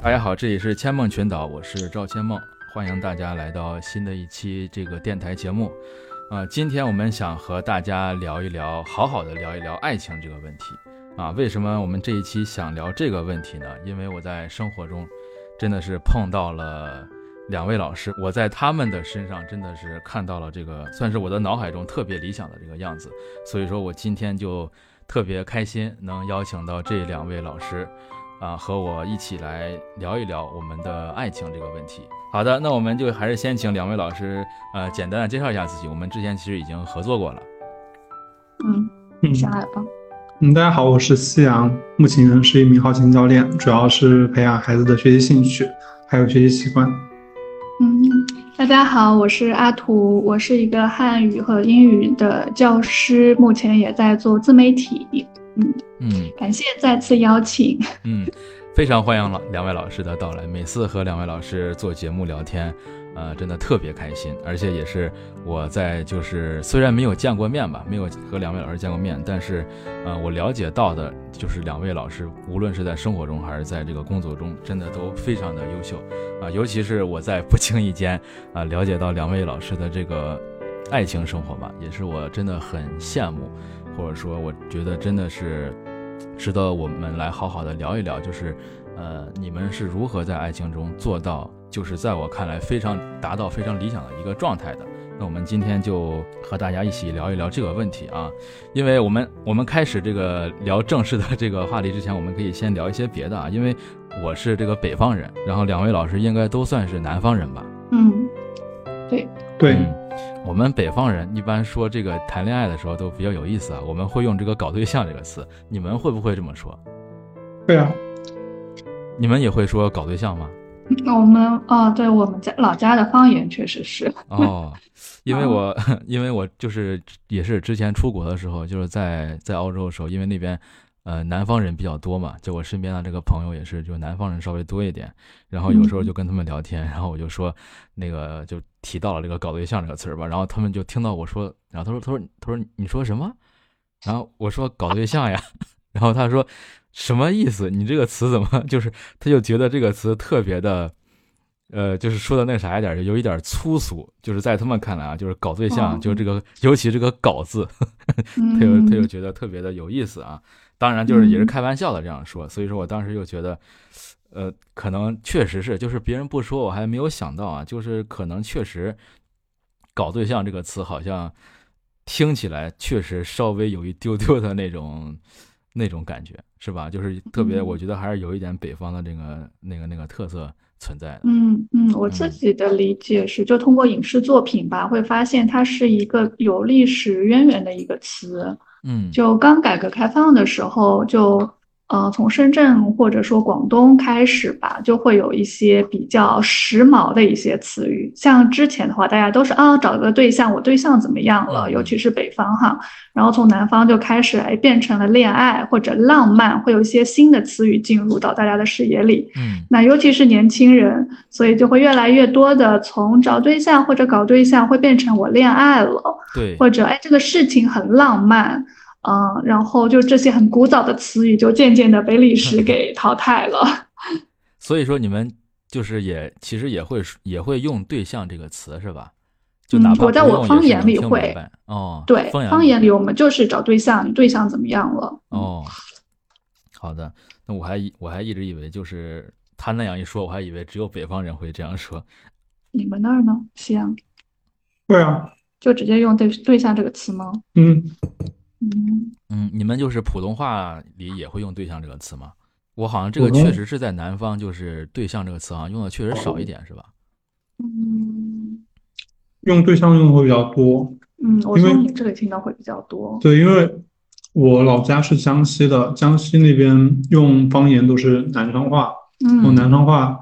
大家好，这里是千梦群岛，我是赵千梦，欢迎大家来到新的一期这个电台节目。今天我们想和大家聊一聊，好好的聊一聊爱情这个问题啊。为什么我们这一期想聊这个问题呢？因为我在生活中真的是碰到了两位老师，我在他们的身上真的是看到了这个算是我的脑海中特别理想的这个样子，所以说我今天就特别开心能邀请到这两位老师和我一起来聊一聊我们的爱情这个问题。好的，那我们就还是先请两位老师简单的介绍一下自己，我们之前其实已经合作过了。 下来吧。 大家好，我是夕阳，目前是一名后勤教练，主要是培养孩子的学习兴趣还有学习习惯。 大家好，我是阿图，我是一个汉语和英语的教师，目前也在做自媒体。感谢再次邀请。 非常欢迎两位老师的到来，每次和两位老师做节目聊天真的特别开心，而且也是我在就是虽然没有见过面吧，没有和两位老师见过面，但是我了解到的就是两位老师无论是在生活中还是在这个工作中真的都非常的优秀尤其是我在不经意间了解到两位老师的这个爱情生活吧，也是我真的很羡慕，或者说我觉得真的是值得我们来好好的聊一聊，就是你们是如何在爱情中做到就是在我看来达到非常理想的一个状态的。那我们今天就和大家一起聊一聊这个问题啊。因为我们开始这个聊正式的这个话题之前，我们可以先聊一些别的因为我是这个北方人，然后两位老师应该都算是南方人吧。 对。 我们北方人一般说这个谈恋爱的时候都比较有意思我们会用这个搞对象这个词，你们会不会这么说？ 对啊。 你们也会说搞对象吗？ 我们对，我们老家的方言确实是因为我就是也是之前出国的时候，就是在澳洲的时候，因为那边南方人比较多嘛，就我身边的这个朋友也是就南方人稍微多一点，然后有时候就跟他们聊天，然后我就说那个就提到了这个搞对象这个词吧，然后他们就听到我说，然后他说你说什么？然后我说搞对象呀，然后他说什么意思？你这个词怎么就是他就觉得这个词特别的就是说的那啥一点，有一点粗俗，就是在他们看来就是搞对象就这个尤其这个搞字他就觉得特别的有意思当然就是也是开玩笑的这样说，所以说我当时就觉得可能确实是就是别人不说我还没有想到就是可能确实搞对象这个词好像听起来确实稍微有一丢丢的那种感觉，是吧？就是特别我觉得还是有一点北方的这个那个特色存在的。 我自己的理解是就通过影视作品吧，会发现它是一个有历史渊源的一个词。就刚改革开放的时候从深圳或者说广东开始吧，就会有一些比较时髦的一些词语。像之前的话，大家都是找个对象，我对象怎么样了？尤其是北方然后从南方就开始变成了恋爱或者浪漫，会有一些新的词语进入到大家的视野里。那尤其是年轻人，所以就会越来越多的从找对象或者搞对象会变成我恋爱了， 对， 或者这个事情很浪漫。然后就这些很古早的词语就渐渐的被历史给淘汰了。 所以说你们就是其实也会用对象这个词是吧？就哪怕我在我方言里会对，方言里我们就是找对象，你对象怎么样了？ 好的，那我还一直以为就是他那样一说，我还以为只有北方人会这样说。 你们那儿呢？西安？ 对啊， 就直接用对象这个词吗？ 你们就是普通话里也会用对象这个词吗？我好像这个确实是在南方，就是对象这个词用的确实少一点，是吧？ 用对象用的会比较多。 我从你这里听到会比较多。 对，因为我老家是江西的，江西那边用方言都是南昌话。用南昌话，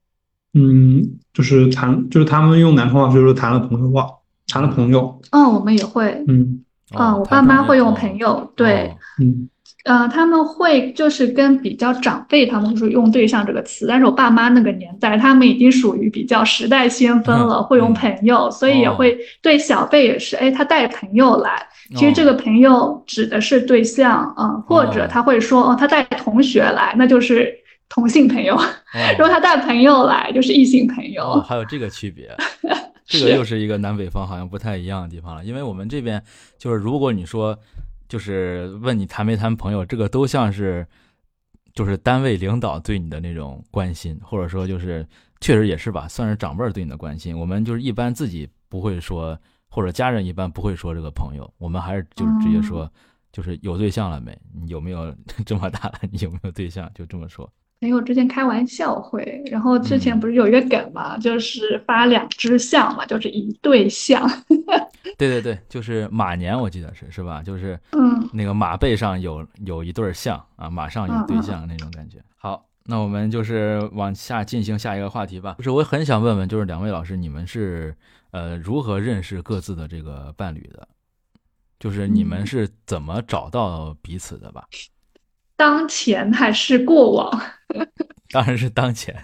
就是他们用南昌话就是谈了朋友话，谈了朋友。 我们也会。我爸妈会用朋友，对。他们会就是跟比较长辈他们会用对象这个词，但是我爸妈那个年代他们已经属于比较时代先锋了，会用朋友，所以也会对小辈也是他带朋友来，其实这个朋友指的是对象或者他会说他带同学来，那就是同性朋友，如果他带朋友来就是异性朋友。 还有这个区别。这个又是一个南北方好像不太一样的地方了，因为我们这边就是如果你说就是问你谈没谈朋友，这个都像是就是单位领导对你的那种关心，或者说就是确实也是吧，算是长辈对你的关心。我们就是一般自己不会说，或者家人一般不会说这个朋友，我们还是就是直接说就是有对象了没，你有没有这么大了，你有没有对象，就这么说。 朋友之间开玩笑会，然后之前不是有一个梗嘛，就是发2只象嘛，就是一对象。 对对对，就是马年，我记得是吧？就是那个马背上有一对象啊，马上有对象那种感觉。好，那我们就是往下进行下一个话题吧。就是我很想问问，就是2位老师，你们是如何认识各自的这个伴侣的？就是你们是怎么找到彼此的吧？ 当前还是过往？ 当然是当前。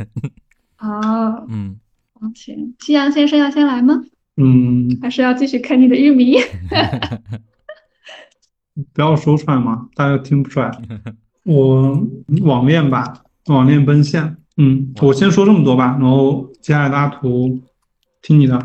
当前。夕阳先生要先来吗？还是要继续看你的玉米？ 不要说出来嘛，大家听不出来。我网恋吧，网恋奔现。我先说这么多吧，然后接下来大图听你的。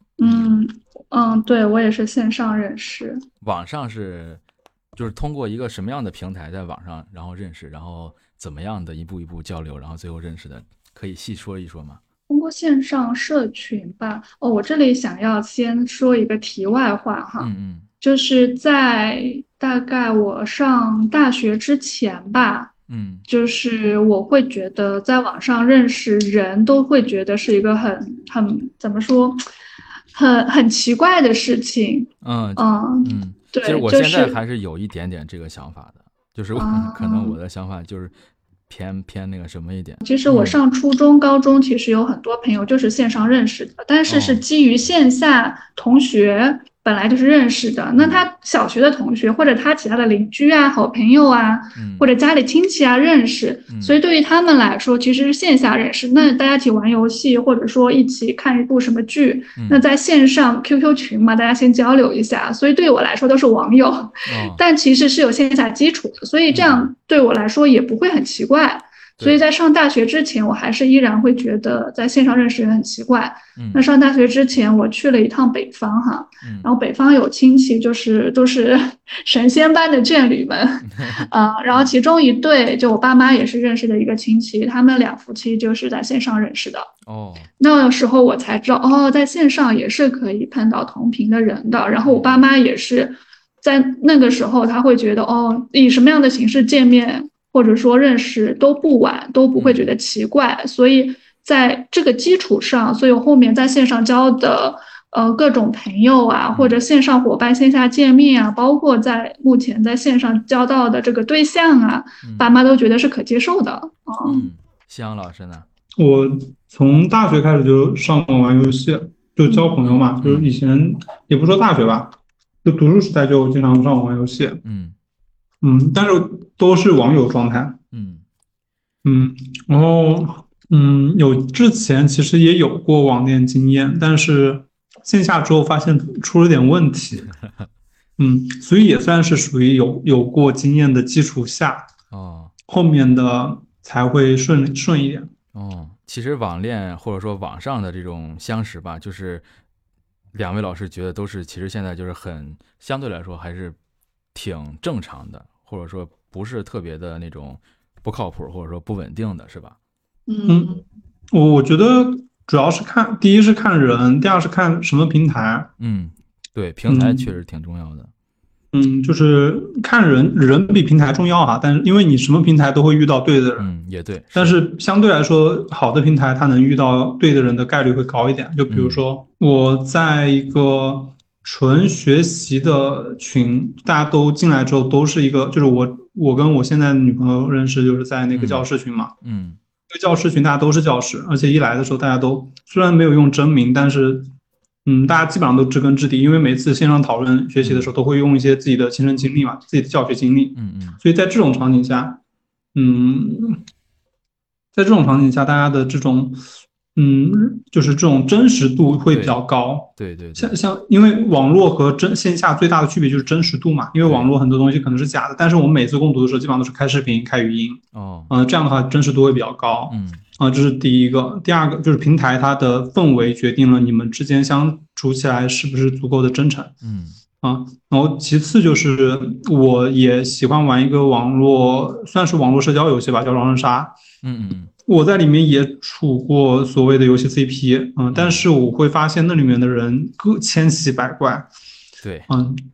对，我也是线上认识。 网上是就是通过一个什么样的平台在网上然后认识，然后怎么样的一步一步交流，然后最后认识的，可以细说一说吗？ 通过线上社群吧。我这里想要先说一个题外话哈，就是在大概我上大学之前吧，就是我会觉得在网上认识人都会觉得是一个很怎么说，很奇怪的事情。对， 其实我现在还是有一点点这个想法的，就是可能我的想法就是偏那个什么一点。 其实我上初中、高中其实有很多朋友就是线上认识的，但是是基于线下同学本来就是认识的。那他小学的同学或者他其他的邻居啊、好朋友啊，或者家里亲戚啊认识，所以对于他们来说其实是线下认识。那大家一起玩游戏，或者说一起看一部什么剧，那在线上 QQ 群嘛，大家先交流一下，所以对我来说都是网友，但其实是有线下基础的，所以这样对我来说也不会很奇怪。所以在上大学之前，我还是依然会觉得在线上认识人很奇怪。那上大学之前，我去了一趟北方哈，然后北方有亲戚，就是都是神仙般的眷侣们，然后其中一对就我爸妈也是认识的一个亲戚，他们2夫妻就是在线上认识的。那时候我才知道，在线上也是可以碰到同频的人的。然后我爸妈也是在那个时候，他会觉得以什么样的形式见面，或者说认识都不晚，都不会觉得奇怪。所以在这个基础上，所以我后面在线上交的各种朋友啊，或者线上伙伴线下见面啊，包括在目前在线上交到的这个对象啊，爸妈都觉得是可接受的。 夕阳老师呢？ 我从大学开始就上网玩游戏，就交朋友嘛，就是以前也不说大学吧，就读书时代就经常上网玩游戏。但是都是网友状态。然后有之前其实也有过网恋经验，但是线下之后发现出了点问题。所以也算是属于有过经验的基础下，后面的才会顺一点。 其实网恋或者说网上的这种相识吧，就是2位老师觉得都是其实现在就是很相对来说还是挺正常的，或者说不是特别的那种不靠谱或者说不稳定的，是吧？ 我觉得主要是第一是看人，第二是看什么平台。 对，平台确实挺重要的。 就是看人比平台重要哈，但是因为你什么平台都会遇到对的人。 也对。 但是相对来说，好的平台它能遇到对的人的概率会高一点。就比如说我在一个纯学习的群，大家都进来之后都是一个，就是我跟我现在的女朋友认识，就是在那个教师群嘛。这个教师群大家都是教师，而且一来的时候大家都虽然没有用真名，但是大家基本上都知根知底，因为每次线上讨论学习的时候都会用一些自己的亲身经历嘛，自己的教学经历。所以在这种场景下，大家的这种就是这种真实度会比较高。 对， 像因为网络和线下最大的区别就是真实度嘛，因为网络很多东西可能是假的，但是我们每次共读的时候基本上都是开视频、开语音。这样的话真实度会比较高。这是第一个。第二个就是平台它的氛围决定了你们之间相处起来是不是足够的真诚。然后其次就是我也喜欢玩一个算是网络社交游戏吧，叫狼人杀。我在里面也处过所谓的游戏 CP。但是我会发现那里面的人各千奇百怪。 对。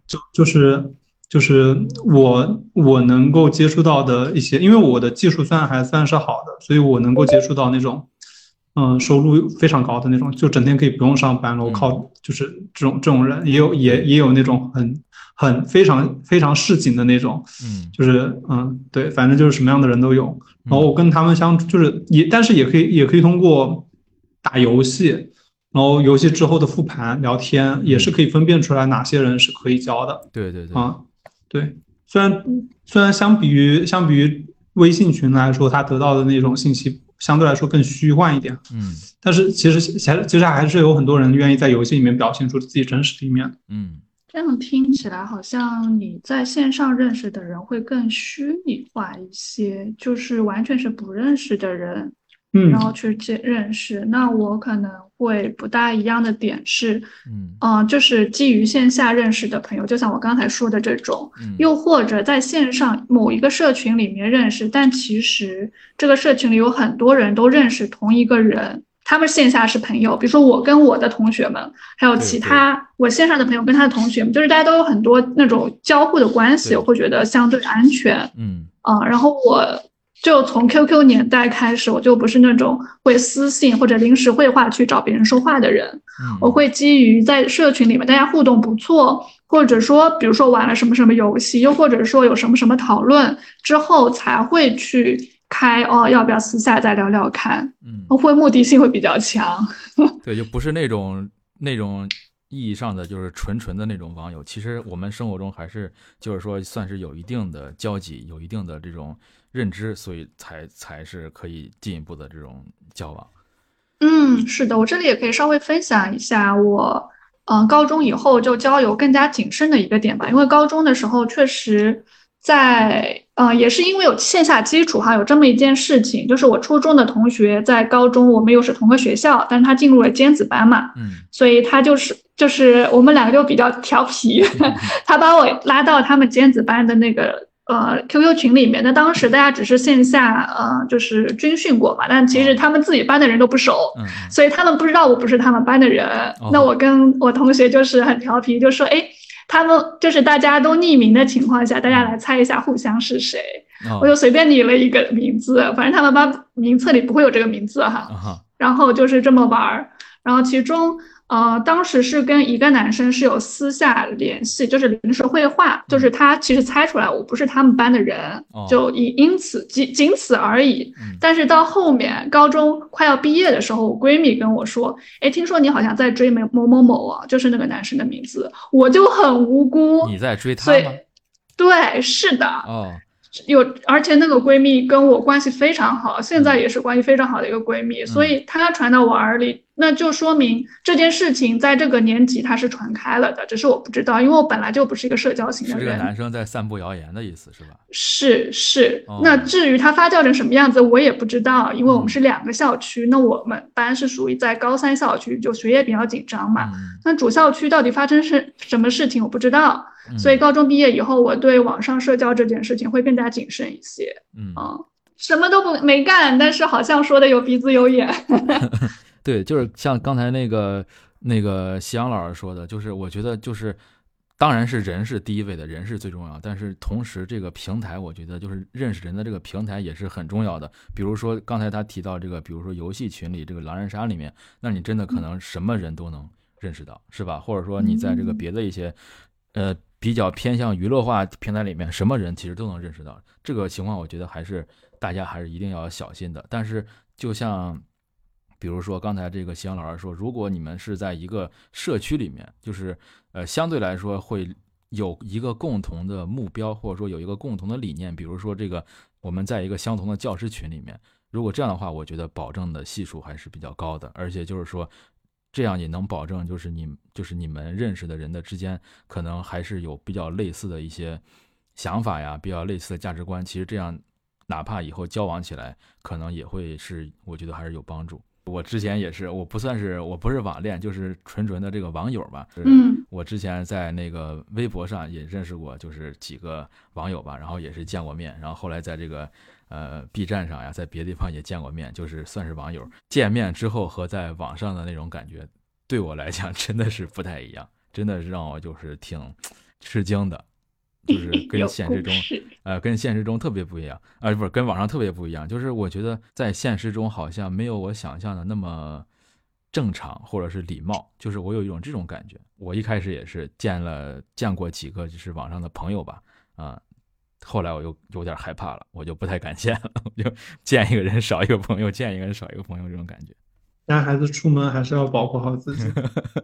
就是我能够接触到的一些，因为我的技术还算是好的，所以我能够接触到那种收入非常高的那种，就整天可以不用上班了，我靠，就是这种人，也有那种很非常市井的那种。就是对，反正就是什么样的人都有。然后我跟他们相处，就是但是也可以通过打游戏，然后游戏之后的复盘聊天，也是可以分辨出来哪些人是可以交的。 对。 对，虽然相比于微信群来说，他得到的那种信息相对来说更虚幻一点。但是其实还是有很多人愿意在游戏里面表现出自己真实的一面。 这样听起来好像你在线上认识的人会更虚拟化一些，就是完全是不认识的人，然后去认识。那我可能会不大一样的点是，就是基于线下认识的朋友，就像我刚才说的这种，又或者在线上某一个社群里面认识，但其实这个社群里有很多人都认识同一个人。他们线下是朋友，比如说我跟我的同学们，还有其他我线上的朋友跟他的同学们，就是大家都有很多那种交互的关系，我会觉得相对安全。然后我就从 QQ 年代开始，我就不是那种会私信或者临时会话去找别人说话的人。我会基于在社群里面大家互动不错，或者说比如说玩了什么什么游戏，又或者说有什么什么讨论之后才会去要不要私下再聊聊看。会目的性会比较强。 对，就不是那种意义上的就是纯的那种网友，其实我们生活中还是就是说算是有一定的交集，有一定的这种认知，所以才是可以进一步的这种交往。 是的，我这里也可以稍微分享一下我高中以后就交友更加谨慎的一个点吧。因为高中的时候确实在也是因为有线下基础哈，有这么一件事情，就是我初中的同学在高中我们又是同个学校，但是他进入了尖子班嘛。所以他就是我们两个就比较调皮。他把我拉到他们尖子班的那个QQ 群里面。那当时大家只是线下就是军训过嘛，但其实他们自己班的人都不熟。所以他们不知道我不是他们班的人。那我跟我同学就是很调皮，就说他们就是大家都匿名的情况下，大家来猜一下互相是谁。我就随便拟了一个名字，反正他们班名册里不会有这个名字哈。然后就是这么玩。然后其中当时是跟一个男生是有私下联系，就是临时会话，就是他其实猜出来我不是他们班的人，就仅此而已。但是到后面高中快要毕业的时候，我闺蜜跟我说，听说你好像在追某某某啊，就是那个男生的名字。我就很无辜。 你在追他吗？ 对，是的。而且那个闺蜜跟我关系非常好，现在也是关系非常好的一个闺蜜。所以她传到我耳里，那就说明这件事情在这个年纪它是传开了的，只是我不知道，因为我本来就不是一个社交型的人。 是这个男生在散布谣言的意思是吧？ 是。那至于他发酵成什么样子我也不知道，因为我们是2个校区。那我们班是属于在高3校区，就学业比较紧张嘛。那主校区到底发生是什么事情我不知道。所以高中毕业以后，我对网上社交这件事情会更加谨慎一些。什么都没干，但是好像说的有鼻子有眼。 对，就是像刚才那个夕阳老师说的，就是我觉得就是当然是人是第一位的，人是最重要，但是同时这个平台我觉得就是认识人的这个平台也是很重要的。比如说刚才他提到这个，比如说游戏群里这个狼人杀里面，那你真的可能什么人都能认识到，是吧？或者说你在这个别的一些比较偏向娱乐化平台里面，什么人其实都能认识到。这个情况我觉得大家还是一定要小心的。但是就像比如说刚才这个夕阳老师说，如果你们是在一个社区里面，就是相对来说会有一个共同的目标，或者说有一个共同的理念，比如说这个我们在一个相同的教师群里面， 如果这样的话，我觉得保证的系数还是比较高的，而且就是说，这样也能保证就是你们认识的人的之间，可能还是有比较类似的一些想法呀，比较类似的价值观。其实这样，哪怕以后交往起来，可能也会是我觉得还是有帮助。我之前也是，我不是网恋，就是纯的这个网友吧。我之前在那个微博上也认识过，就是几个网友吧，然后也是见过面，然后后来在这个B 站上呀，在别的地方也见过面，就是算是网友。见面之后和在网上的那种感觉，对我来讲真的是不太一样，真的是让我就是挺吃惊的。就是跟现实中特别不一样，不是跟网上特别不一样。就是我觉得在现实中好像没有我想象的那么正常或者是礼貌，就是我有一种这种感觉。我一开始也是见过几个就是网上的朋友吧，后来我又有点害怕了，我就不太敢见了，我就见一个人少一个朋友，见一个人少一个朋友这种感觉。 带孩子出门还是要保护好自己。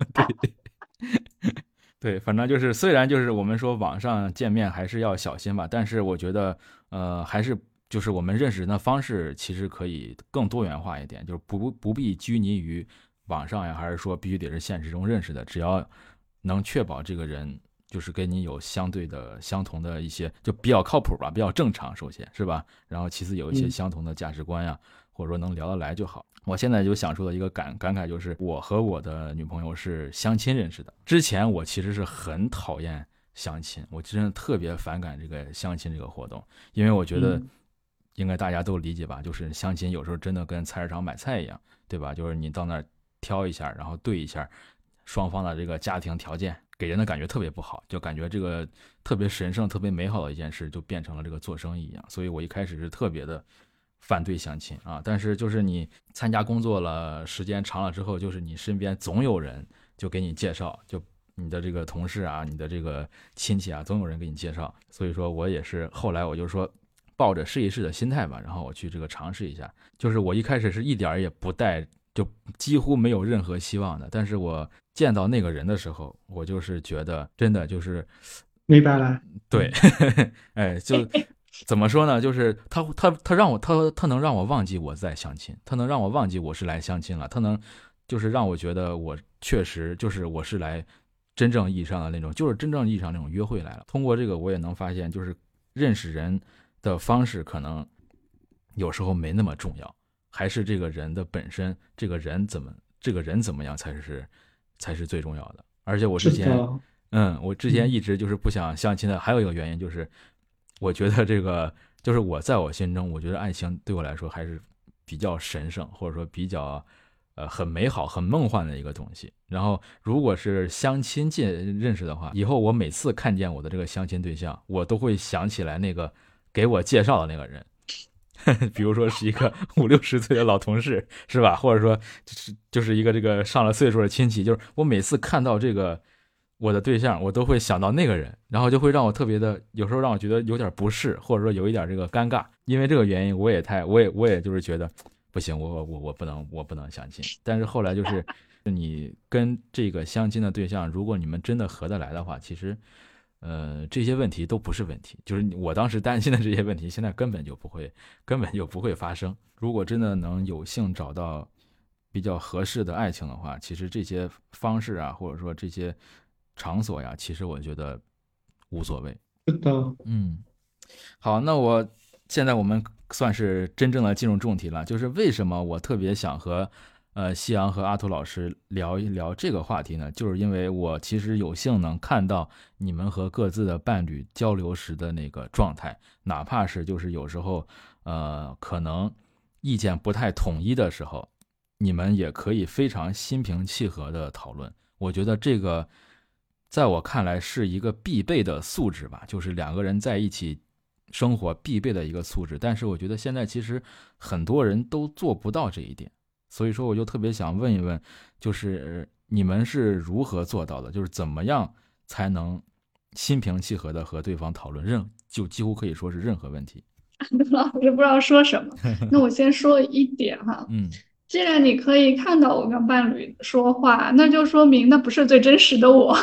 对，反正就是虽然就是我们说网上见面还是要小心吧，但是我觉得还是就是我们认识人的方式其实可以更多元化一点，就是不必拘泥于网上呀，还是说必须得是现实中认识的，只要能确保这个人就是跟你有相同的一些，就比较靠谱吧，比较正常，首先是吧，然后其次有一些相同的价值观呀，或者说能聊得来就好。我现在就想出了一个感慨，就是我和我的女朋友是相亲认识的。之前我其实是很讨厌相亲，我真的特别反感这个相亲这个活动，因为我觉得应该大家都理解吧，就是相亲有时候真的跟菜市场买菜一样，对吧？就是你到那儿挑一下，然后对一下双方的这个家庭条件，给人的感觉特别不好，就感觉这个特别神圣、特别美好的一件事，就变成了这个做生意一样。所以我一开始是特别的反对相亲啊，但是就是你参加工作了时间长了之后，就是你身边总有人就给你介绍，就你的这个同事啊，你的这个亲戚啊，总有人给你介绍。所以说我也是后来我就说抱着试一试的心态吧，然后我去这个尝试一下。就是我一开始是一点也不带，就几乎没有任何希望的，但是我见到那个人的时候，我就是觉得真的就是没白来。 对，哎，就怎么说呢？就是他能让我忘记我在相亲，他能让我忘记我是来相亲了，他能就是让我觉得我确实就是我是来真正意义上的那种，就是真正意义上那种约会来了。通过这个我也能发现，就是认识人的方式可能有时候没那么重要，还是这个人的本身，这个人怎么样才是最重要的。而且我之前一直就是不想相亲的，还有一个原因就是我觉得这个就是在我心中，我觉得爱情对我来说还是比较神圣，或者说比较很美好、很梦幻的一个东西。然后如果是相亲认识的话，以后我每次看见我的这个相亲对象，我都会想起来那个给我介绍的那个人，比如说是一个50-60岁的老同事，是吧？或者说就是一个这个上了岁数的亲戚，就是我每次看到这个我的对象，我都会想到那个人，然后就会让我特别的，有时候让我觉得有点不适，或者说有一点这个尴尬。因为这个原因，我也就是觉得不行，我不能相亲。但是后来就是你跟这个相亲的对象，如果你们真的合得来的话，其实这些问题都不是问题，就是我当时担心的这些问题，现在根本就不会发生。如果真的能有幸找到比较合适的爱情的话，其实这些方式啊，或者说这些场所呀，其实我觉得无所谓。 是的， 好，那现在我们算是真正的进入正题了，就是为什么我特别想和夕阳和阿图老师聊一聊这个话题呢？就是因为我其实有幸能看到你们和各自的伴侣交流时的那个状态，哪怕是就是有时候可能意见不太统一的时候，你们也可以非常心平气和的讨论。我觉得这个在我看来是一个必备的素质吧，就是两个人在一起生活必备的一个素质。但是我觉得现在其实很多人都做不到这一点，所以说我就特别想问一问，就是你们是如何做到的？就是怎么样才能心平气和的和对方讨论就几乎可以说是任何问题。 老师不知道说什么，那我先说一点哈，既然你可以看到我跟伴侣说话，那就说明那不是最真实的我。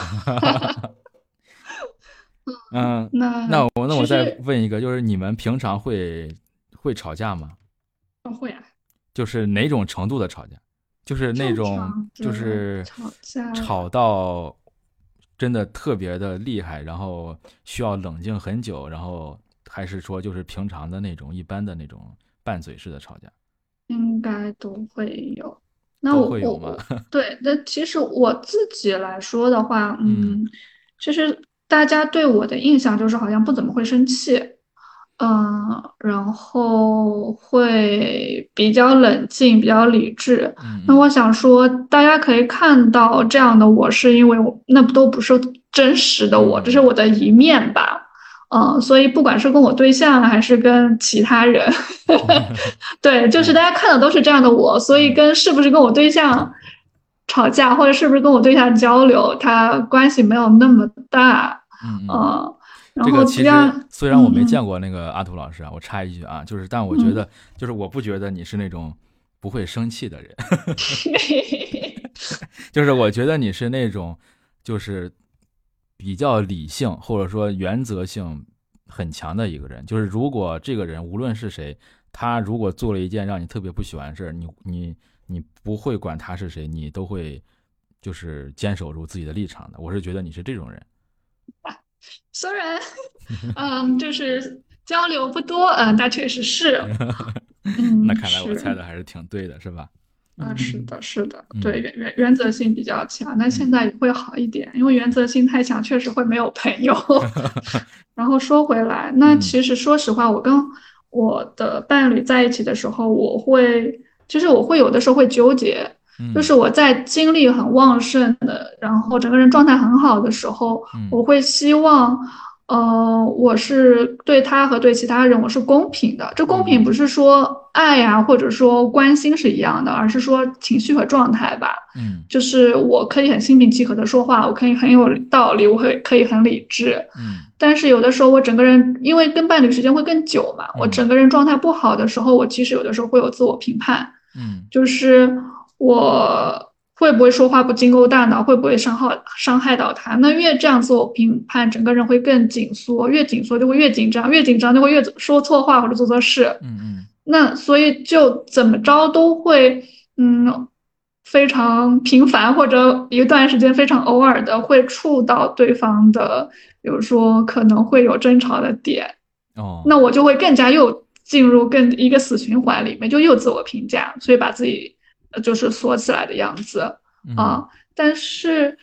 那我再问一个，就是你们平常会吵架吗？ 会啊。 就是哪种程度的吵架？就是那种就是吵到真的特别的厉害，然后需要冷静很久，然后还是说就是平常的那种一般的那种拌嘴式的吵架？ 应该都会有。那都会有吗？ 对，那其实我自己来说的话，其实大家对我的印象就是好像不怎么会生气。然后会比较冷静，比较理智。那我想说，大家可以看到这样的我，是因为那都不是真实的我，这是我的一面吧。所以不管是跟我对象还是跟其他人，对，就是大家看的都是这样的我，所以是不是跟我对象吵架，或者是不是跟我对象交流，它关系没有那么大。然后其实虽然我没见过那个阿图老师啊，我插一句啊，但我觉得就是我不觉得你是那种不会生气的人，就是我觉得你是那种就是比较理性或者说原则性很强的一个人。就是如果这个人无论是谁，他如果做了一件让你特别不喜欢的事，你不会管他是谁，你都会就是坚守住自己的立场的。我是觉得你是这种人。 虽然就是交流不多，但确实是。 那看来我猜的还是挺对的，是吧？ 是的，是的，对，原则性比较强。那现在也会好一点，因为原则性太强，确实会没有朋友。然后说回来，那其实说实话，我跟我的伴侣在一起的时候，我会有的时候会纠结。就是我在精力很旺盛的，然后整个人状态很好的时候，我会希望，我是对他和对其他人我是公平的。这公平不是说爱呀，或者说关心是一样的，而是说情绪和状态吧。就是我可以很心平气和的说话，我可以很有道理，我可以很理智。但是有的时候我整个人因为跟伴侣时间会更久嘛，我整个人状态不好的时候，我其实有的时候会有自我评判。就是我会不会说话不经过大脑，会不会伤害到他？那越这样自我评判，整个人会更紧缩，越紧缩就会越紧张，越紧张就会越说错话或者做错事。那所以就怎么着都会非常频繁，或者一段时间非常偶尔的会触到对方的，比如说可能会有争吵的点。那我就会更加又进入一个死循环里面，就又自我评价，所以把自己就是缩起来的样子但是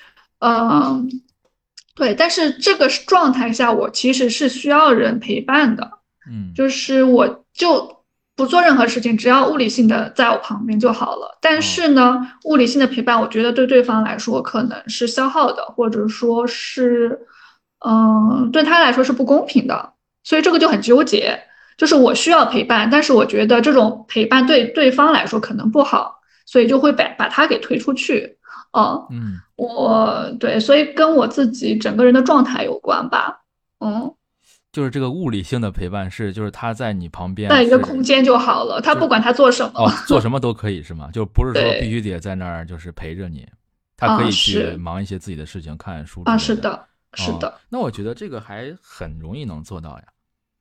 对，但是这个状态下我其实是需要人陪伴的。就是我就不做任何事情，只要物理性的在我旁边就好了。但是呢，物理性的陪伴我觉得对对方来说可能是消耗的，或者说是对他来说是不公平的，所以这个就很纠结。就是我需要陪伴，但是我觉得这种陪伴对对方来说可能不好，所以就会把他给推出去。对，所以跟我自己整个人的状态有关吧。 就是这个物理性的陪伴就是他在你旁边， 在一个空间就好了，他不管他做什么， 做什么都可以是吗？就不是说必须得在那儿就是陪着你，他可以去忙一些自己的事情，看书是的，是的。 那我觉得这个还很容易能做到呀。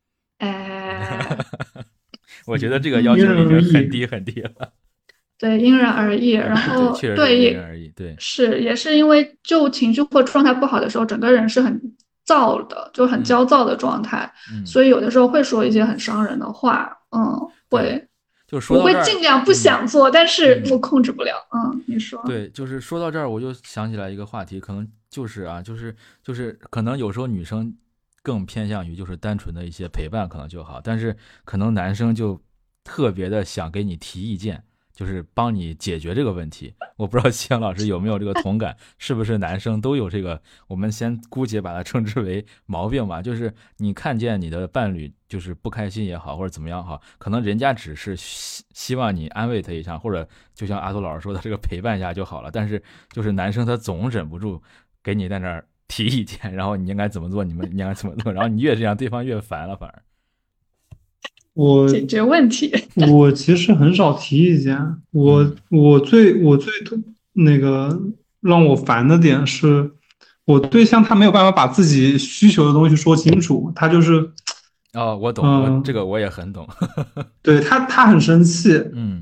我觉得这个要求已经很低很低了。 对，因人而异。然后对，因人而异。对， 也是因为就情绪或状态不好的时候，整个人是很躁的，就很焦躁的状态。所以有的时候会说一些很伤人的话。会。 就说我会尽量不想做，但是我控制不了。你说。 对，就是说到这儿，我就想起来一个话题，可能就是可能有时候女生更偏向于就是单纯的一些陪伴可能就好，但是可能男生就特别的想给你提意见，就是帮你解决这个问题。我不知道夕阳老师有没有这个同感，是不是男生都有这个，我们先姑且把它称之为毛病吧。就是你看见你的伴侣就是不开心也好，或者怎么样好，可能人家只是希望你安慰他一下，或者就像阿杜老师说的这个陪伴一下就好了，但是就是男生他总忍不住给你在那儿提意见，然后你应该怎么做，你应该怎么做，然后你越这样对方越烦了，反而解决问题。 我其实很少提意见，我最那个让我烦的点是，我对象他没有办法把自己需求的东西说清楚，他就是我懂，这个我也很懂。 对他很生气。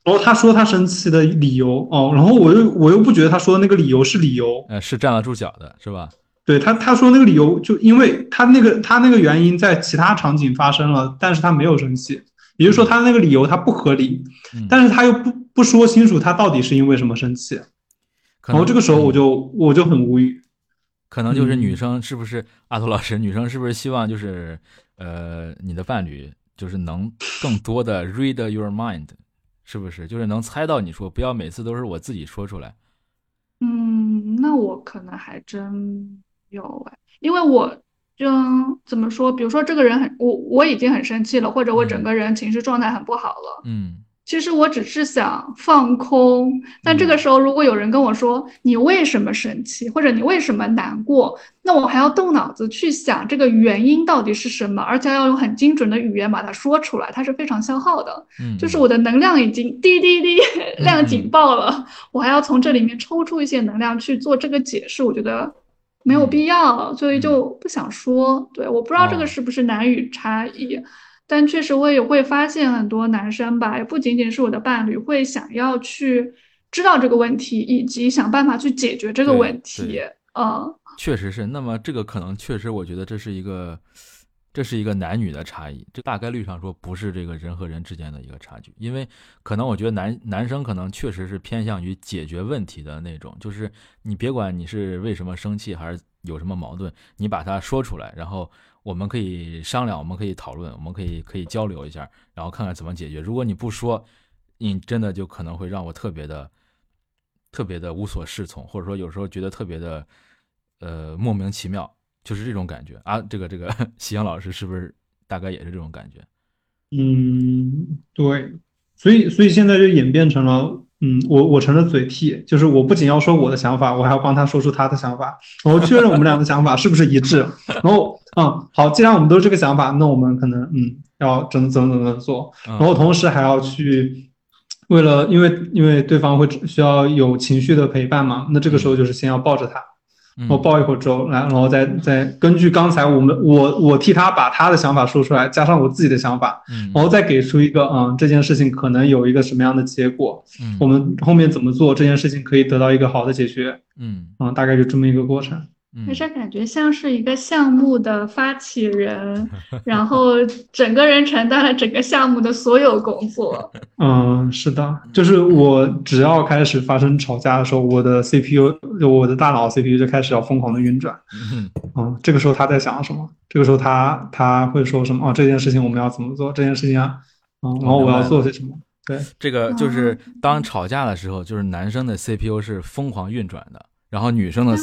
然后他说他生气的理由然后我又不觉得他说的那个理由是理由， 是站得住脚的，是吧？ 对，他说那个理由就因为他那个原因在其他场景发生了，但是他没有生气，也就是说他那个理由他不合理，但是他又不说清楚他到底是因为什么生气，然后这个时候我就很无语。 可能就是女生是不是阿图老师，女生是不是希望就是你的伴侣就是能更多的 read your mind， 是不是就是能猜到你说，不要每次都是我自己说出来。 那我可能还真有因为我就怎么说，比如说这个人我已经很生气了，或者我整个人情绪状态很不好了，其实我只是想放空，但这个时候如果有人跟我说你为什么生气，或者你为什么难过，那我还要动脑子去想这个原因到底是什么，而且要用很精准的语言把它说出来，它是非常消耗的。就是我的能量已经滴滴滴亮警报了，我还要从这里面抽出一些能量去做这个解释，我觉得没有必要，所以就不想说。对，我不知道这个是不是男女差异。但确实我也会发现很多男生吧，也不仅仅是我的伴侣，会想要去知道这个问题，以及想办法去解决这个问题。 确实是。那么这个可能确实，我觉得这是一个男女的差异，这大概率上说不是这个人和人之间的一个差距，因为可能我觉得男生可能确实是偏向于解决问题的那种，就是你别管你是为什么生气还是有什么矛盾，你把它说出来，然后我们可以商量，我们可以讨论，我们可以交流一下，然后看看怎么解决。如果你不说，你真的就可能会让我特别的无所适从，或者说有时候觉得特别的莫名其妙，就是这种感觉啊。这个夕阳老师是不是大概也是这种感觉？ 对，所以现在就演变成了我成了嘴替，就是我不仅要说我的想法，我还要帮他说出他的想法，然后确认我们俩的想法是不是一致。然后好，既然我们都是这个想法，那我们可能要怎么做，然后同时还要去因为对方会需要有情绪的陪伴嘛，那这个时候就是先要抱着他，我抱一会儿之后，然后再根据刚才我替他把他的想法说出来，加上我自己的想法，然后再给出一个这件事情可能有一个什么样的结果，我们后面怎么做这件事情可以得到一个好的解决，大概就这么一个过程。 但是感觉像是一个项目的发起人，然后整个人承担了整个项目的所有工作。 是的，就是我只要开始发生吵架的时候，我的 CPU 我的大脑 CPU 就开始要疯狂的运转。这个时候他在想什么？这个时候他会说什么？这件事情我们要怎么做？这件事情然后我要做些什么？对， 这个就是当吵架的时候，就是男生的 CPU 是疯狂运转的。然后女生的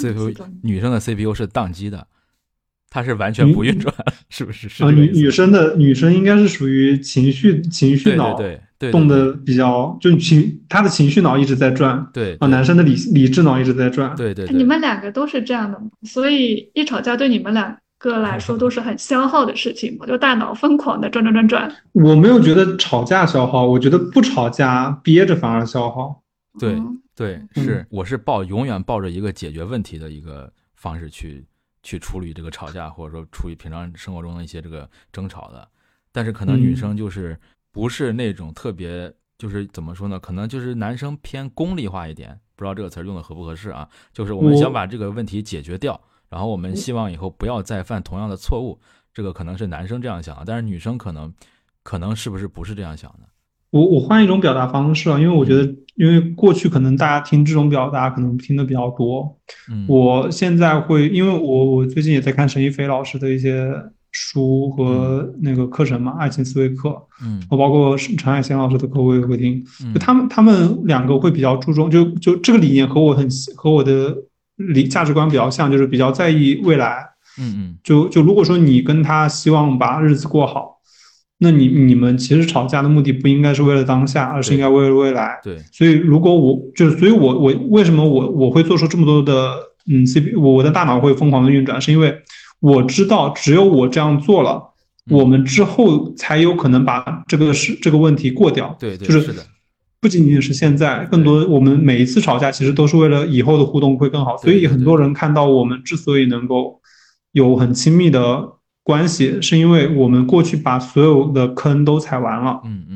CPU 是宕机的，它是完全不运转，是不是？ 女生应该是属于情绪脑动的比较，就她的情绪脑一直在转， 对男生的理智脑一直在转， 对。 你们两个都是这样的吗？所以一吵架对你们两个来说都是很消耗的事情嘛，就大脑疯狂的转。 我没有觉得吵架消耗，我觉得不吵架憋着反而消耗。 对，我是永远抱着一个解决问题的一个方式去处理这个吵架，或者说处理平常生活中的一些这个争吵的。但是可能女生就是不是那种特别，就是怎么说呢？可能就是男生偏功利化一点，不知道这个词用的合不合适啊？就是我们想把这个问题解决掉，然后我们希望以后不要再犯同样的错误。这个可能是男生这样想的，但是女生可能是不是这样想的？ 我换一种表达方式因为我觉得，因为过去可能大家听这种表达可能听的比较多，我现在会，因为我最近也在看沈一菲老师的一些书和那个课程嘛，爱情思维课，我包括陈海贤老师的课我也会听，就他们两个会比较注重，就这个理念和我的价值观比较像，就是比较在意未来，就如果说你跟他希望把日子过好。那你们其实吵架的目的不应该是为了当下，而是应该为了未来。 对， 所以如果所以我为什么我会做出这么多的CPU，我的大脑会疯狂的运转，是因为我知道只有我这样做了，我们之后才有可能把这个问题过掉。 对， 就是不仅仅是现在，更多我们每一次吵架其实都是为了以后的互动会更好。所以很多人看到我们之所以能够有很亲密的关系，是因为我们过去把所有的坑都踩完了，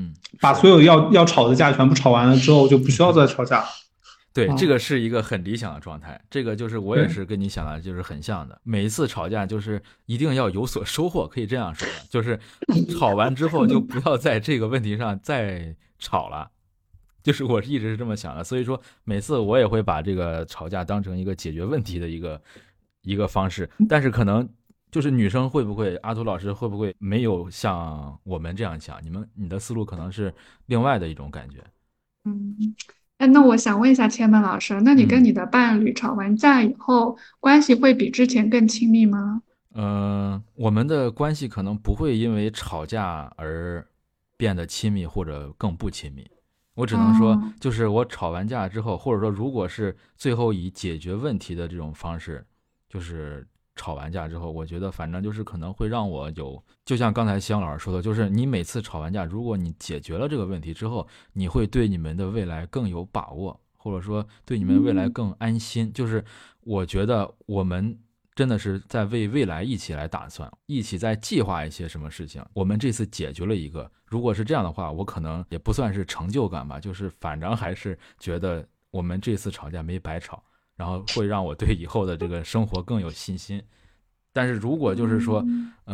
把所有要吵的架全部吵完了之后，就不需要再吵架了。 对，这个是一个很理想的状态。这个就是我也是跟你想的就是很像的。每一次吵架就是一定要有所收获，可以这样说的，就是吵完之后就不要在这个问题上再吵了。就是我一直是这么想的，所以说每次我也会把这个吵架当成一个解决问题的一个方式。但是可能就是女生会不会，阿图老师会不会没有像我们这样想？你的思路可能是另外的一种感觉。 那我想问一下千本老师，那你跟你的伴侣吵完架以后，关系会比之前更亲密吗？ 我们的关系可能不会因为吵架而变得亲密或者更不亲密。我只能说，就是我吵完架之后，或者说如果是最后以解决问题的这种方式，就是吵完架之后，我觉得反正就是可能会让我就像刚才香老师说的，就是你每次吵完架，如果你解决了这个问题之后，你会对你们的未来更有把握，或者说对你们未来更安心。就是我觉得我们真的是在为未来一起来打算，一起在计划一些什么事情。我们这次解决了一个，如果是这样的话，我可能也不算是成就感吧，就是反正还是觉得我们这次吵架没白吵，然后会让我对以后的这个生活更有信心。但是如果就是说，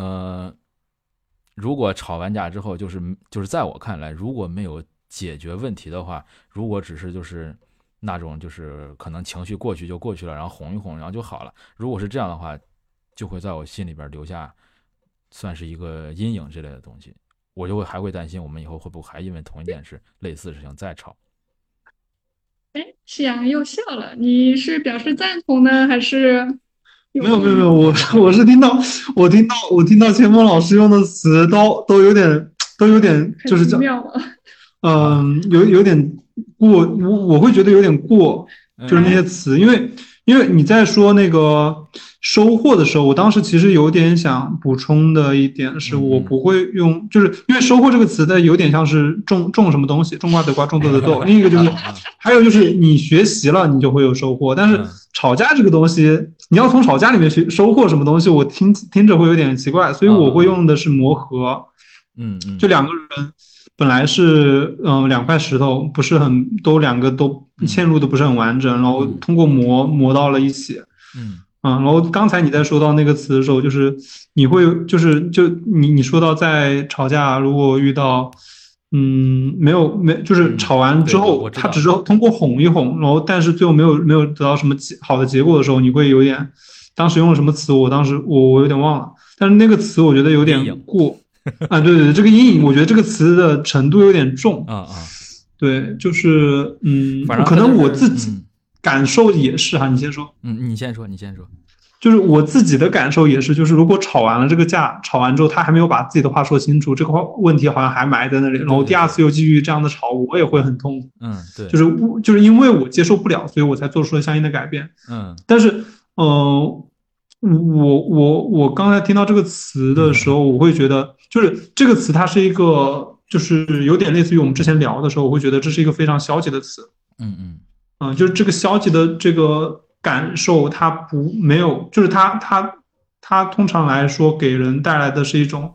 如果吵完架之后，就是在我看来，如果没有解决问题的话，如果只是就是那种就是可能情绪过去就过去了，然后哄一哄，然后就好了。如果是这样的话，就会在我心里边留下算是一个阴影之类的东西，我就还会担心我们以后会不会还因为同一件事类似的事情再吵。 夕阳又笑了，你是表示赞同呢，还是？ 没有，我是听到千峰老师用的词都有点就是这样，有点过，我会觉得有点过，就是那些词，因为你在说那个收获的时候，我当时其实有点想补充的一点是，我不会用，就是因为收获这个词的有点像是种什么东西，种瓜得瓜，种豆得豆。另一个就是，还有就是你学习了，你就会有收获。但是吵架这个东西，你要从吵架里面收获什么东西，我听着会有点奇怪，所以我会用的是磨合。就两个人本来是两块石头，不是很两个都嵌入的不是很完整，然后通过磨到了一起。然后刚才你在说到那个词的时候，就是你会你说到在吵架如果遇到没就是吵完之后他只是通过哄一哄，然后但是最后没有得到什么好的结果的时候，你会有点，当时用了什么词我当时我有点忘了，但是那个词我觉得有点过对，这个阴影我觉得这个词的程度有点重对，就是可能我自己感受也是哈，你先说。 你先说。 就是我自己的感受也是，就是如果吵完了这个架，吵完之后他还没有把自己的话说清楚，这个问题好像还埋在那里，然后第二次又继续这样的吵，我也会很痛苦。 对， 就是因为我接受不了，所以我才做出了相应的改变。但是我刚才听到这个词的时候，我会觉得就是这个词它是一个，就是有点类似于我们之前聊的时候，我会觉得这是一个非常消极的词。就是这个消极的这个感受，它没有，就是它通常来说给人带来的是一种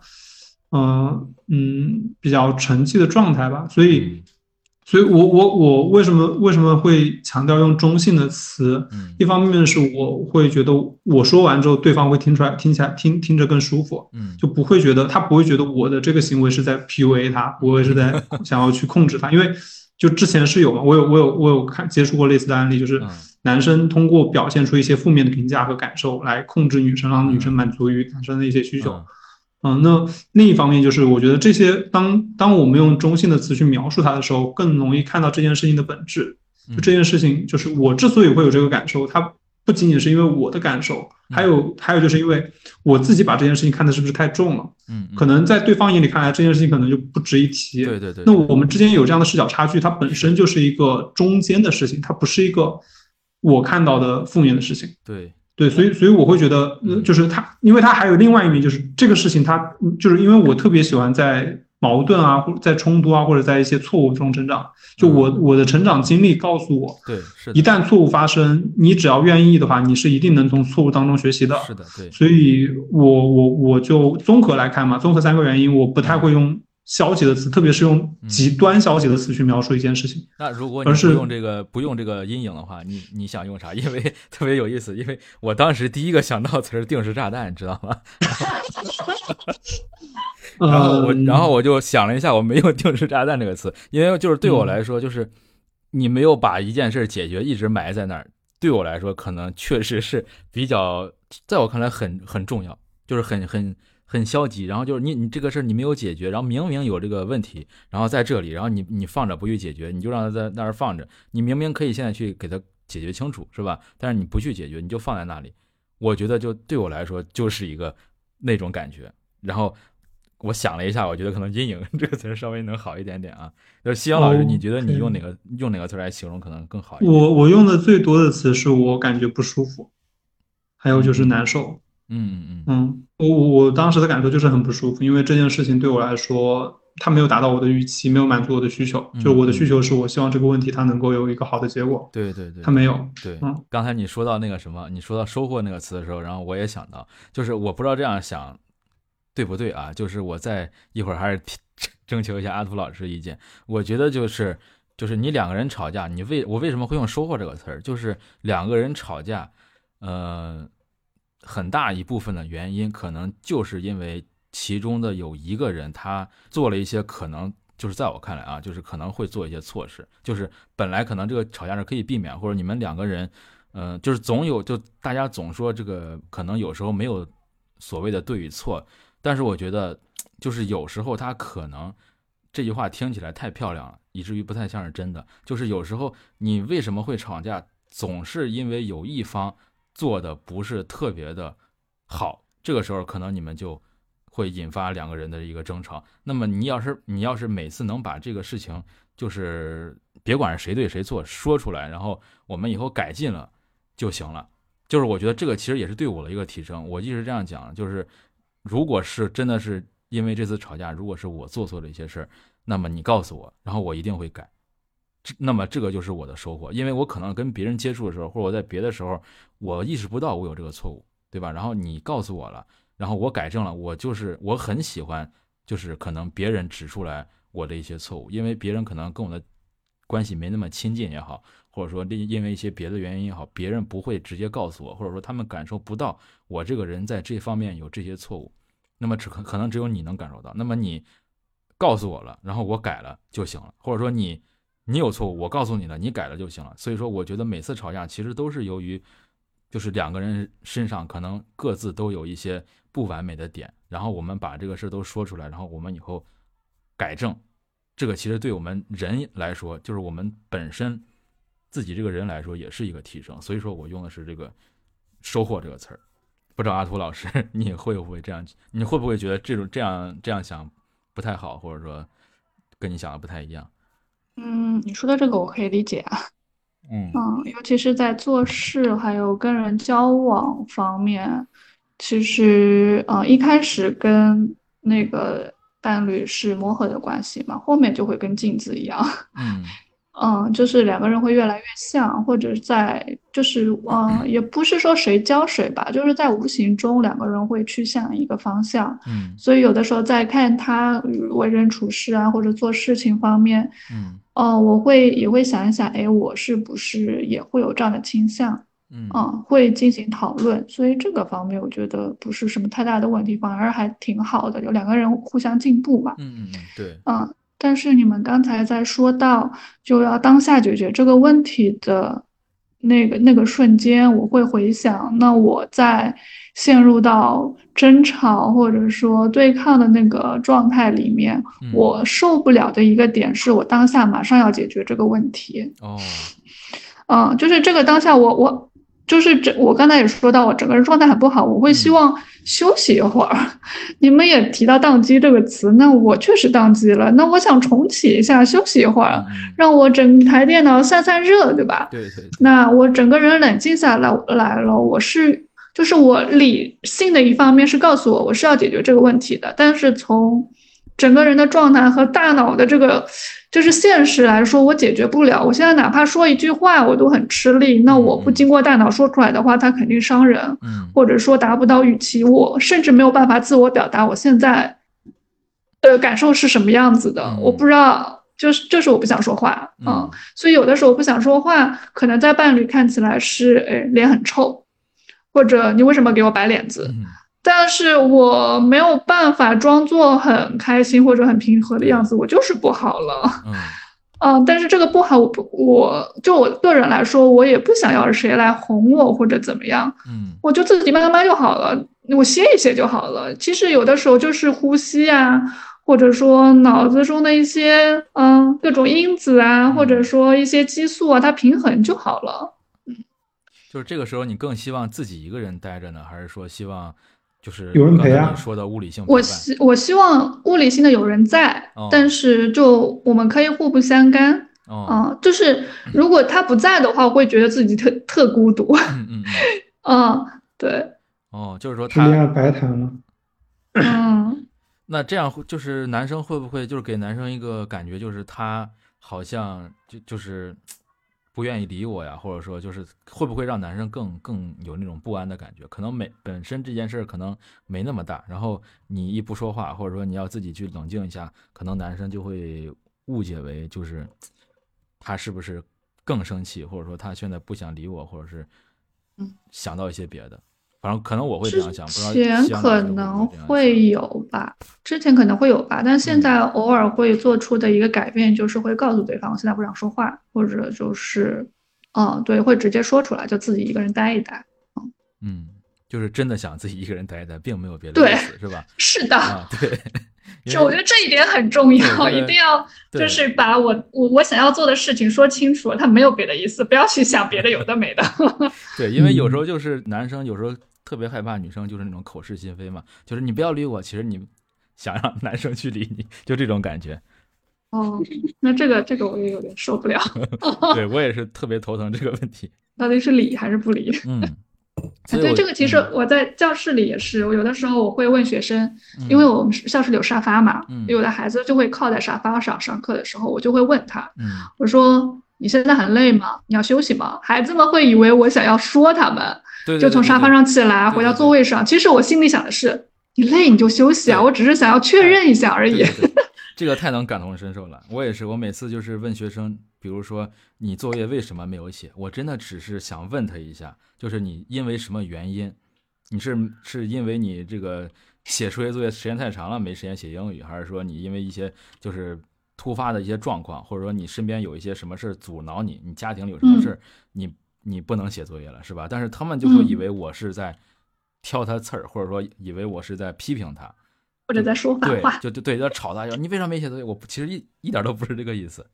比较沉寂的状态吧。所以我为什么会强调用中性的词？一方面是我会觉得我说完之后，对方会听着更舒服，就不会觉得我的这个行为是在 PUA 他，不会是在想要去控制他，因为就之前是有嘛，我有接触过类似的案例，就是男生通过表现出一些负面的评价和感受来控制女生，让女生满足于男生的一些需求。那另一方面就是我觉得这些当我们用中性的词去描述它的时候，更容易看到这件事情的本质。就这件事情，就是我之所以会有这个感受，它不仅仅是因为我的感受，还有就是因为我自己把这件事情看的是不是太重了。可能在对方眼里看来，这件事情可能就不值一提。 对。 那我们之间有这样的视角差距，它本身就是一个中间的事情，它不是一个我看到的负面的事情。对，所以我会觉得，就是因为它还有另外一面，就是这个事情，它就是因为我特别喜欢在矛盾啊，或者在冲突啊，或者在一些错误中成长。就我的成长经历告诉我， 对， 一旦错误发生，你只要愿意的话，你是一定能从错误当中学习的。 是的，对。 所以我就综合来看嘛，综合3个原因，我不太会用消极的词，特别是用极端消极的词去描述一件事情。 那如果你不用这个阴影的话，你想用啥？因为特别有意思，因为我当时第一个想到词是定时炸弹，你知道吗？然后我就想了一下，我没用定时炸弹这个词，因为就是对我来说，就是你没有把一件事解决，一直埋在那儿，对我来说可能确实是比较，在我看来很重要，就是很消极。然后就是你这个事你没有解决，然后明明有这个问题，然后在这里，然后你放着不去解决，你就让它在那儿放着，你明明可以现在去给它解决清楚，是吧？但是你不去解决，你就放在那里，我觉得就对我来说就是一个那种感觉。然后我想了一下，我觉得可能阴影这个词稍微能好一点点啊。就是西阳老师，你觉得你用哪个词来形容可能更好一点？ 我用的最多的词是我感觉不舒服，还有就是难受。我当时的感受就是很不舒服，因为这件事情对我来说，它没有达到我的预期，没有满足我的需求。就是我的需求是我希望这个问题它能够有一个好的结果。 对， 它没有。 对，刚才你说到那个什么，你说到收获那个词的时候，然后我也想到，就是我不知道这样想对不对啊？就是我在一会儿还是征求一下阿图老师的意见。我觉得就是你两个人吵架，我为什么会用收获这个词儿？就是两个人吵架，很大一部分的原因可能就是因为其中的有一个人他做了一些可能就是在我看来啊，就是可能会做一些错事，就是本来可能这个吵架是可以避免，或者你们两个人就是就大家总说这个可能有时候没有所谓的对与错，但是我觉得就是有时候他可能这句话听起来太漂亮了，以至于不太像是真的。就是有时候你为什么会吵架，总是因为有一方做的不是特别的好，这个时候可能你们就会引发两个人的一个争吵。那么你要是每次能把这个事情，就是别管是谁对谁错说出来，然后我们以后改进了就行了。就是我觉得这个其实也是对我的一个提升。我一直这样讲，就是如果是真的是因为这次吵架，如果是我做错了一些事，那么你告诉我，然后我一定会改。那么这个就是我的收获，因为我可能跟别人接触的时候，或者我在别的时候，我意识不到我有这个错误，对吧？然后你告诉我了，然后我改正了，我很喜欢，就是可能别人指出来我的一些错误，因为别人可能跟我的关系没那么亲近也好，或者说因为一些别的原因也好，别人不会直接告诉我，或者说他们感受不到我这个人在这方面有这些错误，那么可能只有你能感受到。那么你告诉我了，然后我改了就行了，或者说你有错误，我告诉你了，你改了就行了。所以说我觉得每次吵架其实都是由于就是两个人身上可能各自都有一些不完美的点，然后我们把这个事都说出来，然后我们以后改正，这个其实对我们人来说，就是我们本身自己这个人来说也是一个提升。所以说我用的是这个收获这个词儿。不知道阿图老师你会不会这样，你会不会觉得这样想不太好，或者说跟你想的不太一样？ 你说的这个我可以理解啊。尤其是在做事还有跟人交往方面，其实一开始跟那个伴侣是磨合的关系嘛，后面就会跟镜子一样。就是两个人会越来越像，或者也不是说谁教谁吧，就是在无形中两个人会趋向一个方向。所以有的时候在看他为人处事啊，或者做事情方面，我也会想一想，我是不是也会有这样的倾向？会进行讨论。所以这个方面我觉得不是什么太大的问题，反而还挺好的，有两个人互相进步嘛。 对。 但是你们刚才在说到就要当下解决这个问题的那个瞬间，我会回想，那我在陷入到争吵或者说对抗的那个状态里面，我受不了的一个点是我当下马上要解决这个问题。就是这个当下我就是我刚才也说到，我整个人状态很不好，我会希望休息一会儿。你们也提到宕机这个词，那我确实宕机了，那我想重启一下，休息一会儿，让我整台电脑散散热，对吧？ 对。 那我整个人冷静下来了，就是我理性的一方面是告诉我是要解决这个问题的，但是从整个人的状态和大脑的这个就是现实来说，我解决不了。我现在哪怕说一句话我都很吃力，那我不经过大脑说出来的话，它肯定伤人，或者说达不到预期，我甚至没有办法自我表达我现在的感受是什么样子的，我不知道。就是我不想说话，所以有的时候不想说话，可能在伴侣看起来是脸很臭，或者你为什么给我摆脸子？但是我没有办法装作很开心或者很平和的样子，我就是不好了。但是这个不好，我就我个人来说，我也不想要谁来哄我或者怎么样，我就自己慢慢就好了，我歇一歇就好了。其实有的时候就是呼吸啊。或者说脑子中的一些各种因子啊，或者说一些激素啊，它平衡就好了。 就是这个时候，你更希望自己一个人待着呢，还是说希望就是有人陪啊？ 你说的物理性陪伴。 我希望物理性的有人在，但是就我们可以互不相干。就是如果他不在的话，我会觉得自己特孤独。对。 就是说他恋爱白谈了。 那这样就是男生会不会就是给男生一个感觉，就是他好像就是不愿意理我呀，或者说就是会不会让男生更有那种不安的感觉？可能本身这件事可能没那么大，然后你一不说话，或者说你要自己去冷静一下，可能男生就会误解为就是他是不是更生气，或者说他现在不想理我，或者是想到一些别的。反正可能我会这样想， 之前可能会有吧，但现在偶尔会做出的一个改变就是会告诉对方，我现在不想说话，或者就是对，会直接说出来，就自己一个人待一待。 就是真的想自己一个人待一待，并没有别的意思，是吧？ 是的， 对。 我觉得这一点很重要，一定要就是把我想要做的事情说清楚，他没有别的意思，不要去想别的有的没的。 对，因为有时候就是男生有时候特别害怕女生就是那种口是心非嘛，就是你不要理我，其实你想让男生去理你，就这种感觉。 那这个我也有点受不了。 对，我也是特别头疼这个问题， 到底是理还是不理？对，这个其实我在教室里也是，我有的时候我会问学生，因为我们教室里有沙发嘛，有的孩子就会靠在沙发上上课的时候，我就会问他，我说你现在很累吗？你要休息吗？孩子们会以为我想要说他们，就从沙发上起来回到座位上。其实我心里想的是，你累你就休息啊，我只是想要确认一下而已。 这个太能感同身受了，我也是，我每次就是问学生，比如说你作业为什么没有写，我真的只是想问他一下，就是你因为什么原因，你是因为你这个写数学作业时间太长了没时间写英语，还是说你因为一些就是突发的一些状况，或者说你身边有一些什么事阻挠你，你家庭里有什么事你不能写作业了，是吧？但是他们就会以为我是在挑他刺儿，或者说以为我是在批评他， 或者在说反话， 对，要吵他，你为啥没写作业？我其实一点都不是这个意思。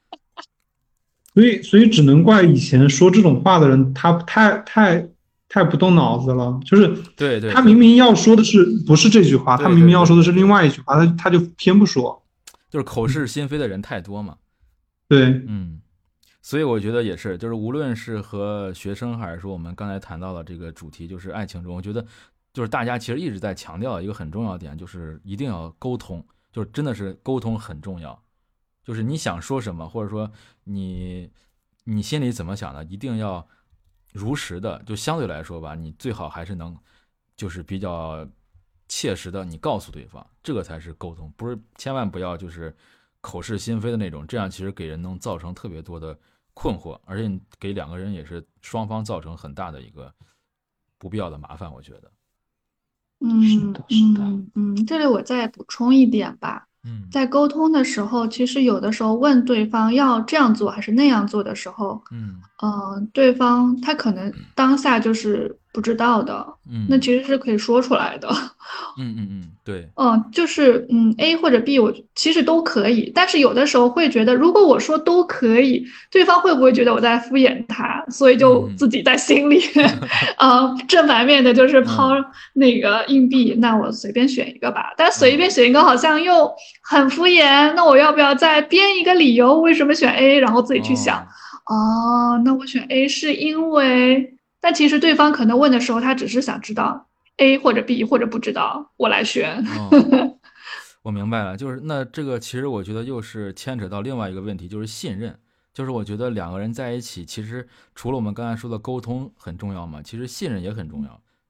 所以只能怪以前说这种话的人，他太不动脑子了。就是对， 他明明要说的不是这句话，他明明要说的是另外一句话，他就偏不说。 就是口是心非的人太多嘛。 对， 所以我觉得也是，就是无论是和学生，还是说我们刚才谈到的这个主题，就是爱情中，我觉得就是大家其实一直在强调一个很重要的点，就是一定要沟通，就是真的是沟通很重要。就是你想说什么，或者说你心里怎么想的，一定要如实的，就相对来说吧，你最好还是能就是比较切实的你告诉对方，这个才是沟通，不是千万不要就是口是心非的那种，这样其实给人能造成特别多的困惑，而且给两个人也是双方造成很大的一个不必要的麻烦，我觉得。 是的。 这里我再补充一点吧。在沟通的时候，其实有的时候问对方要这样做还是那样做的时候，对方他可能当下就是不知道的，那其实是可以说出来的。 对。 就是A 或者 B 我其实都可以，但是有的时候会觉得，如果我说都可以，对方会不会觉得我在敷衍他？所以就自己在心里，正反面的就是抛那个硬币，那我随便选一个吧。但随便选一个好像又很敷衍，那我要不要再编一个理由，为什么选 A？ 然后自己去想，那我选 A 是因为，但其实对方可能问的时候，他只是想知道 A 或者 B 或者不知道，我来选。 我明白了，就是那这个其实我觉得又是牵扯到另外一个问题，就是信任。就是我觉得两个人在一起，其实除了我们刚才说的沟通很重要嘛，其实信任也很重要。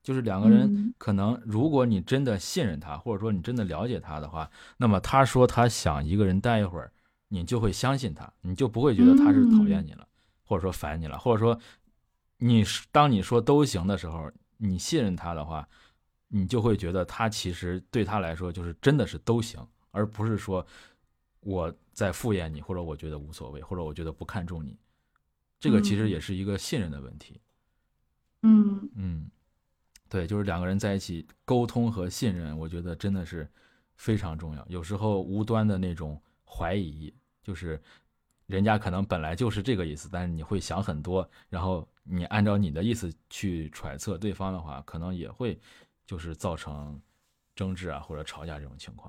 就是两个人可能如果你真的信任他，或者说你真的了解他的话，那么他说他想一个人待一会儿，你就会相信他，你就不会觉得他是讨厌你了，或者说烦你了，或者说当你说都行的时候，你信任他的话，你就会觉得他其实对他来说就是真的是都行，而不是说我在敷衍你，或者我觉得无所谓，或者我觉得不看重你。这个其实也是一个信任的问题。对，就是两个人在一起沟通和信任，我觉得真的是非常重要。有时候无端的那种怀疑，就是人家可能本来就是这个意思，但是你会想很多，然后你按照你的意思去揣测对方的话，可能也会就是造成争执啊或者吵架这种情况。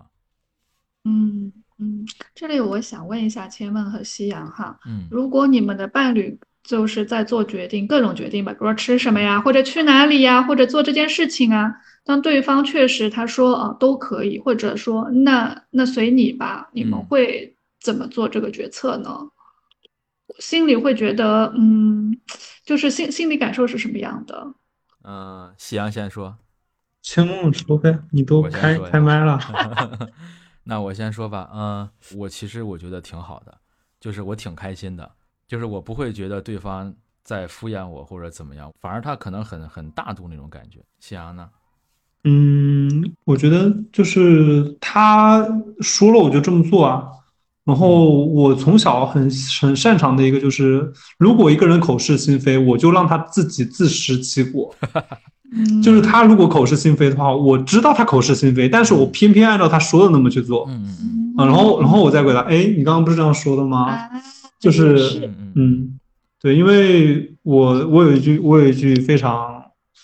这里我想问一下千问和夕阳哈，如果你们的伴侣就是在做决定，各种决定吧，比如说吃什么呀，或者去哪里呀，或者做这件事情啊，当对方确实他说都可以，或者说那随你吧，你们会怎么做这个决策呢？心里会觉得就是心理感受是什么样的？ 夕阳先说。 先跟我说呗，你都开麦了。 那我先说吧。我其实我觉得挺好的，就是我挺开心的，就是我不会觉得对方在敷衍我或者怎么样，反而他可能很大度那种感觉。夕阳呢？ 我觉得就是他说了我就这么做啊。然后我从小很擅长的一个就是，如果一个人口是心非，我就让他自己自食其果。就是他如果口是心非的话，我知道他口是心非，但是我偏偏按照他说的那么去做。然后我再回答，哎，你刚刚不是这样说的吗？就是对，因为我有一句非常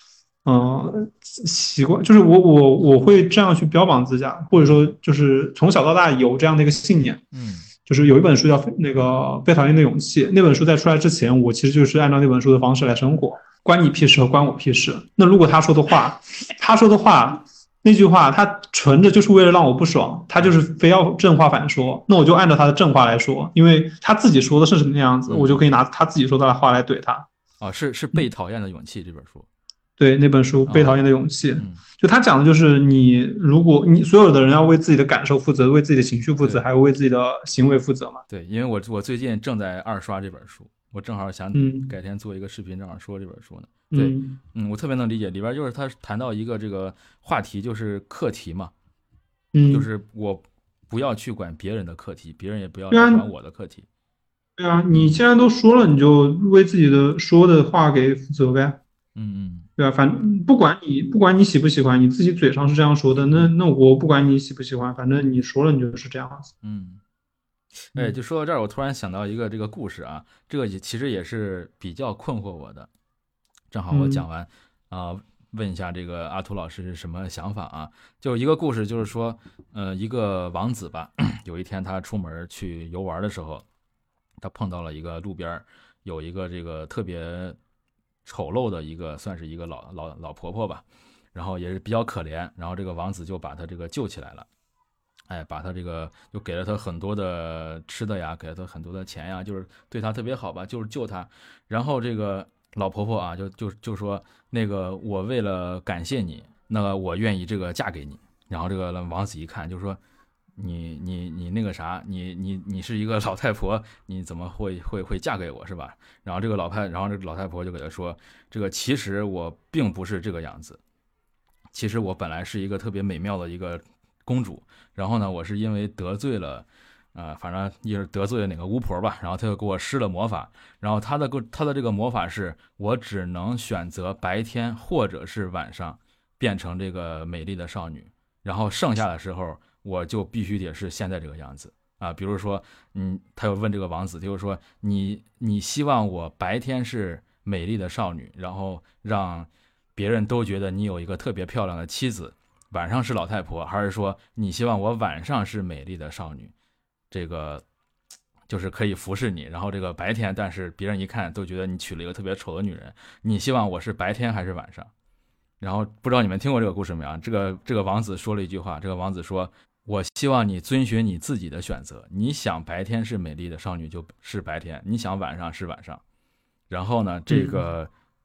习惯，就是我会这样去标榜自家，或者说就是从小到大有这样的一个信念。就是有一本书叫那个《被讨厌的勇气》，那本书在出来之前，我其实就是按照那本书的方式来生活，关你屁事和关我屁事。那如果他说的话那句话，他纯的就是为了让我不爽，他就是非要正话反说，那我就按照他的正话来说，因为他自己说的是什么样子，我就可以拿他自己说的话来怼他。 是《被讨厌的勇气》这本书。 对，那本书《被讨厌的勇气》，就他讲的就是如果你所有的人要为自己的感受负责，为自己的情绪负责，还要为自己的行为负责嘛。 对，因为我最近正在二刷这本书，我正好想改天做一个视频，正好说这本书呢。对，我特别能理解，里边就是他谈到一个这个话题，就是课题嘛。就是我不要去管别人的课题，别人也不要管我的课题。 对啊，你既然都说了，你就为自己的说的话给负责呗。对啊，反正不管你喜不喜欢，你自己嘴上是这样说的，那我不管你喜不喜欢，反正你说了你就是这样子。 就说到这儿，我突然想到一个这个故事啊，这个其实也是比较困惑我的。正好我讲完问一下这个阿图老师是什么想法啊？就一个故事，就是说一个王子吧，有一天他出门去游玩的时候，他碰到了一个路边有一个这个特别丑陋的算是一个老婆婆吧，然后也是比较可怜，然后这个王子就把她这个救起来了，把她这个就给了她很多的吃的呀，给了她很多的钱呀，就是对她特别好吧，就是救她。然后这个老婆婆啊，就说那个我为了感谢你，那个我愿意这个嫁给你。然后这个王子一看就说你那个啥，你是一个老太婆，你怎么会嫁给我是吧？然后这个老太婆就给他说，这个其实我并不是这个样子，其实我本来是一个特别美妙的一个公主，然后呢，我是因为得罪了反正也是得罪了哪个巫婆吧，然后他就给我施了魔法，然后他的这个魔法是我只能选择白天或者是晚上变成这个美丽的少女，然后剩下的时候我就必须得是现在这个样子啊。比如说他又问这个王子，就是说你希望我白天是美丽的少女，然后让别人都觉得你有一个特别漂亮的妻子，晚上是老太婆，还是说你希望我晚上是美丽的少女，这个就是可以服侍你，然后这个白天但是别人一看都觉得你娶了一个特别丑的女人，你希望我是白天还是晚上？然后不知道你们听过这个故事没有？这个王子说了一句话，这个王子说，我希望你遵循你自己的选择，你想白天是美丽的少女就是白天，你想晚上是晚上。然后呢，这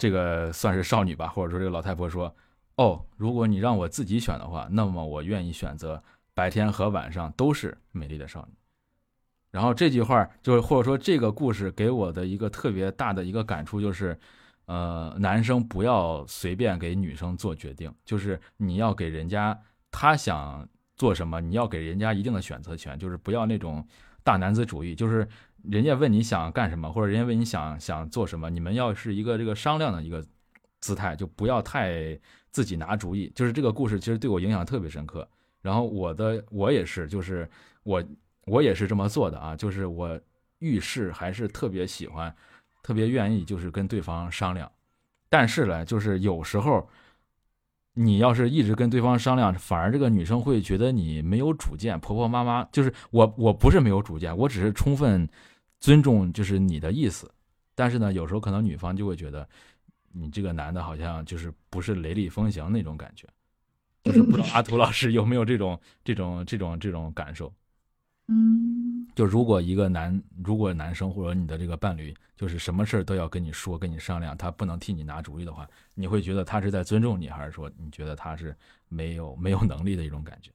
这个算是少女吧，或者说这个老太婆说，哦，如果你让我自己选的话，那么我愿意选择白天和晚上都是美丽的少女。然后这句话就是或者说这个故事给我的一个特别大的一个感触就是，男生不要随便给女生做决定，就是你要给人家他想做什么，你要给人家一定的选择权，就是不要那种大男子主义，就是人家问你想干什么，或者人家问你想做什么，你们要是一个这个商量的一个姿态，就不要太自己拿主意。就是这个故事其实对我影响特别深刻。然后我也是，就是我也是这么做的啊，就是我遇事还是特别喜欢，特别愿意就是跟对方商量。但是呢，就是有时候你要是一直跟对方商量，反而这个女生会觉得你没有主见，婆婆妈妈。就是我不是没有主见，我只是充分尊重就是你的意思。但是呢，有时候可能女方就会觉得你这个男的好像就是不是雷厉风行那种感觉。就是不知道阿图老师有没有这种感受？就如果男生或者你的这个伴侣，就是什么事都要跟你说、跟你商量，他不能替你拿主意的话，你会觉得他是在尊重你，还是说你觉得他是没有能力的一种感觉？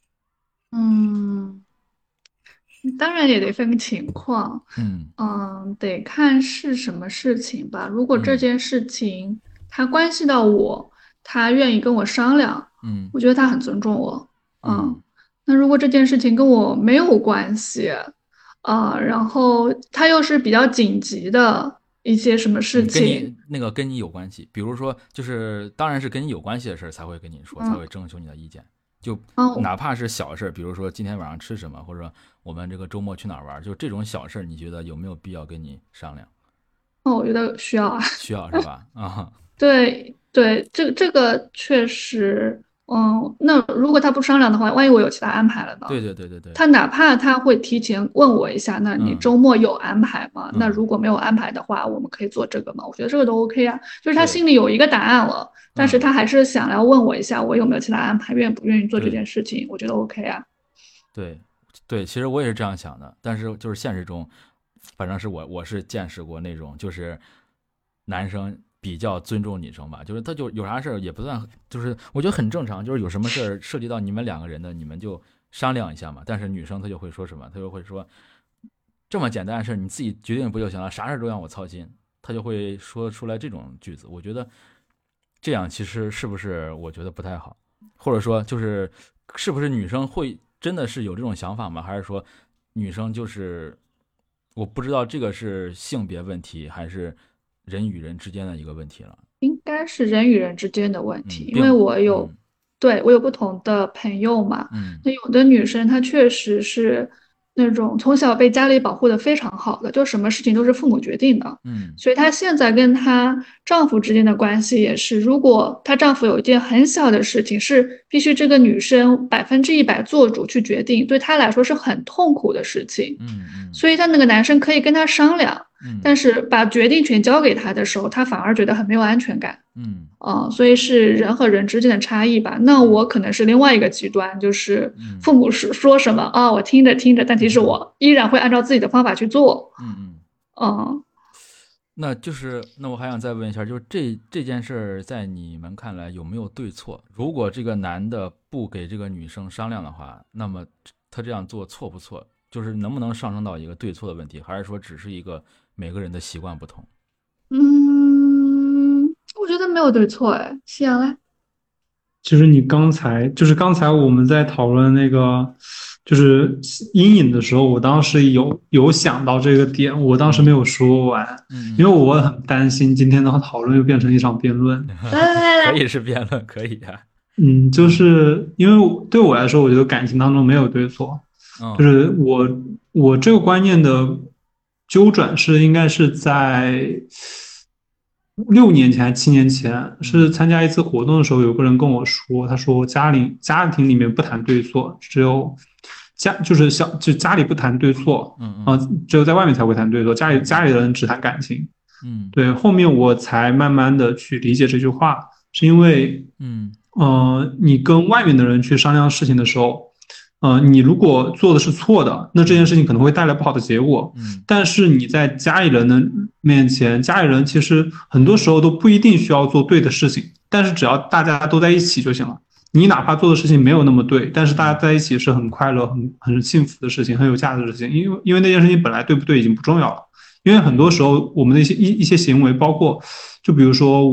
当然也得分情况，得看是什么事情吧。如果这件事情它关系到我，他愿意跟我商量，我觉得他很尊重我，那如果这件事情跟我没有关系，然后他又是比较紧急的一些什么事情， 跟你有关系，比如说就是当然是跟你有关系的事才会跟你说，才会征求你的意见。就哪怕是小事，比如说今天晚上吃什么，或者我们这个周末去哪儿玩，就这种小事，你觉得有没有必要跟你商量？ 我觉得需要啊， 需要是吧？ 对，这个确实，那如果他不商量的话，万一我有其他安排了呢？ 对， 他哪怕他会提前问我一下，那你周末有安排吗？那如果没有安排的话，我们可以做这个吗？我觉得这个都 OK 啊，就是他心里有一个答案了，但是他还是想要问我一下，我有没有其他安排，愿不愿意做这件事情？我觉得 OK 啊。 对，其实我也是这样想的，但是就是现实中，反正是我是见识过那种，就是男生比较尊重女生吧，就是他就有啥事儿也不算，就是我觉得很正常，就是有什么事儿涉及到你们两个人的，你们就商量一下嘛。但是女生她就会说什么，她就会说这么简单的事你自己决定不就行了，啥事都让我操心，她就会说出来这种句子。我觉得这样其实是不是我觉得不太好，或者说就是是不是女生会真的是有这种想法吗？还是说女生就是我不知道这个是性别问题还是人与人之间的一个问题了？ 应该是人与人之间的问题，因为我有不同的朋友嘛，那有的女生她确实是那种从小被家里保护的非常好的，就什么事情都是父母决定的，所以她现在跟她丈夫之间的关系也是，如果她丈夫有一件很小的事情是必须这个女生100%做主去决定，对她来说是很痛苦的事情，所以她那个男生可以跟她商量，但是把决定权交给她的时候，她反而觉得很没有安全感，所以是人和人之间的差异吧。那我可能是另外一个极端，就是父母是说什么我听着，但其实我依然会按照自己的方法去做。 那我还想再问一下，就是这件事在你们看来有没有对错？如果这个男的不给这个女生商量的话，那么他这样做错不错？就是能不能上升到一个对错的问题，还是说只是一个每个人的习惯不同？ 我觉得没有对错。夕阳嘞？ 其实你刚才我们在讨论那个就是阴影的时候，我当时有想到这个点，我当时没有说完，因为我很担心今天的讨论又变成一场辩论。 可以是辩论，可以啊。 就是因为对我来说，我觉得感情当中没有对错，就是我这个观念的纠转是应该是在6年前还是7年前，是参加一次活动的时候，有个人跟我说，他说家庭里面不谈对错，只有家里不谈对错，只有在外面才会谈对错，家里的人只谈感情。对，后面我才慢慢的去理解这句话，是因为你跟外面的人去商量事情的时候， 你如果做的是错的，那这件事情可能会带来不好的结果。但是你在家里人的面前，家里人其实很多时候都不一定需要做对的事情，但是只要大家都在一起就行了。你哪怕做的事情没有那么对，但是大家在一起是很快乐、很幸福的事情，很有价值的事情。因为那件事情本来对不对已经不重要了。因为很多时候我们的一些行为，包括就比如说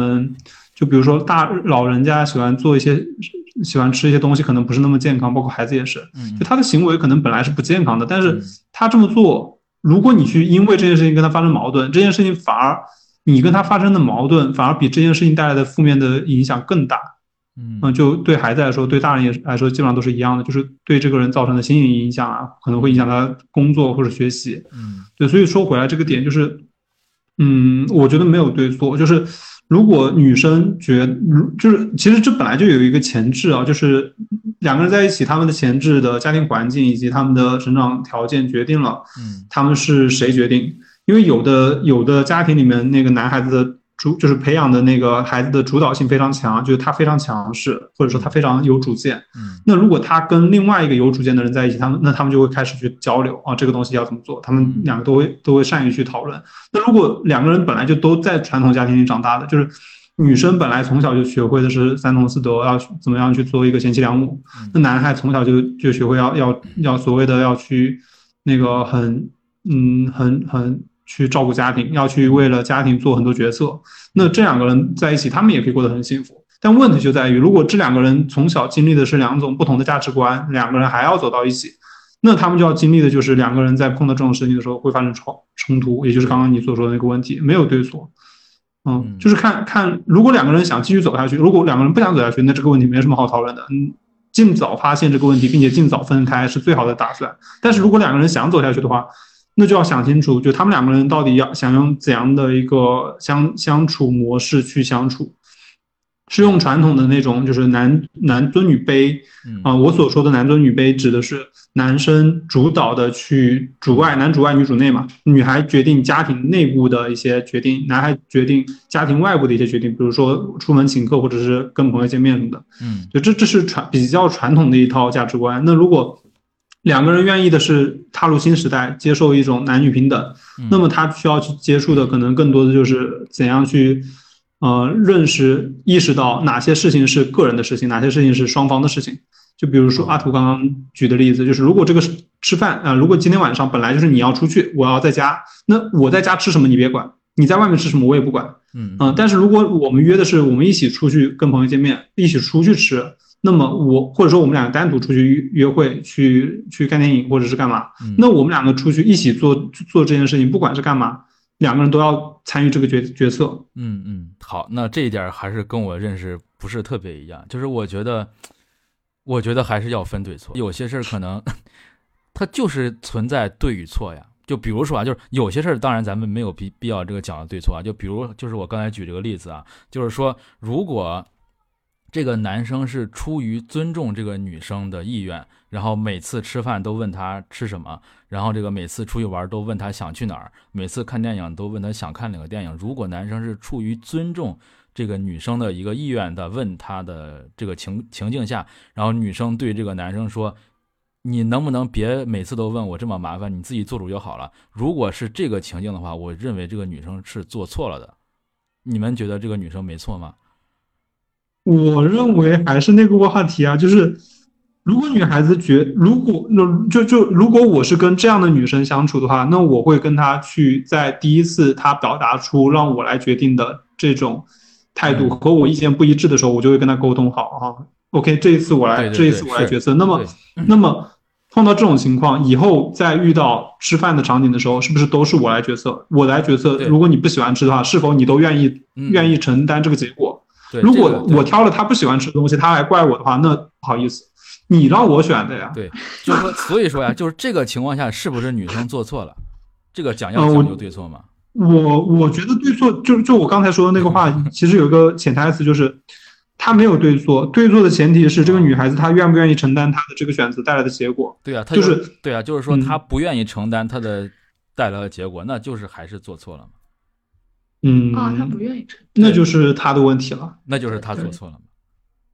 老人家喜欢吃一些东西，可能不是那么健康，包括孩子也是，就他的行为可能本来是不健康的，但是他这么做，如果你去因为这件事情跟他发生矛盾，这件事情反而你跟他发生的矛盾反而比这件事情带来的负面的影响更大。就对孩子来说，对大人来说，基本上都是一样的，就是对这个人造成的心理影响啊，可能会影响他工作或者学习。对，所以说回来这个点就是，我觉得没有对错，就是如果女生就是其实这本来就有一个前置啊，就是两个人在一起，他们的前置的家庭环境以及他们的成长条件决定了，他们是谁决定？因为有的家庭里面那个男孩子的就是培养的那个孩子的主导性非常强，就是他非常强势，或者说他非常有主见。那如果他跟另外一个有主见的人在一起，他们就会开始去交流啊，这个东西要怎么做，他们两个都会善于去讨论。那如果两个人本来就都在传统家庭里长大的，就是女生本来从小就学会的是三从四德，要怎么样去做一个贤妻良母，那男孩从小就学会要所谓的要去那个很去照顾家庭，要去为了家庭做很多决策。那这两个人在一起，他们也可以过得很幸福。但问题就在于，如果这两个人从小经历的是两种不同的价值观，两个人还要走到一起，那他们就要经历的就是两个人在碰到这种事情的时候会发生冲突，也就是刚刚你所说的那个问题，没有对错。就是看，如果两个人想继续走下去，如果两个人不想走下去，那这个问题没什么好讨论的。尽早发现这个问题，并且尽早分开是最好的打算。但是如果两个人想走下去的话，那就要想清楚，就他们两个人到底想用怎样的一个相处模式去相处，是用传统的那种就是男尊女卑我所说的男尊女卑指的是男生主导的去男主外女主内嘛，女孩决定家庭内部的一些决定，男孩决定家庭外部的一些决定，比如说出门请客或者是跟朋友见面什么的。就这是比较传统的一套价值观。那如果两个人愿意的是踏入新时代，接受一种男女平等，那么他需要去接触的可能更多的就是怎样去认识意识到哪些事情是个人的事情，哪些事情是双方的事情。就比如说阿图刚刚举的例子，就是如果这个吃饭如果今天晚上本来就是你要出去，我要在家，那我在家吃什么你别管，你在外面吃什么我也不管。但是如果我们约的是我们一起出去跟朋友见面，一起出去吃，那么或者说我们两个单独出去约会，去看电影或者是干嘛，那我们两个出去一起做这件事情，不管是干嘛，两个人都要参与这个决策。 好，那这一点还是跟我认识不是特别一样，就是我觉得还是要分对错，有些事可能它就是存在对与错呀。就比如说就是有些事当然咱们没有必要这个讲的对错就比如就是我刚才举这个例子就是说如果这个男生是出于尊重这个女生的意愿，然后每次吃饭都问她吃什么，然后这个每次出去玩都问她想去哪儿，每次看电影都问她想看哪个电影。如果男生是出于尊重这个女生的一个意愿的问她的这个情境下，然后女生对这个男生说，你能不能别每次都问我这么麻烦，你自己做主就好了。如果是这个情境的话，我认为这个女生是做错了的。你们觉得这个女生没错吗？ 我认为还是那个话题就是如果女孩子如果我是跟这样的女生相处的话，那我会跟她去在第一次她表达出让我来决定的这种态度和我意见不一致的时候，我就会跟她沟通好OK， 这一次我来决策。那么碰到这种情况以后，再遇到吃饭的场景的时候，是不是都是我来决策？我来决策，如果你不喜欢吃的话，是否你都愿意承担这个结果？如果我挑了他不喜欢吃的东西，他还怪我的话，那不好意思，你让我选的呀。 对，就是说，所以说呀，就是这个情况下，是不是女生做错了？这个讲究对错吗？ 我觉得对错，就我刚才说的那个话，其实有一个潜台词，就是他没有对错，对错的前提是这个女孩子她愿不愿意承担她的这个选择带来的结果。 对啊，就是说她不愿意承担她的带来的结果，那就是还是做错了嘛。 他不愿意承担， 那就是他的问题了， 那就是他做错了嘛。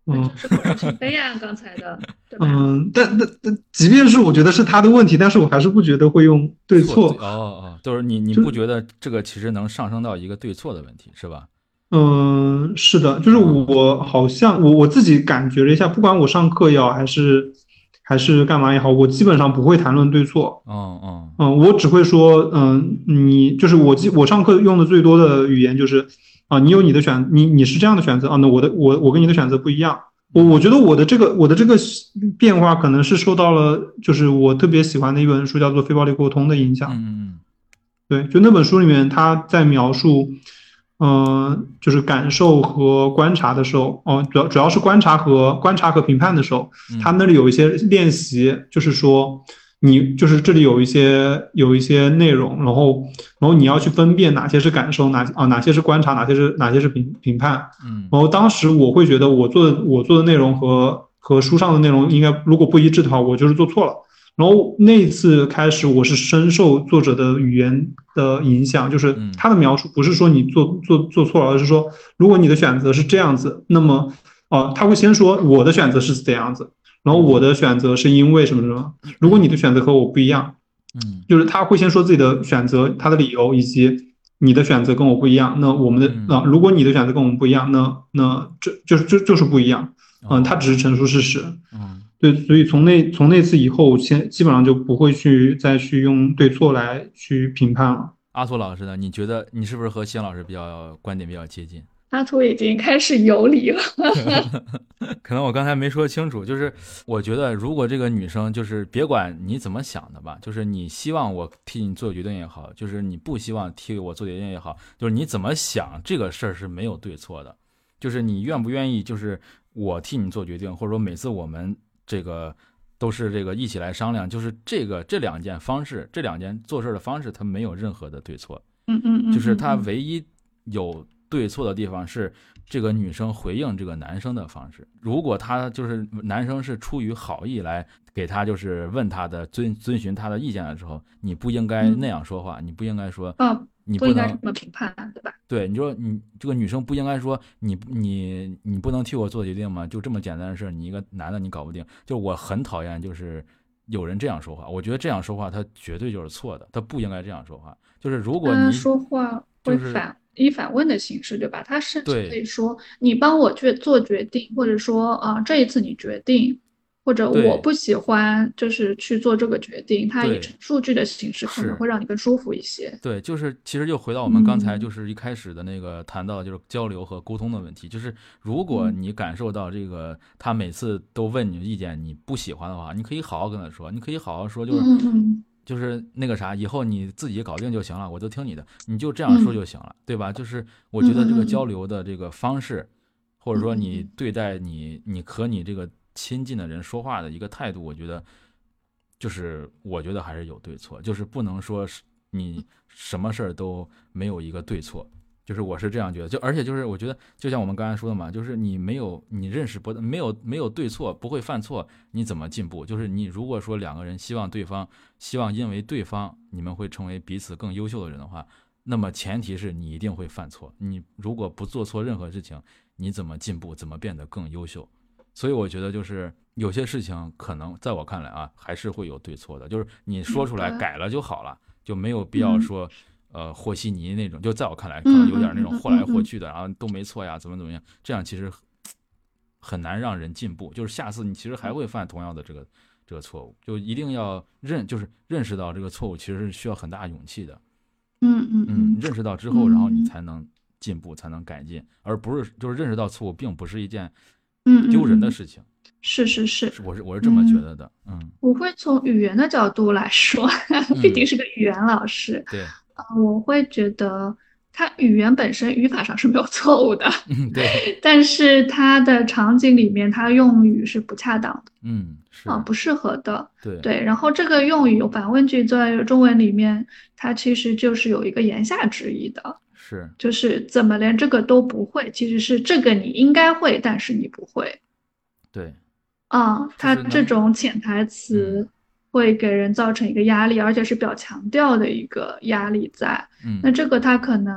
是口是心非呀，刚才的，对吧？ 但即便是我觉得是他的问题，但是我还是不觉得会用对错。 就是你不觉得这个其实能上升到一个对错的问题，是吧？ 是的，就是我好像我自己感觉了一下，不管我上课也好，还是干嘛也好，我基本上不会谈论对错。我只会说，你就是我上课用的最多的语言就是你有你的你是这样的选择那我跟你的选择不一样。我觉得我的这个变化可能是受到了就是我特别喜欢的一本书叫做《非暴力沟通》的影响。对，就那本书里面他在描述。就是感受和观察的时候，主要是观察和评判的时候，他那里有一些练习，就是说你就是这里有一些内容，然后你要去分辨哪些是感受，哪些是观察，哪些是评判。然后当时我会觉得我做的内容和书上的内容应该如果不一致的话，我就是做错了。然后那一次开始，我是深受作者的语言的影响，就是他的描述不是说你做错了，而是说如果你的选择是这样子，那么他会先说我的选择是这样子，然后我的选择是因为什么什么。如果你的选择和我不一样，就是他会先说自己的选择，他的理由以及你的选择跟我不一样。那我们的如果你的选择跟我们不一样，那这就是不一样。他只是陈述事实。对，所以从那次以后，基本上就不会再去用对错来去评判了。 阿图老师呢？你觉得你是不是和邢老师观点比较接近？ 阿图已经开始游离了。 可能我刚才没说清楚，就是我觉得如果这个女生就是别管你怎么想的吧，就是你希望我替你做决定也好，就是你不希望替我做决定也好，就是你怎么想这个事儿是没有对错的，就是你愿不愿意就是我替你做决定，或者说每次我们这个都是这个一起来商量，就是这两件做事的方式，它没有任何的对错。就是它唯一有对错的地方是这个女生回应这个男生的方式。如果他就是男生是出于好意来给他就是问他的遵循他的意见的时候，你不应该那样说话，你不应该说你不应该这么评判，对吧？ 对，你说你这个女生不应该说你不能替我做决定吗？就这么简单的事，你一个男的你搞不定。就我很讨厌就是有人这样说话，我觉得这样说话他绝对就是错的，他不应该这样说话。就是如果你说话会以反问的形式，对吧？他甚至可以说你帮我去做决定，或者说这一次你决定。或者我不喜欢就是去做这个决定，它以陈述句的形式可能会让你更舒服一些。 对，就是其实又回到我们刚才就是一开始的那个谈到就是交流和沟通的问题，就是如果你感受到这个他每次都问你的意见你不喜欢的话，你可以好好跟他说，你可以好好说，就是那个啥，以后你自己搞定就行了，我都听你的，你就这样说就行了，对吧？就是我觉得这个交流的这个方式，或者说你对待你和你这个亲近的人说话的一个态度，我觉得还是有对错，就是不能说你什么事儿都没有一个对错，就是我是这样觉得。而且就是我觉得就像我们刚才说的嘛，就是你认识没有对错，不会犯错，你怎么进步？就是你如果说两个人希望因为对方你们会成为彼此更优秀的人的话，那么前提是你一定会犯错，你如果不做错任何事情，你怎么进步，怎么变得更优秀？所以我觉得就是有些事情可能在我看来还是会有对错的，就是你说出来改了就好了，就没有必要说和稀泥那种，就在我看来可能有点那种或来或去的，然后都没错呀，怎么样，这样其实很难让人进步，就是下次你其实还会犯同样的这个错误，就一定要认识到这个错误其实是需要很大勇气的。认识到之后，然后你才能进步，才能改进，而不是就是认识到错误并不是一件丢人的事情。 是， 我是这么觉得的。 我会从语言的角度来说，毕竟是个语言老师。 对， 我会觉得它语言本身语法上是没有错误的。 对， 但是它的场景里面，它用语是不恰当的。 是不适合的。 对， 然后这个用语反问句在中文里面，它其实就是有一个言下之意的。 是， 就是怎么连这个都不会，其实是这个你应该会，但是你不会。 对， 它这种潜台词会给人造成一个压力，而且是比较强调的一个压力在。那这个它可能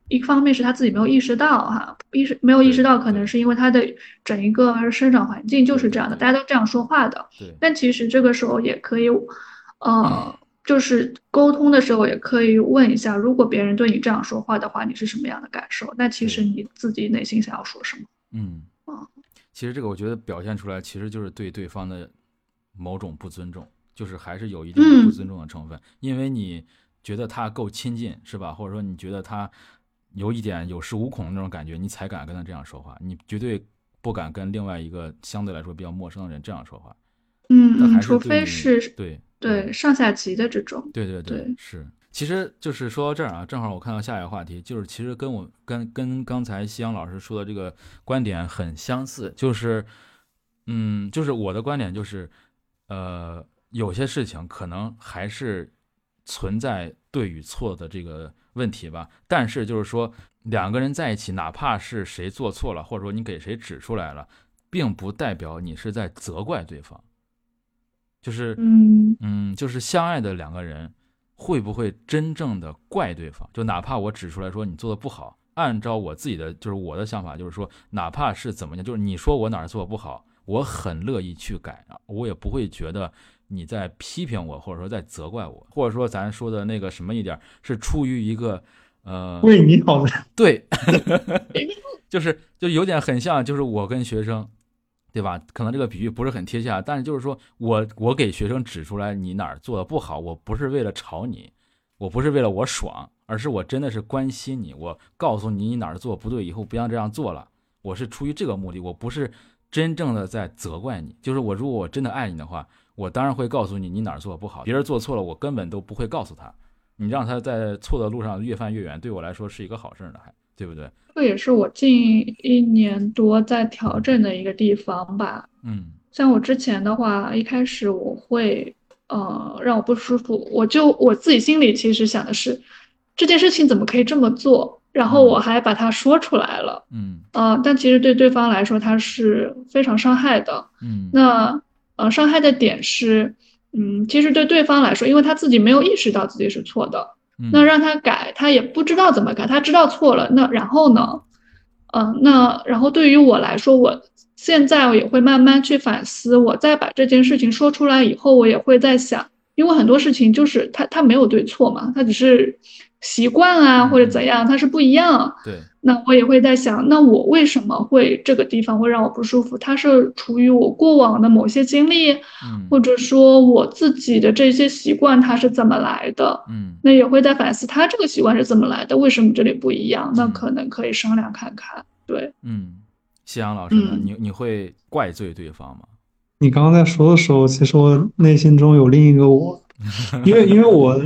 一方面是他自己没有意识到没有意识到，可能是因为他的整一个生长环境就是这样的，大家都这样说话的。但其实这个时候也可以，就是沟通的时候也可以问一下，如果别人对你这样说话的话，你是什么样的感受？那其实你自己内心想要说什么？ 其实这个我觉得表现出来，其实就是对对方的某种不尊重，就是还是有一定的不尊重的成分，因为你觉得他够亲近，是吧？或者说你觉得他有一点有恃无恐的那种感觉，你才敢跟他这样说话，你绝对不敢跟另外一个相对来说比较陌生的人这样说话。 除非是对上下级的这种。 对，是。其实就是说到这儿啊，正好我看到下一个话题，就是其实跟刚才夕阳老师说的这个观点很相似，就是就是我的观点就是，有些事情可能还是存在对与错的这个问题吧，但是就是说两个人在一起，哪怕是谁做错了，或者说你给谁指出来了，并不代表你是在责怪对方。就是就是相爱的两个人会不会真正的怪对方？就哪怕我指出来说你做的不好，按照我自己的就是我的想法，就是说哪怕是怎么样，就是你说我哪儿做的不好，我很乐意去改，我也不会觉得你在批评我，或者说在责怪我，或者说咱说的那个什么一点，是出于一个为你好的。 对就有点很像，就是我跟学生。对吧？可能这个比喻不是很贴切，但是就是说我给学生指出来你哪儿做的不好，我不是为了吵你，我不是为了我爽，而是我真的是关心你，我告诉你哪儿做不对，以后不要这样做了，我是出于这个目的，我不是真正的在责怪你。就是如果我真的爱你的话，我当然会告诉你哪儿做的不好，别人做错了我根本都不会告诉他，你让他在错的路上越犯越远，对我来说是一个好事呢，还对不对？ 这也是我近1年多在调整的一个地方吧。像我之前的话，一开始我会让我不舒服，我自己心里其实想的是这件事情怎么可以这么做，然后我还把它说出来了。但其实对对方来说它是非常伤害的。那伤害的点是其实对对方来说，因为他自己没有意识到自己是错的。那让他改，他也不知道怎么改，他知道错了，那然后呢？那然后对于我来说，我现在我也会慢慢去反思，我再把这件事情说出来以后，我也会在想，因为很多事情就是他没有对错嘛，他只是习惯啊或者怎样，它是不一样。 对。 那我也会在想，那我为什么会这个地方会让我不舒服？它是出于我过往的某些经历，或者说我自己的这些习惯它是怎么来的？那也会在反思他这个习惯是怎么来的，为什么这里不一样？那可能可以商量看看。对， 夕阳老师呢？你会怪罪对方吗？ 你刚刚在说的时候，其实我内心中有另一个我，因为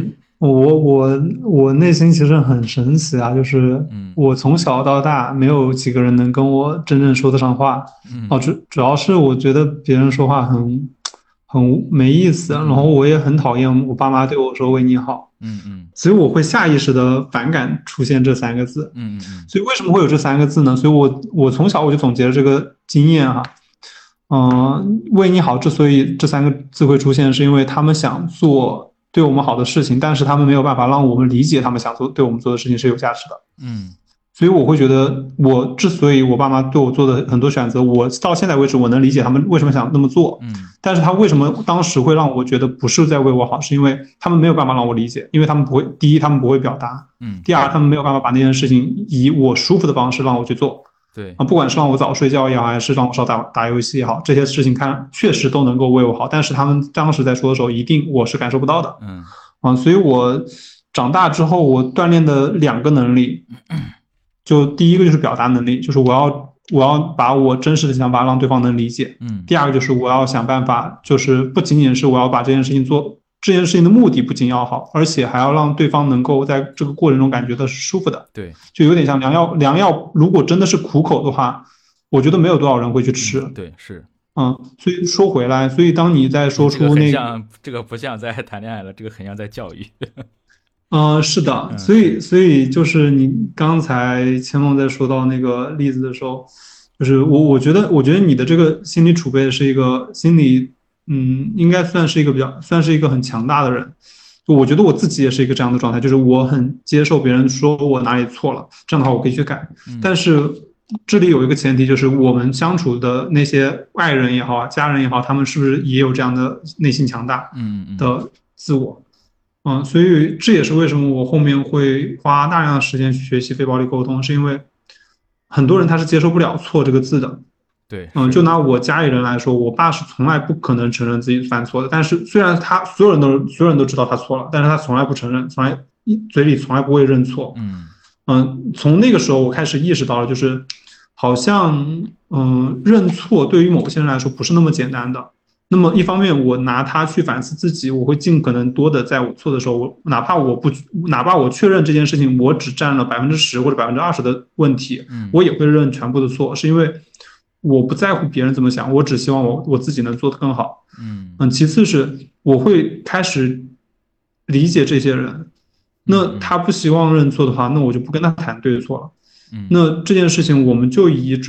我内心其实很神奇啊，就是我从小到大没有几个人能跟我真正说得上话。主要是我觉得别人说话很没意思，然后我也很讨厌我爸妈对我说为你好。所以我会下意识的反感出现这3个字。所以为什么会有这3个字呢？所以我从小我就总结了这个经验哈。为你好之所以这3个字会出现，是因为他们想做对我们好的事情，但是他们没有办法让我们理解他们想做对我们做的事情是有价值的。所以我会觉得，我之所以我爸妈对我做的很多选择，我到现在为止我能理解他们为什么想那么做。但是他为什么当时会让我觉得不是在为我好，是因为他们没有办法让我理解，因为他们不会，第一他们不会表达，第二他们没有办法把那件事情以我舒服的方式让我去做。 对不管是让我早睡觉也好，还是让我少打游戏也好，这些事情看确实都能够为我好，但是他们当时在说的时候，一定我是感受不到的。所以我长大之后，我锻炼的2个能力，就第一个就是表达能力，就是我要把我真实的想法让对方能理解。第二个就是我要想办法，就是不仅仅是我要把这件事情做。这件事情的目的不仅要好，而且还要让对方能够在这个过程中感觉到舒服的。 对， 就有点像良药，如果真的是苦口的话，我觉得没有多少人会去吃。 对，是。 所以说回来，所以当你在说出那个， 这个不像在谈恋爱了，这个很像在教育。 是的，所以就是你刚才千梦在说到那个例子的时候，就是我觉得你的这个心理储备是一个心理。应该算是一个很强大的人， 就我觉得我自己也是一个这样的状态，就是我很接受别人说我哪里错了，这样的话我可以去改。但是这里有一个前提，就是我们相处的那些爱人也好，家人也好，他们是不是也有这样的内心强大的自我？所以这也是为什么我后面会花大量的时间去学习非暴力沟通，是因为很多人他是接受不了错这个字的。 对， 就拿我家里人来说，我爸是从来不可能承认自己犯错的。但是虽然他所有人都知道他错了，但是他从来不承认，从来嘴里从来不会认错。从那个时候我开始意识到了，就是好像认错对于某些人来说不是那么简单的。那么一方面我拿它去反思自己，我会尽可能多的在我错的时候，哪怕我确认这件事情我只占了10%或者20%的问题，我也会认全部的错，是因为我不在乎别人怎么想，我只希望我自己能做得更好。其次是我会开始理解这些人，那他不希望认错的话，那我就不跟他谈对错了。那这件事情我们就以一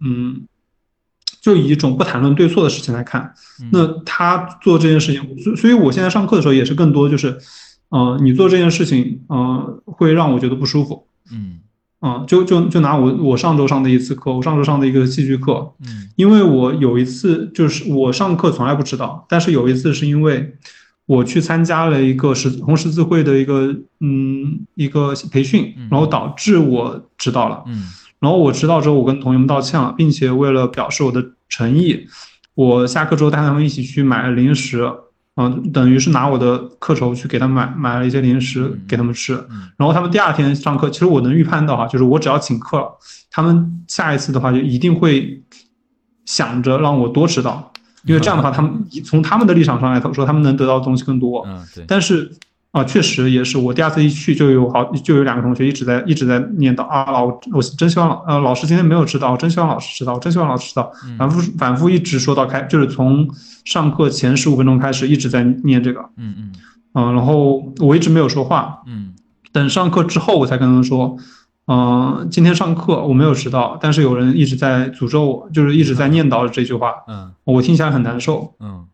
种不谈论对错的事情来看。那他做这件事情，所以我现在上课的时候也是更多就是你做这件事情会让我觉得不舒服。就拿我上周上的一次课，我上周上的一个戏剧课。因为我有一次就是我上课从来不迟到，但是有一次是因为我去参加了一个红十字会的一个培训，然后导致我迟到了。然后我迟到之后，我跟同学们道歉了，并且为了表示我的诚意，我下课之后带他们一起去买了零食，等于是拿我的课酬去给他们买了一些零食给他们吃。然后他们第二天上课，其实我能预判到哈，就是我只要请客了，他们下一次的话就一定会想着让我多迟到，因为这样的话，他们从他们的立场上来说，他们能得到的东西更多。但是确实也是，我第二次一去就有2个同学一直在念叨我真希望老师今天没有迟到，我真希望老师迟到，我真希望老师迟到，反复一直说到就是从上课前15分钟开始一直在念这个。然后我一直没有说话。等上课之后我才跟他们说，今天上课我没有迟到，但是有人一直在诅咒我，就是一直在念叨这句话。我听起来很难受。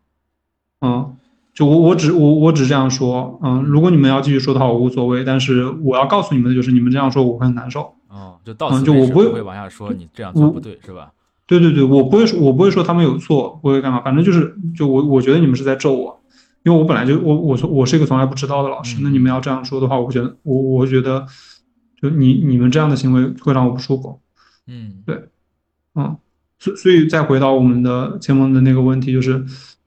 就我只这样说。如果你们要继续说的话，我无所谓，但是我要告诉你们的就是，你们这样说我会很难受。 就到此为止，不会往下说你这样做不对，是吧？ 对，我不会说他们有错，不会干嘛，反正就我觉得你们是在咒我，因为我本来就我是一个从来不迟到的老师。那你们要这样说的话，我觉得就你们这样的行为会让我不舒服。对。所以再回到我们的前面的那个问题，就是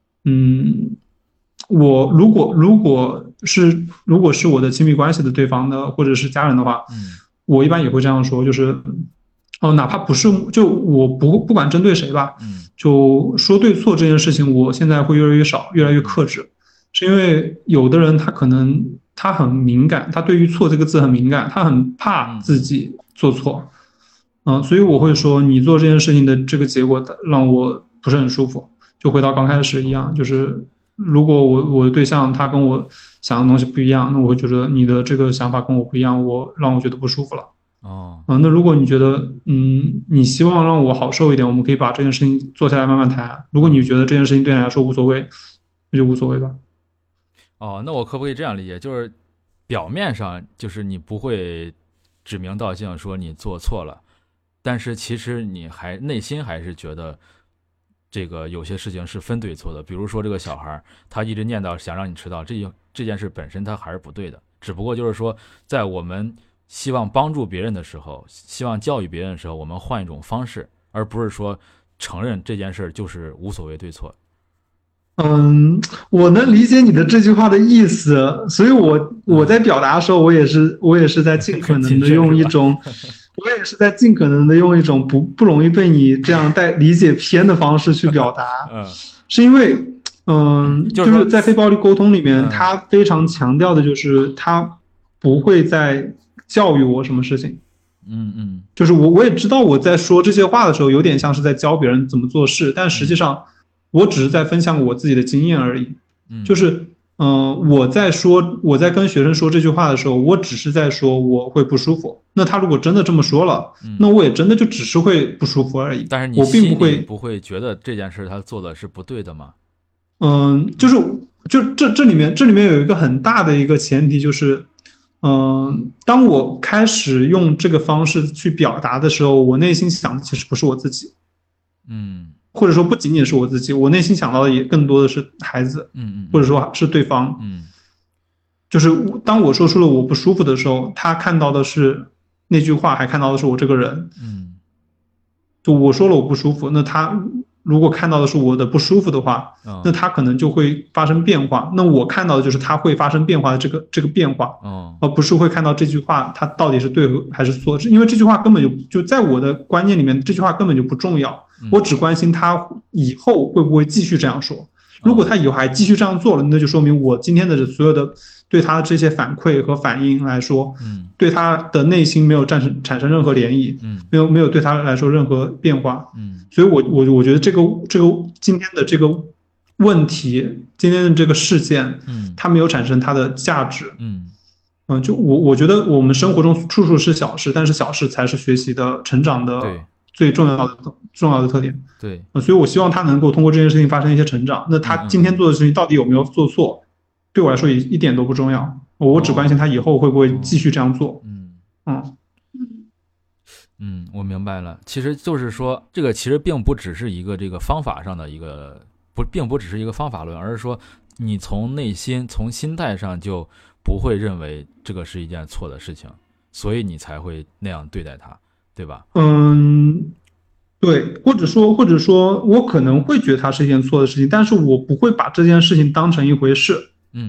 我如果是我的亲密关系的对方的或者是家人的话，我一般也会这样说，就是哪怕不是，就我不管针对谁吧，就说对错这件事情，我现在会越来越少，越来越克制，是因为有的人他很敏感，他对于错这个字很敏感，他很怕自己做错。所以我会说，你做这件事情的这个结果让我不是很舒服。就回到刚开始一样，就是如果我的对象他跟我想的东西不一样，那我会觉得你的这个想法跟我不一样，让我觉得不舒服了。那如果你觉得你希望让我好受一点，我们可以把这件事情坐下来慢慢谈。如果你觉得这件事情对你来说无所谓，那就无所谓吧。 那我可不可以这样理解，就是表面上就是你不会指名道姓说你做错了，但是其实你内心还是觉得这个有些事情是分对错的。比如说这个小孩他一直念叨想让你迟到，这件事本身他还是不对的，只不过就是说在我们希望帮助别人的时候，希望教育别人的时候，我们换一种方式，而不是说承认这件事就是无所谓对错。 我能理解你的这句话的意思，所以我在表达的时候，我也是在尽可能的用一种我也是在尽可能的用一种不容易被你这样理解偏的方式去表达。是因为就是在非暴力沟通里面，他非常强调的就是他不会再教育我什么事情。就是我也知道我在说这些话的时候有点像是在教别人怎么做事，但实际上我只是在分享我自己的经验而已。就是我在跟学生说这句话的时候，我只是在说我会不舒服。那他如果真的这么说了，那我也真的就只是会不舒服而已。 但是你我并不会觉得这件事他做的是不对的吗？ 就是就这里面有一个很大的一个前提，就是当我开始用这个方式去表达的时候，我内心想的其实不是我自己，或者说不仅仅是我自己，我内心想到的也更多的是孩子，或者说是对方，就是当我说出了我不舒服的时候，他看到的是那句话，还看到的是我这个人，就我说了我不舒服，那他如果看到的是我的不舒服的话，那他可能就会发生变化。那我看到的就是他会发生变化的这个变化，而不是会看到这句话它到底是对还是错。因为这句话根本就在我的观念里面，这句话根本就不重要，我只关心他以后会不会继续这样说。如果他以后还继续这样做了，那就说明我今天的所有的对他的这些反馈和反应来说，对他的内心没有产生任何涟漪，没有对他来说任何变化，所以我觉得这个今天的这个问题，今天的这个事件，它没有产生它的价值，就我觉得我们生活中处处是小事，但是小事才是学习的成长的最重要的特点。 对， 所以我希望他能够通过这件事情发生一些成长。那他今天做的事情到底有没有做错，对我来说一点都不重要。我只关心他以后会不会继续这样做。 我明白了。其实就是说，这个其实并不只是一个这个方法上的一个并不只是一个方法论，而是说你从内心从心态上就不会认为这个是一件错的事情，所以你才会那样对待它，对吧？ 对，或者说我可能会觉得它是一件错的事情，但是我不会把这件事情当成一回事。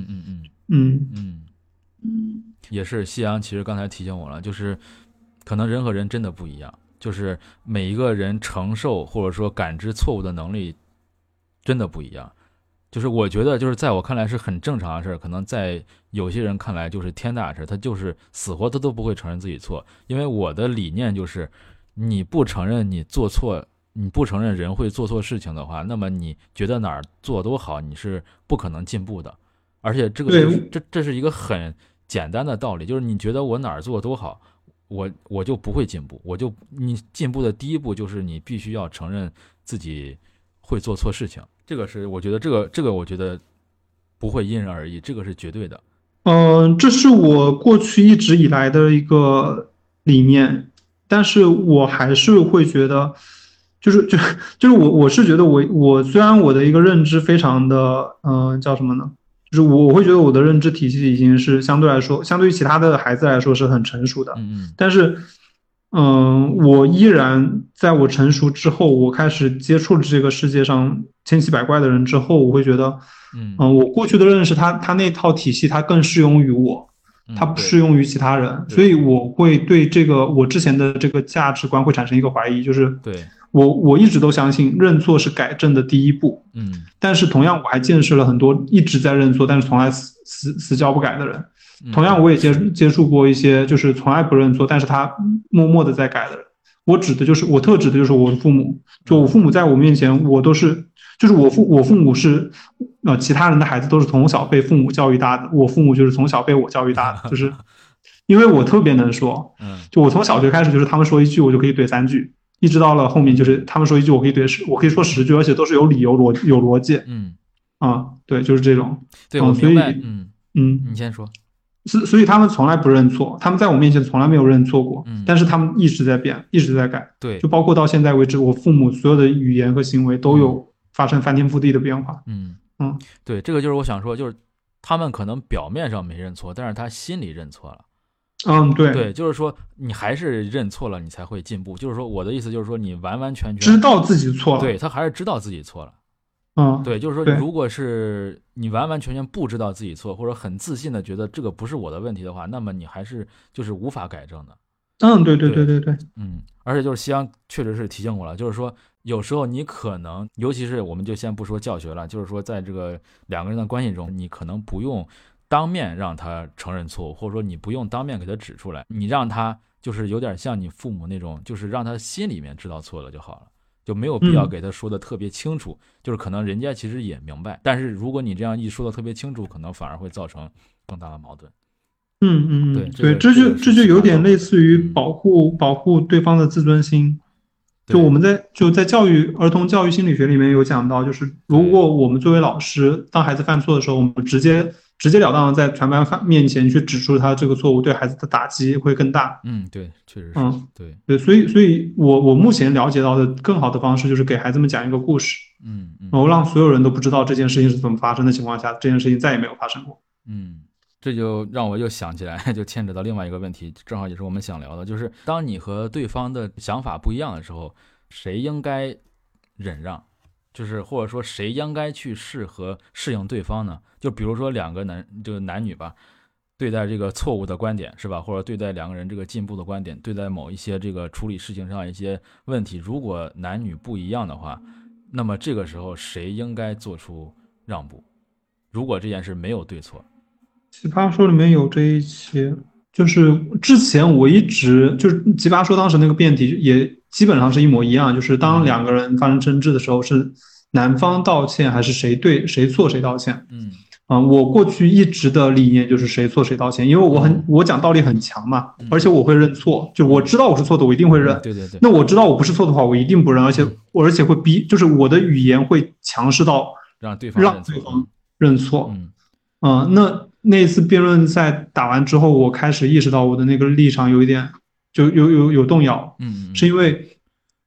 也是夕阳其实刚才提醒我了，就是可能人和人真的不一样，就是每一个人承受或者说感知错误的能力真的不一样。就是我觉得就是在我看来是很正常的事，可能在有些人看来就是天大事，他就是死活他都不会承认自己错。因为我的理念就是你不承认你做错，你不承认人会做错事情的话，那么你觉得哪儿做都好，你是不可能进步的。而且这是一个很简单的道理，就是你觉得我哪儿做都好，我就不会进步。你进步的第一步就是你必须要承认自己会做错事情。这个是我觉得这个我觉得不会因人而异，这个是绝对的。 这是我过去一直以来的一个理念，但是我还是会觉得，就是我是觉得我虽然我的一个认知非常的叫什么呢？就是我会觉得我的认知体系已经是相对于其他的孩子来说是很成熟的，但是我依然在我成熟之后，我开始接触了这个世界上千奇百怪的人之后，我会觉得我过去的认识他那套体系它更适用于我，它不适用于其他人，所以我会对这个我之前的这个价值观会产生一个怀疑，就是对我一直都相信认错是改正的第一步，但是同样我还见识了很多一直在认错但是从来死教不改的人，同样我也接触过一些就是从来不认错但是他默默的在改的人。我特指的就是我的父母，就我父母在我面前我都是就是我父母是其他人的孩子都是从小被父母教育大的，我父母就是从小被我教育大的，就是因为我特别能说，就我从小学开始就是他们说一句我就可以怼3句，一直到了后面就是他们说一句我可以说10句，而且都是有理由有逻辑。对，就是这种。 对，我明白。你先说。 所以他们从来不认错，他们在我面前从来没有认错过，但是他们一直在变，一直在改。 对， 就包括到现在为止，我父母所有的语言和行为都有发生翻天覆地的变化。 对，这个就是我想说，就是他们可能表面上没认错，但是他心里认错了。对，就是说你还是认错了，你才会进步。就是说我的意思就是说，你完完全全知道自己错了， 对，他还是知道自己错了。对，就是说如果是你完完全全不知道自己错，或者很自信的觉得这个不是我的问题的话，那么你还是就是无法改正的。 对。 而且就是夕阳确实是提醒我了，就是说有时候你可能，尤其是我们就先不说教学了，就是说在这个两个人的关系中，你可能不用当面让他承认错误，或者说你不用当面给他指出来，你让他就是有点像你父母那种，就是让他心里面知道错了就好了，就没有必要给他说的特别清楚，就是可能人家其实也明白，但是如果你这样一说的特别清楚，可能反而会造成更大的矛盾。 对，这就有点类似于保护对方的自尊心。 就我们在儿童教育心理学里面有讲到，就是如果我们作为老师，当孩子犯错的时候，我们直截了当的在全班面前去指出他这个错误，对孩子的打击会更大。 对，确实是。 对，所以我目前了解到的更好的方式就是给孩子们讲一个故事，然后让所有人都不知道这件事情是怎么发生的情况下，这件事情再也没有发生过。 这就让我又想起来，就牵扯到另外一个问题，正好也是我们想聊的，就是当你和对方的想法不一样的时候，谁应该忍让，就是或者说谁应该去适应对方呢？就比如说两个男女吧，对待这个错误的观点是吧，或者对待两个人这个进步的观点，对待某一些这个处理事情上一些问题，如果男女不一样的话，那么这个时候谁应该做出让步？如果这件事没有对错。 奇葩说里面有这一些，就是之前我一直就是奇葩说当时那个辩题也基本上是一模一样，就是当两个人发生争执的时候，是男方道歉还是谁对谁错谁道歉？我过去一直的理念就是谁错谁道歉，因为我讲道理很强嘛，而且我会认错，就我知道我是错的，我一定会认。 对。 那我知道我不是错的话，我一定不认，而且会逼，就是我的语言会强势到让对方认错。那一次辩论赛打完之后，我开始意识到我的那个立场有一点就有动摇，是因为，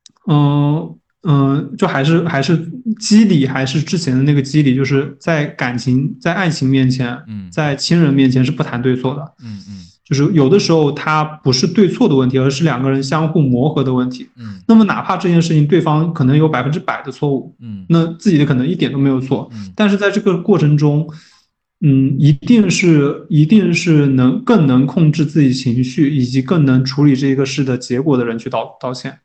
就还是机理还是之前的那个机理，就是在在爱情面前，在亲人面前是不谈对错的，就是有的时候它不是对错的问题，而是两个人相互磨合的问题，那么哪怕这件事情对方可能有100%的错误，那自己的可能一点都没有错，但是在这个过程中。一定是更能控制自己情绪，以及更能处理这个事的结果的人去道歉。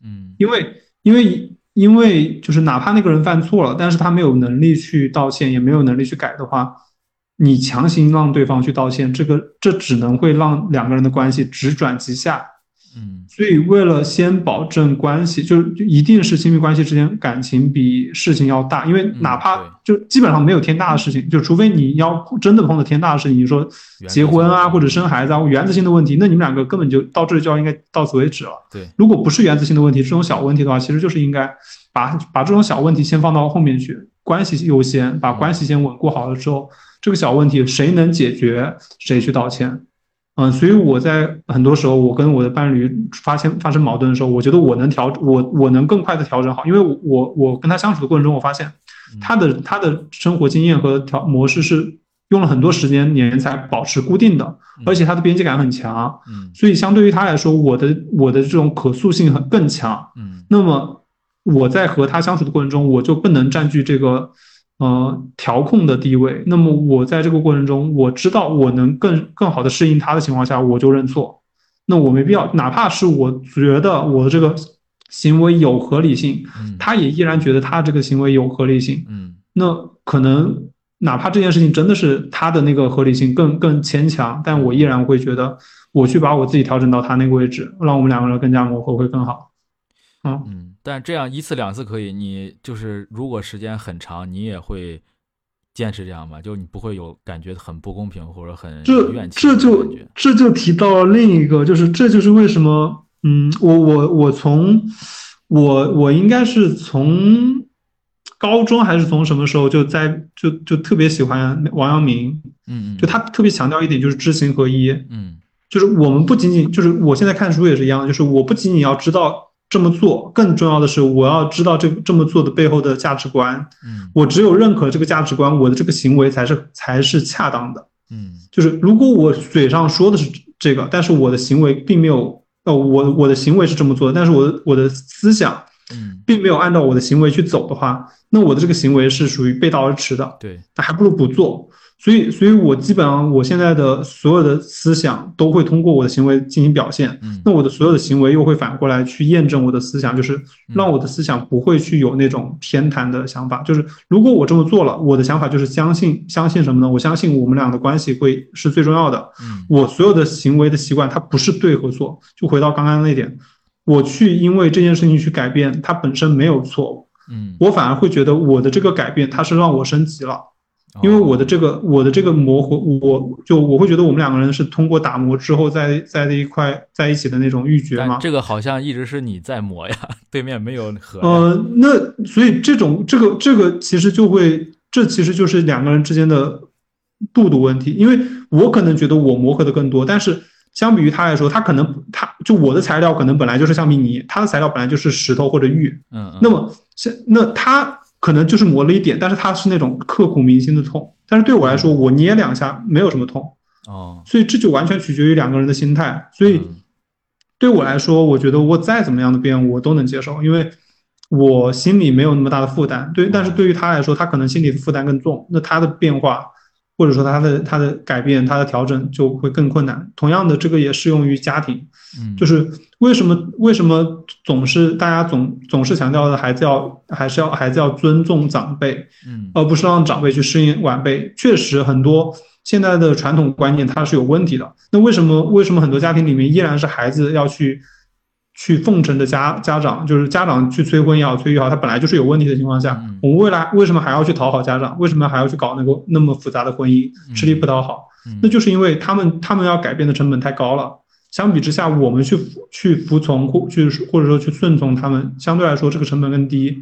因为就是哪怕那个人犯错了，但是他没有能力去道歉，也没有能力去改的话，你强行让对方去道歉，这只能会让两个人的关系直转直下。所以为了先保证关系，就一定是亲密关系之间感情比事情要大，因为哪怕就基本上没有天大的事情，就除非你要真的碰到天大的事情，你说结婚啊或者生孩子啊原则性的问题，那你们两个根本就到这里就应该到此为止了。如果不是原则性的问题，这种小问题的话，其实就是应该把这种小问题先放到后面去，关系优先，把关系先稳固好了之后，这个小问题谁能解决谁去道歉。所以我在很多时候，我跟我的伴侣发生矛盾的时候，我觉得我能更快的调整好，因为我跟他相处的过程中，我发现他的生活经验和模式是用了很多时间年才保持固定的，而且他的边界感很强，所以相对于他来说，我的这种可塑性更强。那么我在和他相处的过程中，我就不能占据这个调控的地位，那么我在这个过程中，我知道我能更好的适应他的情况下，我就认错。那我没必要，哪怕是我觉得我的这个行为有合理性，他也依然觉得他这个行为有合理性。那可能哪怕这件事情真的是他的那个合理性更牵强，但我依然会觉得我去把我自己调整到他那个位置，让我们两个人更加磨合会更好。 但这样1次2次可以，你就是如果时间很长，你也会坚持这样吗？就你不会有感觉很不公平或者很怨气的感觉？ 这就提到了另一个，这就是为什么，我应该是从高中还是从什么时候就特别喜欢王阳明，就他特别强调一点就是知行合一，就是我们不仅仅就是我现在看书也是一样的，就是我不仅仅要知道这么做，更重要的是我要知道这么做的背后的价值观。我只有认可这个价值观，我的这个行为才是恰当的。就是如果我嘴上说的是这个，但是我的行为并没有，我的行为是这么做的，但是我的思想并没有按照我的行为去走的话，那我的这个行为是属于背道而驰的。那还不如不做。所以我基本上我现在的所有的思想都会通过我的行为进行表现，那我的所有的行为又会反过来去验证我的思想，就是让我的思想不会去有那种偏袒的想法。就是如果我这么做了，我的想法就是相信什么呢？我相信我们俩的关系会是最重要的。我所有的行为的习惯它不是对和错，就回到刚刚那点，我去因为这件事情去改变它本身没有错误，我反而会觉得我的这个改变它是让我升级了。 因为我的这个磨合，我会觉得我们两个人是通过打磨之后在一块在一起的那种欲绝嘛。 这个好像一直是你在磨呀，对面没有和。 那所以这个其实这其实就是两个人之间的度问题，因为我可能觉得我磨合的更多，但是相比于他来说，他就我的材料可能本来就是橡皮泥，他的材料本来就是石头或者玉，那么那他可能就是磨了一点，但是他是那种刻骨铭心的痛，但是对我来说，我捏2下没有什么痛，所以这就完全取决于两个人的心态，所以对我来说，我觉得我再怎么样的变我都能接受，因为我心里没有那么大的负担，但是对于他来说，他可能心里的负担更重，那他的变化或者说他的改变，他的调整就会更困难。同样的，这个也适用于家庭，就是为什么大家总是强调的孩子要尊重长辈，而不是让长辈去适应晚辈。确实，很多现在的传统观念它是有问题的。那为什么很多家庭里面依然是孩子要去奉承的家长，就是家长去催婚也好催育也好，他本来就是有问题的情况下，我们未来为什么还要去讨好家长？为什么还要去搞那么复杂的婚姻，吃力不讨好？那就是因为他们要改变的成本太高了。相比之下，我们去服从或者说去顺从他们，相对来说这个成本更低。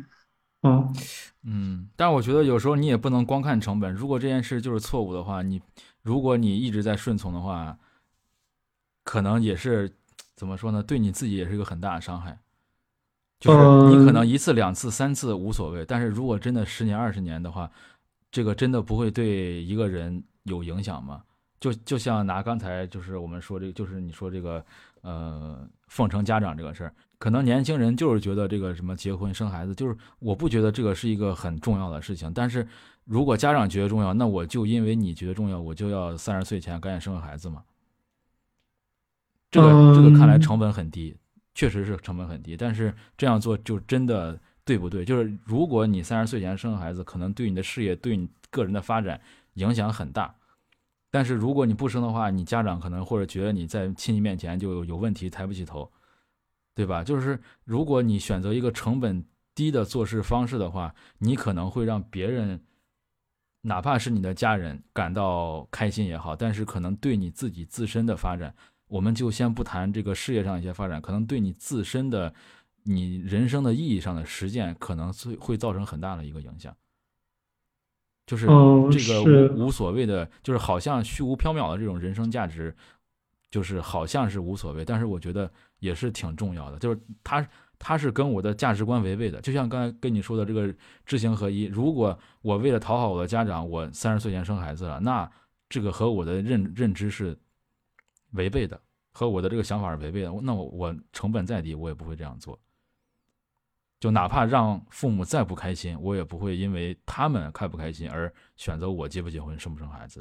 但我觉得有时候你也不能光看成本。如果这件事就是错误的话，如果你一直在顺从的话，可能也是怎么说呢？对你自己也是一个很大的伤害。就是你可能1次、2次、3次无所谓，但是如果真的10年、20年的话，这个真的不会对一个人有影响吗？就像拿刚才就是我们说这个，就是你说这个奉承家长这个事儿，可能年轻人就是觉得这个什么结婚生孩子，就是我不觉得这个是一个很重要的事情，但是如果家长觉得重要，那我就因为你觉得重要，我就要30岁前赶紧生个孩子嘛。这个看来成本很低，确实是成本很低，但是这样做就真的对不对？就是如果你30岁前生个孩子，可能对你的事业、对你个人的发展影响很大。但是如果你不生的话，你家长可能或者觉得你在亲戚面前就有问题，抬不起头，对吧？就是如果你选择一个成本低的做事方式的话，你可能会让别人，哪怕是你的家人感到开心也好，但是可能对你自己自身的发展，我们就先不谈这个事业上一些发展，可能对你自身的你人生的意义上的实践，可能会造成很大的一个影响。就是这个无所谓的，就是好像虚无缥缈的这种人生价值，就是好像是无所谓，但是我觉得也是挺重要的。就是它是跟我的价值观违背的。就像刚才跟你说的这个知行合一，如果我为了讨好我的家长，我30岁前生孩子了，那这个和我的认知是违背的，和我的这个想法是违背的。那我成本再低，我也不会这样做。就哪怕让父母再不开心，我也不会因为他们开不开心而选择我结不结婚、生不生孩子。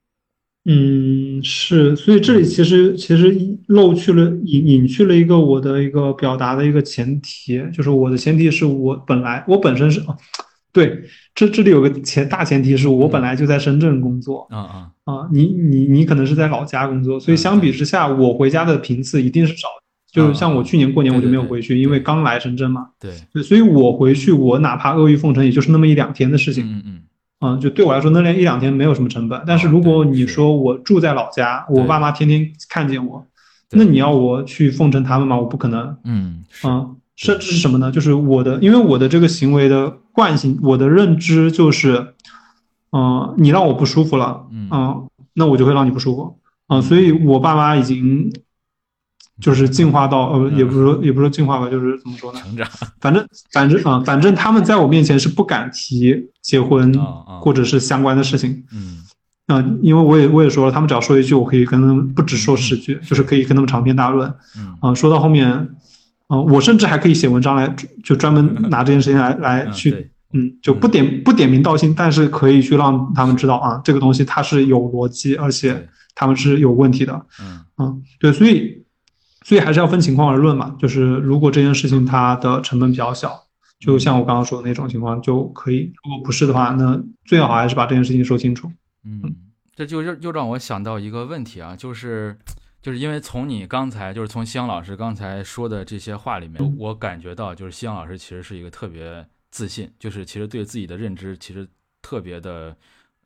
是，所以这里其实隐去了一个我的一个表达的一个前提，就是我的前提是我本身是，对，这里有个大前提是我本来就在深圳工作，你可能是在老家工作，所以相比之下，我回家的频次一定是少的。就像我去年过年我就没有回去，因为刚来深圳嘛。 对， 所以我回去，我哪怕阿谀奉承，也就是那么1-2天的事情。就对我来说，那1-2天没有什么成本。但是如果你说我住在老家，我爸妈天天看见我，那你要我去奉承他们吗？我不可能。甚至是什么呢？就是因为我的这个行为的惯性，我的认知就是，你让我不舒服了，那我就会让你不舒服。所以我爸妈已经。就是进化到也不是说进化吧，就是怎么说呢？ 成长。 反正他们在我面前是不敢提结婚或者是相关的事情。因为我也说了，他们只要说一句，我可以跟他们不只说10句，就是可以跟他们长篇大论。说到后面，我甚至还可以写文章来，就专门拿这件事情来去，就不点名道姓，但是可以去让他们知道啊，这个东西它是有逻辑，而且他们是有问题的。对，所以还是要分情况而论嘛，就是如果这件事情它的成本比较小，就像我刚刚说的那种情况就可以，如果不是的话，那最好还是把这件事情说清楚。 这就让我想到一个问题啊，就是因为从你刚才就是从西阳老师刚才说的这些话里面，我感觉到就是西阳老师其实是一个特别自信，就是其实对自己的认知其实特别的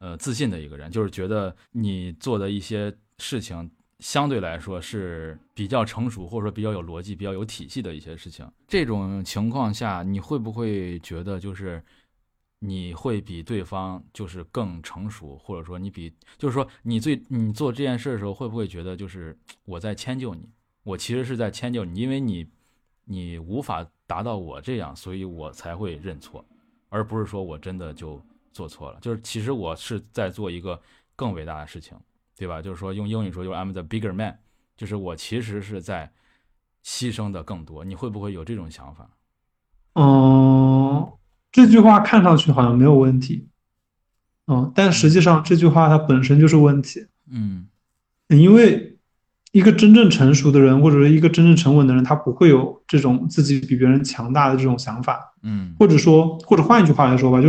自信的一个人，就是觉得你做的一些事情相对来说是比较成熟，或者说比较有逻辑、比较有体系的一些事情。这种情况下，你会不会觉得就是你会比对方就是更成熟，或者说就是说你做这件事的时候，会不会觉得就是我在迁就你，我其实是在迁就你，因为你无法达到我这样，所以我才会认错，而不是说我真的就做错了，就是其实我是在做一个更伟大的事情，对吧？就是说用英语说就是 I'm the bigger man， 就是我其实是在牺牲的更多。你会不会有这种想法？ 这句话看上去好像没有问题，但实际上这句话它本身就是问题。因为一个真正成熟的人，或者是一个真正沉稳的人，他不会有这种自己比别人强大的这种想法。或者换一句话来说吧，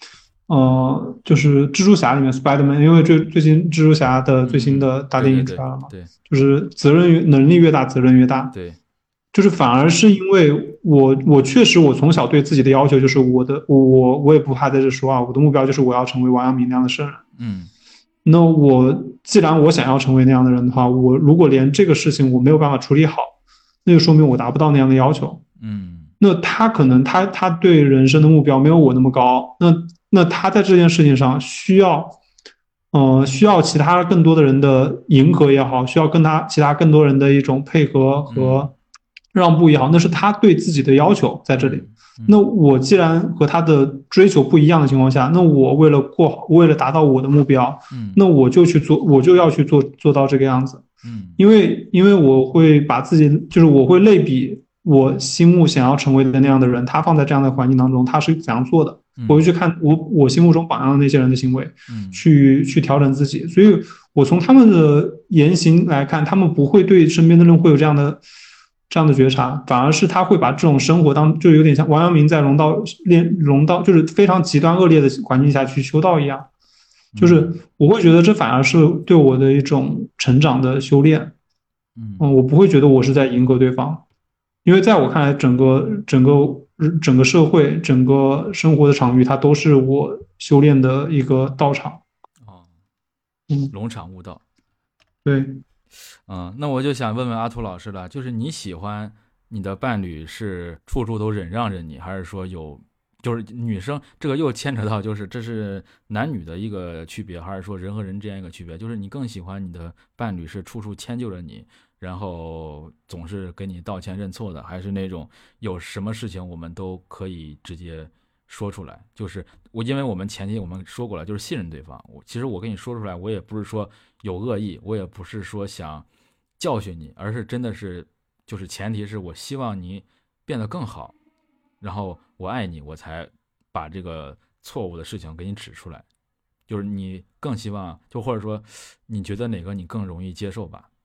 就是蜘蛛侠里面 Spider-Man， 因为最近蜘蛛侠的最新的大电影出来了嘛， 对， 就是能力越大，责任越大。 对， 就是反而是因为我确实我从小对自己的要求就是我也不怕在这说啊，我的目标就是我要成为王阳明那样的圣人。那既然我想要成为那样的人的话，我如果连这个事情我没有办法处理好，那就说明我达不到那样的要求。那他可能他对人生的目标没有我那么高，那他在这件事情上需要其他更多的人的迎合也好，需要其他更多人的一种配合和让步也好，那是他对自己的要求在这里。那我既然和他的追求不一样的情况下，那我为了达到我的目标，那我就要去做到这个样子。因为我会把自己，就是我会类比我心目想要成为的那样的人，他放在这样的环境当中，他是怎样做的，我会去看我心目中榜样的那些人的行为，去调整自己。所以我从他们的言行来看，他们不会对身边的人会有这样的觉察，反而是他会把这种生活就有点像王阳明在龙道就是非常极端恶劣的环境下去修道一样，就是我会觉得这反而是对我的一种成长的修炼。我不会觉得我是在迎合对方，因为在我看来，整个社会、整个生活的场域，它都是我修炼的一个道场。 龙场悟道。 对。 那我就想问问阿图老师了，就是你喜欢你的伴侣是处处都忍让着你，还是说就是女生这个又牵扯到就是这是男女的一个区别，还是说人和人之间一个区别？就是你更喜欢你的伴侣是处处迁就着你，然后总是给你道歉认错的，还是那种有什么事情我们都可以直接说出来？就是因为我们前期我们说过了，就是信任对方。其实我跟你说出来，我也不是说有恶意，我也不是说想教训你，而是真的是就是前提是我希望你变得更好，然后我爱你，我才把这个错误的事情给你指出来。就是你更希望，就或者说你觉得哪个你更容易接受吧？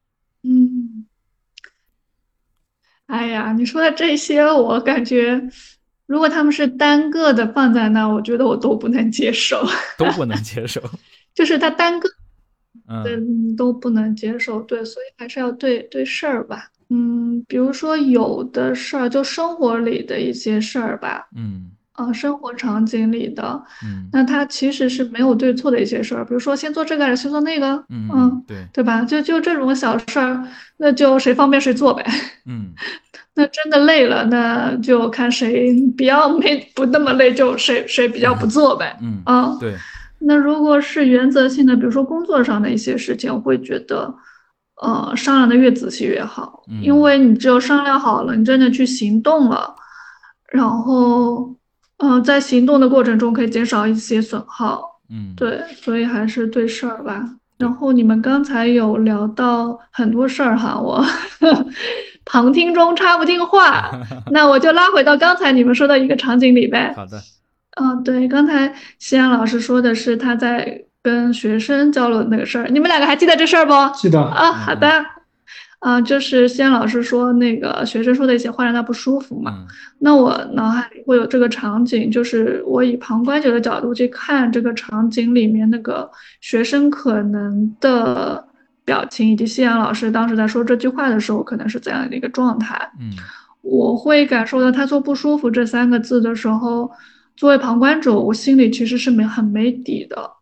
哎呀，你说的这些，我感觉如果他们是单个的放在那，我觉得我都不能接受， 都不能接受， 就是他单个，都不能接受。对，所以还是要对事儿吧。比如说有的事儿，就生活里的一些事儿吧。生活场景里的，那它其实是没有对错的一些事儿，比如说先做这个还是先做那个，对吧？就这种小事儿，那就谁方便谁做呗。那真的累了，那就看谁不那么累，就谁比较不做呗。 对。 那如果是原则性的，比如说工作上的一些事情，我会觉得，商量的越仔细越好，因为你只有商量好了，你真的去行动了，然后，在行动的过程中可以减少一些损耗。对，所以还是对事儿吧。然后你们刚才有聊到很多事儿哈，我旁听中插不进话，那我就拉回到刚才你们说的一个场景里呗。 好的。 对，刚才西安老师说的是他在跟学生交流的那个事儿，你们两个还记得这事儿不？ 记得。 好的。就是西安老师说那个学生说的一些话让他不舒服嘛。那我脑海里会有这个场景，就是我以旁观者的角度去看这个场景里面那个学生可能的表情，以及西安老师当时在说这句话的时候可能是怎样的一个状态。我会感受到他说不舒服这3个字的时候，作为旁观者，我心里其实是很没底的。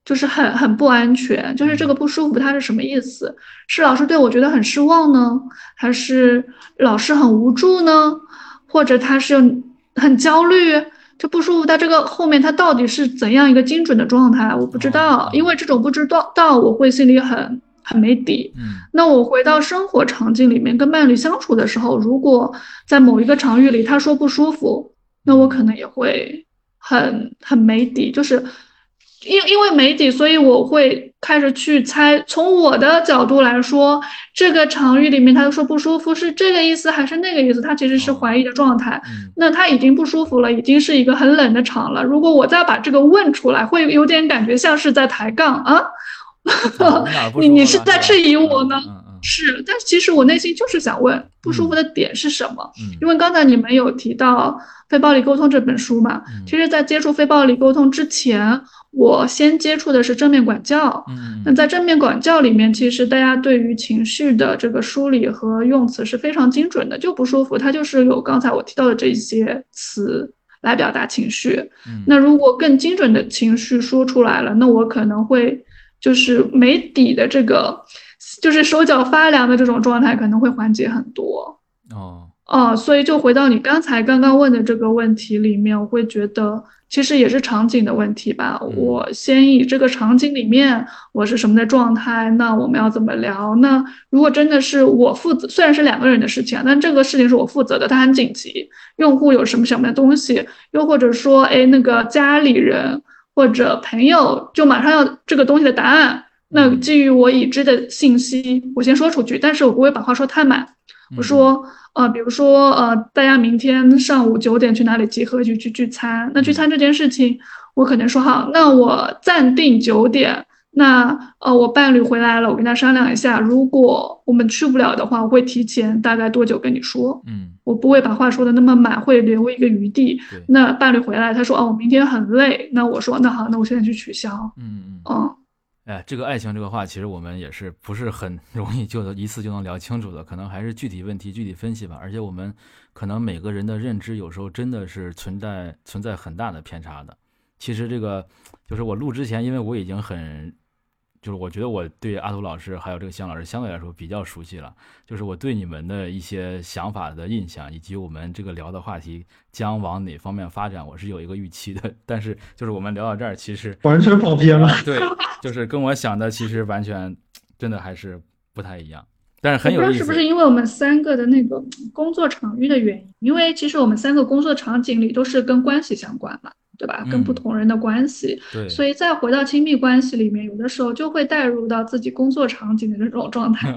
就是很不安全，就是这个不舒服它是什么意思？是老师对我觉得很失望呢，还是老师很无助呢？或者他是很焦虑？这不舒服，它这个后面它到底是怎样一个精准的状态？我不知道，因为这种不知道，我会心里很没底。那我回到生活场景里面跟伴侣相处的时候，如果在某一个场域里他说不舒服，那我可能也会很没底，就是因为没底，所以我会开始去猜，从我的角度来说，这个场域里面他说不舒服是这个意思还是那个意思？他其实是怀疑的状态。那他已经不舒服了，已经是一个很冷的场了。如果我再把这个问出来，会有点感觉像是在抬杠啊。你是在质疑我呢？是，但其实我内心就是想问，不舒服的点是什么？因为刚才你们有提到《非暴力沟通》这本书嘛，其实在接触非暴力沟通之前，我先接触的是正面管教。那在正面管教里面，其实大家对于情绪的这个梳理和用词是非常精准的，就不舒服，它就是有刚才我提到的这些词来表达情绪。那如果更精准的情绪说出来了，那我可能会就是没底的这个，就是手脚发凉的这种状态可能会缓解很多。所以就回到你刚刚问的这个问题里面，我会觉得其实也是场景的问题吧。我先以这个场景里面我是什么的状态，那我们要怎么聊？那如果真的是我负责，虽然是2个人的事情啊，但这个事情是我负责的，它很紧急，用户有什么的东西，又或者说那个家里人或者朋友就马上要这个东西的答案，那基于我已知的信息，我先说出去，但是我不会把话说太满。我说比如说大家明天上午9点去哪里集合去聚餐，那聚餐这件事情我可能说好，那我暂定9点，那我伴侣回来了，我跟他商量一下，如果我们去不了的话，我会提前大概多久跟你说。我不会把话说的那么满，会留一个余地。那伴侣回来他说我明天很累，那我说那好，那我现在去取消。 这个爱情这个话，其实我们也是不是很容易就一次就能聊清楚的，可能还是具体问题具体分析吧。而且我们可能每个人的认知有时候真的是存在很大的偏差的。其实这个就是我录之前，因为我已经就是我觉得我对阿图老师还有这个香老师相对来说比较熟悉了，就是我对你们的一些想法的印象，以及我们这个聊的话题将往哪方面发展，我是有一个预期的。但是就是我们聊到这儿，其实完全跑偏了。 对，就是跟我想的其实完全真的还是不太一样，但是很有意思。 不知道是不是因为我们3个的那个工作场域的原因，因为其实我们3个工作场景里都是跟关系相关嘛。对吧？跟不同人的关系，所以再回到亲密关系里面，有的时候就会带入到自己工作场景的这种状态。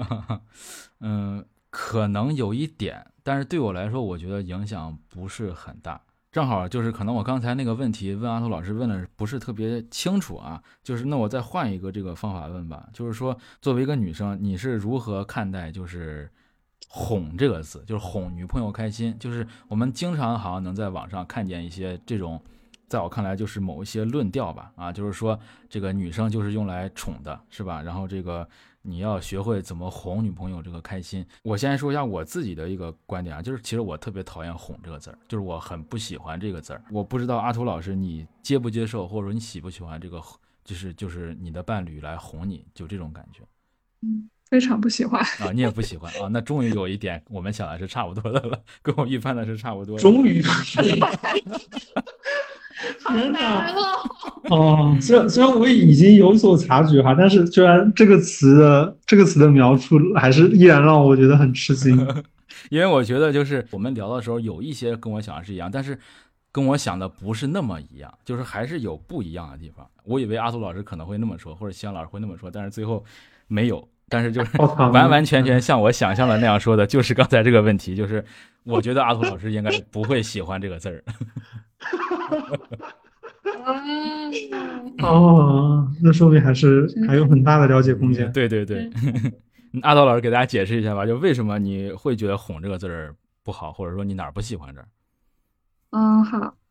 可能有一点，但是对我来说，我觉得影响不是很大。正好就是可能我刚才那个问题问阿图老师问的不是特别清楚啊，就是那我再换一个这个方法问吧，就是说作为一个女生，你是如何看待就是哄这个词，就是哄女朋友开心？就是我们经常好像能在网上看见一些这种。在我看来就是某一些论调吧，就是说这个女生就是用来宠的，是吧？然后这个你要学会怎么哄女朋友这个开心。我先说一下我自己的一个观点啊，就是其实我特别讨厌哄这个字儿，就是我很不喜欢这个字儿。我不知道阿图老师你接不接受，或者说你喜不喜欢这个，就是你的伴侣来哄你，就这种感觉。 非常不喜欢啊，你也不喜欢啊？那终于有一点我们想的是差不多的了，跟我预判的是差不多的。 终于天哪！ 虽然我已经有所察觉哈，但是居然这个词的描述还是依然让我觉得很吃惊。 因为我觉得就是我们聊的时候有一些跟我想的是一样，但是跟我想的不是那么一样，就是还是有不一样的地方。我以为阿图老师可能会那么说，或者香老师会那么说，但是最后没有。但是就是完完全全像我想象的那样说的，就是刚才这个问题，就是我觉得阿图老师应该不会喜欢这个字儿。 那说明还有很大的了解空间。 对。阿图老师给大家解释一下吧，就为什么你会觉得哄这个字儿不好，或者说你哪儿不喜欢这儿？ 好，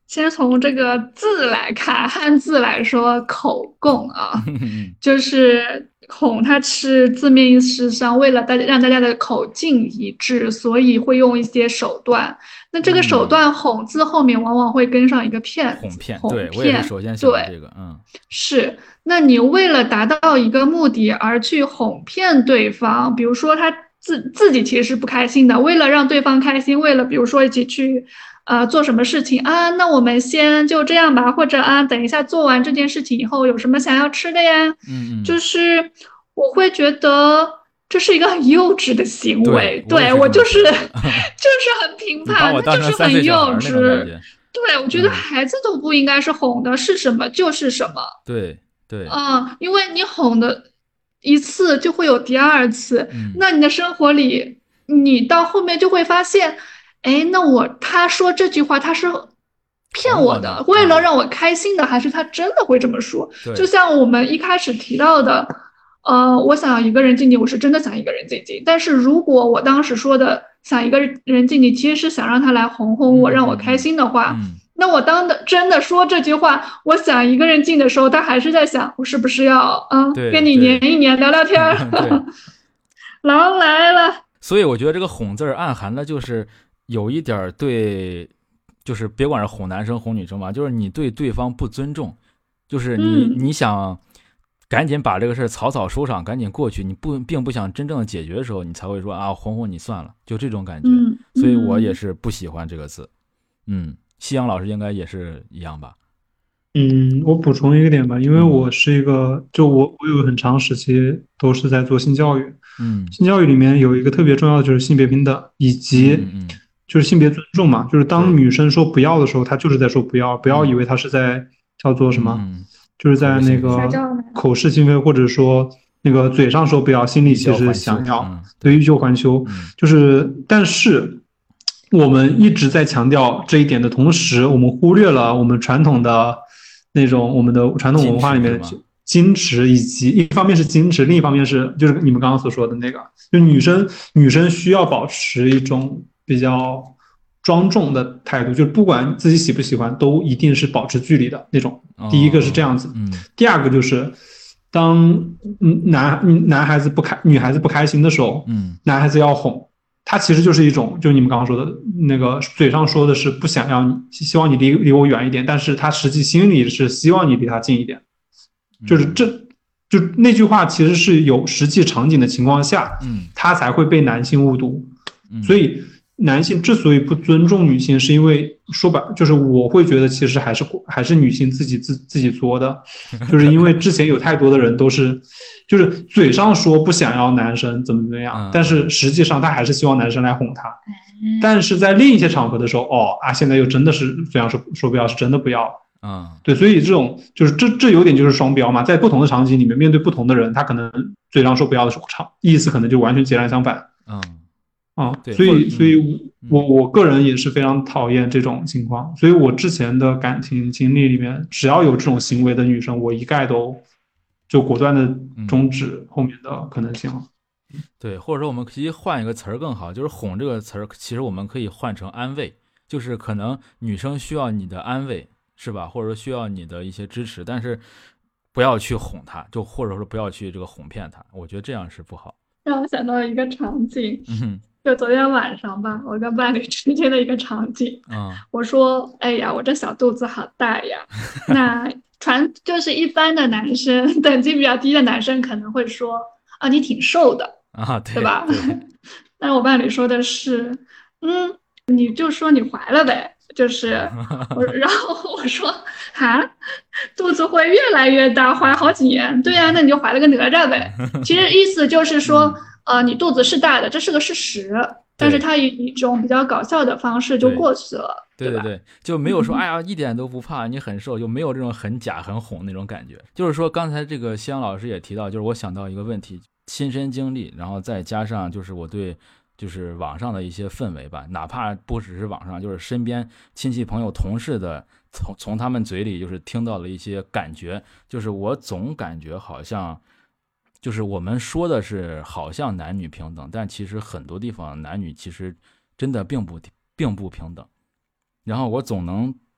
先从这个字来看，汉字来说，口供啊，就是哄，它是字面意思上为了让大家的口径一致，所以会用一些手段。那这个手段哄字后面往往会跟上一个骗， 哄骗。 对， 我也是首先想到这个， 是。那你为了达到一个目的而去哄骗对方，比如说他自己其实是不开心的，为了让对方开心，为了比如说一起去做什么事情啊，那我们先就这样吧，或者啊，等一下做完这件事情以后有什么想要吃的呀？就是我会觉得这是一个很幼稚的行为，对我就是很评判，那就是很幼稚。对，我觉得孩子都不应该是哄的，是什么就是什么。 对。 因为你哄的一次就会有第二次，那你的生活里，你到后面就会发现，哎，那他说这句话他是骗我的，为了让我开心的，还是他真的会这么说？就像我们一开始提到的，我想要一个人静静，我是真的想一个人静静，但是如果我当时说的想一个人静静，其实是想让他来哄哄我，让我开心的话。那我真的说这句话，我想一个人静的时候，他还是在想，我是不是要跟你黏一黏，聊聊天儿。狼来了。 所以我觉得这个哄字暗含的就是有一点对，就是别管是哄男生哄女生吧，就是你对对方不尊重，就是你想赶紧把这个事草草收场，赶紧过去，你并不想真正的解决的时候，你才会说啊，哄哄你算了，就这种感觉。所以我也是不喜欢这个字。夕阳老师应该也是一样吧？ 我补充一个点吧，因为我是一个，就我有很长时期都是在做性教育，性教育里面有一个特别重要的就是性别平等，以及就是性别尊重嘛，就是当女生说不要的时候，她就是在说不要，不要以为她是在叫做什么，就是在那个口是心非，或者说那个嘴上说不要，心里其实想要，对，欲救还休，就是但是。我们一直在强调这一点的同时，我们忽略了我们传统的那种我们的传统文化里面的矜持，以及一方面是矜持，另一方面是就是你们刚刚所说的那个，就女生需要保持一种比较庄重的态度，就是不管自己喜不喜欢，都一定是保持距离的那种。第一个是这样子，第二个就是当男孩子女孩子不开心的时候，男孩子要哄。他其实就是一种，就是你们刚刚说的那个嘴上说的是不想要你，希望你离我远一点，但是他实际心里是希望你离他近一点，就是就那句话其实是有实际场景的情况下，他才会被男性误读，所以男性之所以不尊重女性，是因为说白就是我会觉得其实还是女性自己作的，就是因为之前有太多的人都是。就是嘴上说不想要男生怎么样，但是实际上他还是希望男生来哄他。但是在另一些场合的时候，现在又真的是嘴上说不要，是真的不要。对，所以这种就是这有点就是双标嘛，在不同的场景里面，面对不同的人，他可能嘴上说不要的时候，意思可能就完全截然相反。所以我个人也是非常讨厌这种情况。所以我之前的感情经历里面，只要有这种行为的女生，我一概都。就果断的终止后面的可能性了。 对，或者说我们可以换一个词儿更好，就是哄这个词儿，其实我们可以换成安慰，就是可能女生需要你的安慰，是吧？或者说需要你的一些支持，但是不要去哄她，就或者说不要去这个哄骗她，我觉得这样是不好。 让我想到一个场景，就昨天晚上吧，我跟伴侣之间的一个场景。我说，哎呀，我这小肚子好大呀。那就是一般的男生，等级比较低的男生可能会说啊，你挺瘦的对吧？但是我伴侣说的是，你就说你怀了呗，就是然后我说肚子会越来越大，怀好几年，对呀，那你就怀了个哪吒呗。其实意思就是说，你肚子是大的，这是个事实，但是他以一种比较搞笑的方式就过去了。 对，就没有说哎呀一点都不怕，你很瘦，就没有这种很假很哄那种感觉。就是说刚才这个夕阳老师也提到，就是我想到一个问题，亲身经历，然后再加上就是我对就是网上的一些氛围吧，哪怕不只是网上，就是身边亲戚朋友同事的从他们嘴里就是听到了一些感觉，就是我总感觉好像就是我们说的是好像男女平等，但其实很多地方男女其实真的并不平等。然后我总能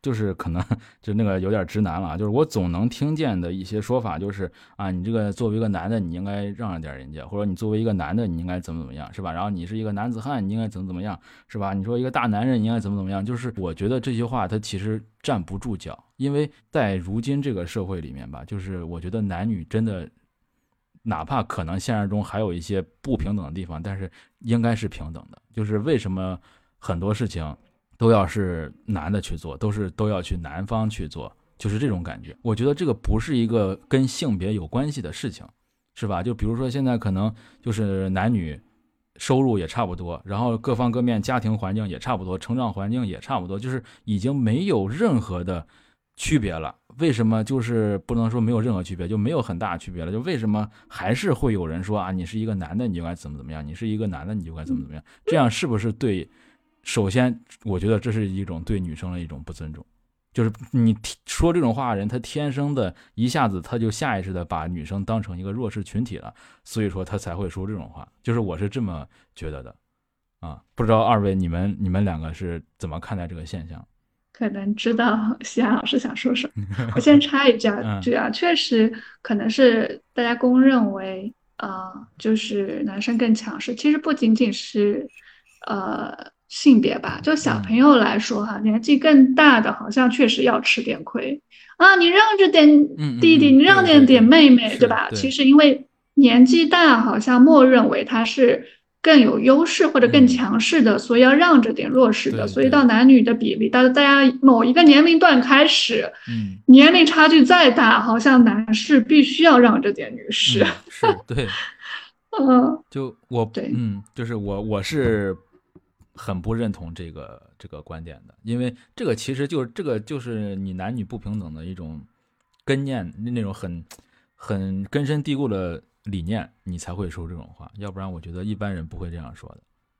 就是可能就那个有点直男了，就是我总能听见的一些说法就是啊，你这个作为一个男的你应该让着点人家，或者你作为一个男的你应该怎么样，是吧？然后你是一个男子汉你应该怎么样，是吧？你说一个大男人你应该怎么样，就是我觉得这些话它其实站不住脚，因为在如今这个社会里面吧，就是我觉得男女真的哪怕可能现实中还有一些不平等的地方，但是应该是平等的。就是为什么很多事情都要是男的去做，都要去男方去做，就是这种感觉。我觉得这个不是一个跟性别有关系的事情，是吧？就比如说现在可能就是男女收入也差不多，然后各方各面家庭环境也差不多，成长环境也差不多，就是已经没有任何的区别了。为什么就是不能说没有任何区别，就没有很大的区别了？就为什么还是会有人说啊，你是一个男的你就该怎么样，你是一个男的你就该怎么样？这样是不是对？首先，我觉得这是一种对女生的一种不尊重，就是你说这种话的人，他天生的一下子他就下意识的把女生当成一个弱势群体了，所以说他才会说这种话。就是我是这么觉得的啊，不知道二位你们两个是怎么看待这个现象？ 可能知道西安老师想说什么。我先插一句啊，确实可能是大家公认为就是男生更强势。其实不仅仅是性别吧，就小朋友来说哈，年纪更大的好像确实要吃点亏啊，你让着点弟弟，你让点妹妹，对吧？其实因为年纪大，好像默认为他是更有优势或者更强势的，所以要让着点弱势的。所以到男女的比例，到大家某一个年龄段开始，年龄差距再大，好像男士必须要让着点女士。 是对，就我对，就是我是很不认同这个观点的，因为这个其实就是你男女不平等的一种根念，那种很根深蒂固的理念，你才会说这种话，要不然我觉得一般人不会这样说的。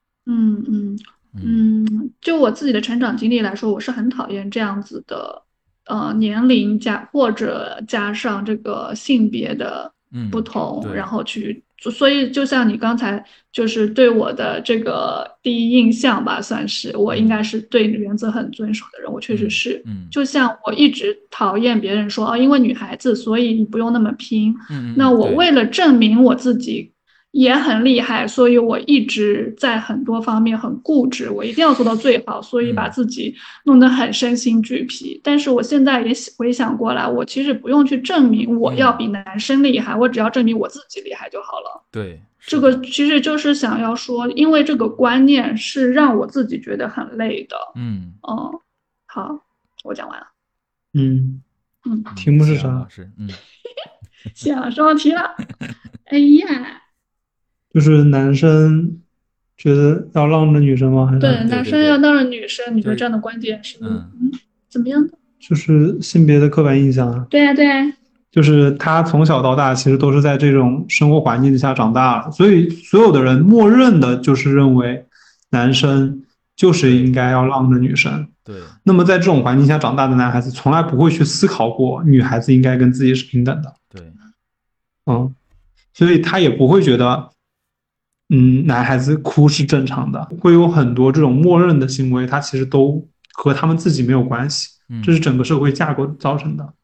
就我自己的成长经历来说，我是很讨厌这样子的年龄或者加上这个性别的不同，然后所以就像你刚才就是对我的这个第一印象吧，算是我应该是对原则很遵守的人，我确实是。就像我一直讨厌别人说因为女孩子所以你不用那么拼。那我为了证明我自己也很厉害，所以我一直在很多方面很固执，我一定要做到最好，所以把自己弄得很身心俱疲。但是我现在也回想过来，我其实不用去证明我要比男生厉害，我只要证明我自己厉害就好了。 对， 这个其实就是想要说，因为这个观念是让我自己觉得很累的。好，我讲完了。 题目是啥？ 想说题了。哎呀， 就是男生觉得要让着女生吗？还是对，男生要让着女生，你觉得这样的观点是怎么样的？ 就是性别的刻板印象啊。 对啊，对啊。 就是他从小到大其实都是在这种生活环境下长大的，所以所有的人默认的就是认为男生就是应该要让着女生。 对。 那么在这种环境下长大的男孩子从来不会去思考过女孩子应该跟自己是平等的。 对。 所以他也不会觉得男孩子哭是正常的，会有很多这种默认的行为，他其实都和他们自己没有关系，这是整个社会架构造成的。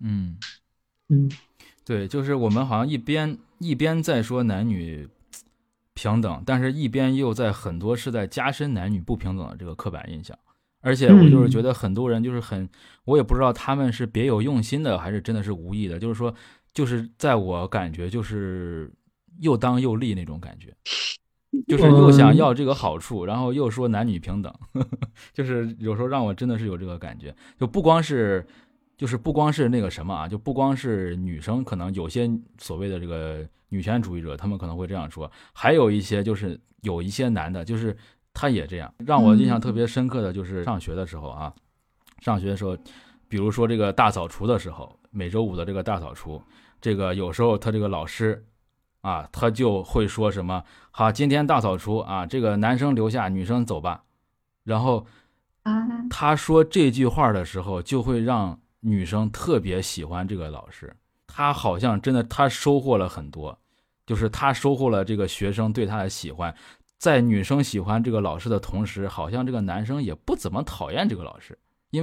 对，就是我们好像一边在说男女平等，但是一边又在很多是在加深男女不平等的这个刻板印象。而且我就是觉得很多人就是我也不知道他们是别有用心的还是真的是无意的，就是说就是在我感觉就是又当又立那种感觉，就是又想要这个好处，然后又说男女平等，就是有时候让我真的是有这个感觉，就不光是那个什么啊，就不光是女生，可能有些所谓的这个女权主义者，他们可能会这样说，还有一些就是有一些男的，就是他也这样。让我印象特别深刻的就是上学的时候，比如说这个大扫除的时候，每周五的这个大扫除，这个有时候他这个老师啊，他就会说什么好，今天大扫除啊，这个男生留下，女生走吧。然后他说这句话的时候，就会让女生特别喜欢这个老师，他好像真的他收获了很多，就是他收获了这个学生对他的喜欢，在女生喜欢这个老师的同时，好像这个男生也不怎么讨厌这个老师，因为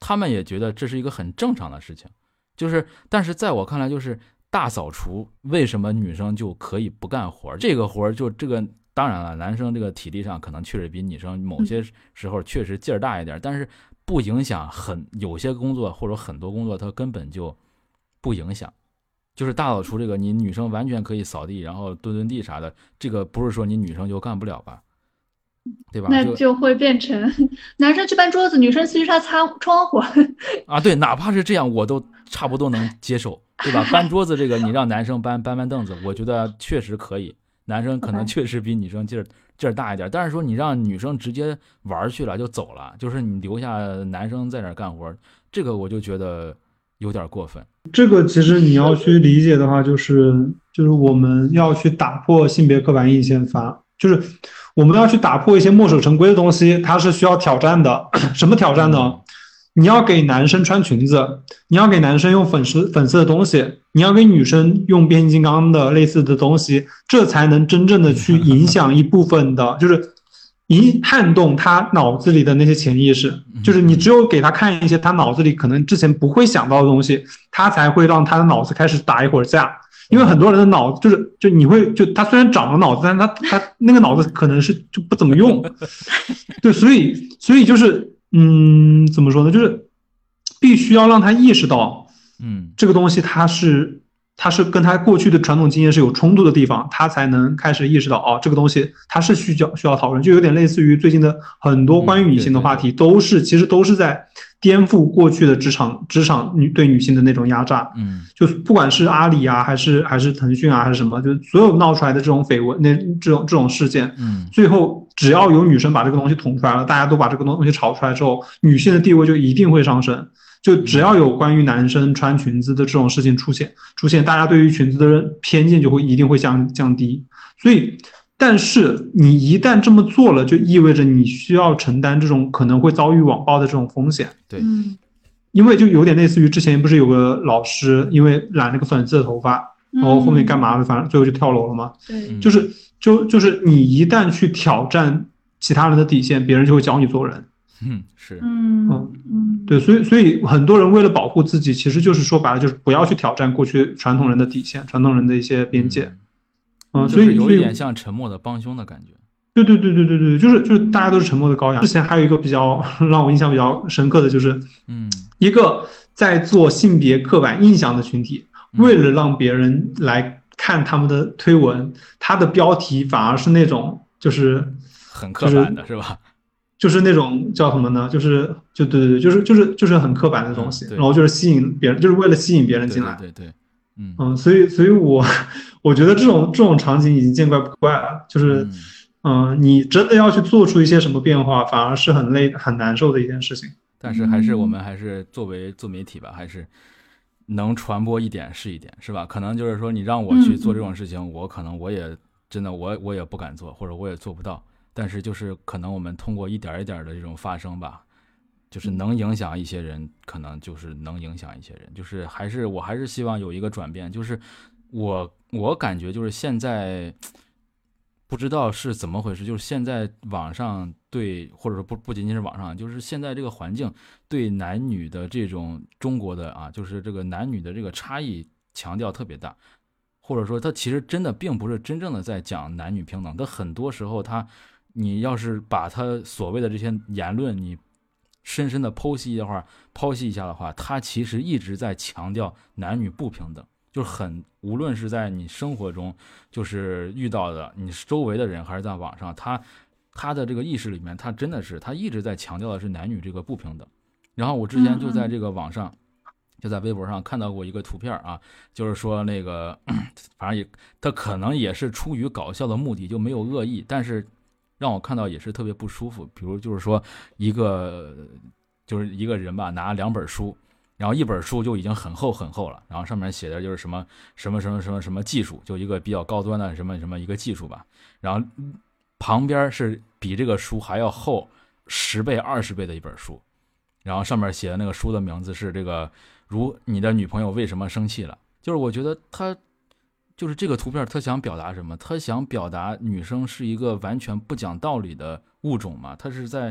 他们也觉得这是一个很正常的事情，就是但是在我看来，就是大扫除为什么女生就可以不干活？这个活就这个当然了，男生这个体力上可能确实比女生某些时候确实劲儿大一点，但是不影响有些工作或者很多工作它根本就不影响。就是大扫除这个，你女生完全可以扫地，然后蹲地啥的，这个不是说你女生就干不了吧？对吧？ 那就会变成男生去搬桌子，女生去擦窗户啊。对，哪怕是这样，我都差不多能接受，对吧？搬桌子这个，你让男生搬凳子，我觉得确实可以。男生可能确实比女生劲儿大一点，但是说你让女生直接玩去了就走了，就是你留下男生在那儿干活，这个我就觉得有点过分。 这个其实你要去理解的话，就是我们要去打破性别刻板印象就是我们要去打破一些墨守成规的东西，它是需要挑战的。什么挑战呢？你要给男生穿裙子，你要给男生用粉色的东西，你要给女生用变形金刚的类似的东西，这才能真正的去影响一部分的，就是撼动他脑子里的那些潜意识。就是你只有给他看一些他脑子里可能之前不会想到的东西，他才会让他的脑子开始打一会儿架。因为很多人的脑子他虽然长了脑子，但他那个脑子可能是就不怎么用。对，所以就是怎么说呢？就是必须要让他意识到，这个东西它是跟他过去的传统经验是有冲突的地方，他才能开始意识到，这个东西它是需要讨论。就有点类似于最近的很多关于女性的话题，其实都是在颠覆过去的职场对女性的那种压榨。就是不管是阿里啊，还是腾讯啊，还是什么，就所有闹出来的这种绯闻，这种事件，最后只要有女生把这个东西捅出来了，大家都把这个东西炒出来之后，女性的地位就一定会上升。就只要有关于男生穿裙子的这种事情出现，大家对于裙子的偏见一定会降低。所以但是你一旦这么做了，就意味着你需要承担这种可能会遭遇网暴的这种风险。 对， 因为就有点类似于之前不是有个老师因为染了个粉色的头发，然后后面干嘛了，反正最后就跳楼了嘛。 对， 就是你一旦去挑战其他人的底线，别人就会教你做人。 是， 对，所以很多人为了保护自己，其实就是说白了，就是不要去挑战过去传统人的底线，传统人的一些边界。 所以有一点像沉默的帮凶的感觉。 对，就是大家都是沉默的羔羊。之前还有一个比较让我印象比较深刻的就是，一个在做性别刻板印象的群体，为了让别人来看他们的推文，他的标题反而是那种就是很刻板的，是吧？ 就是那种叫什么呢？就是很刻板的东西，然后就是吸引别人，就是为了吸引别人进来。 对， 所以我觉得这种场景已经见怪不怪了。就是你真的要去做出一些什么变化，反而是很累很难受的一件事情。 但是我们还是作为做媒体吧，还是能传播一点是一点，是吧？可能就是说你让我去做这种事情，我可能我也真的我也不敢做，或者我也做不到。但是就是可能我们通过一点一点的这种发生吧，就是能影响一些人，可能就是能影响一些人。就是我还是希望有一个转变，就是我感觉就是现在不知道是怎么回事，就是现在网上对，或者说不仅仅是网上，就是现在这个环境对男女的这种中国的就是这个男女的这个差异强调特别大，或者说他其实真的并不是真正的在讲男女平等，他很多时候你要是把他所谓的这些言论你深深的剖析一下的话，他其实一直在强调男女不平等。就是无论是在你生活中就是遇到的你周围的人，还是在网上，他的这个意识里面，他真的是他一直在强调的是男女这个不平等。然后我之前就在这个网上就在微博上看到过一个图片就是说那个反正他可能也是出于搞笑的目的，就没有恶意，但是让我看到也是特别不舒服。比如就是说一个人吧，拿2本书，然后一本书就已经很厚很厚了，然后上面写的就是什么技术，就一个比较高端的什么一个技术吧，然后旁边是比这个书还要厚10倍20倍的一本书，然后上面写的那个书的名字是这个如你的女朋友为什么生气了。就是我觉得他就是这个图片他想表达什么？他想表达女生是一个完全不讲道理的物种嘛？他是在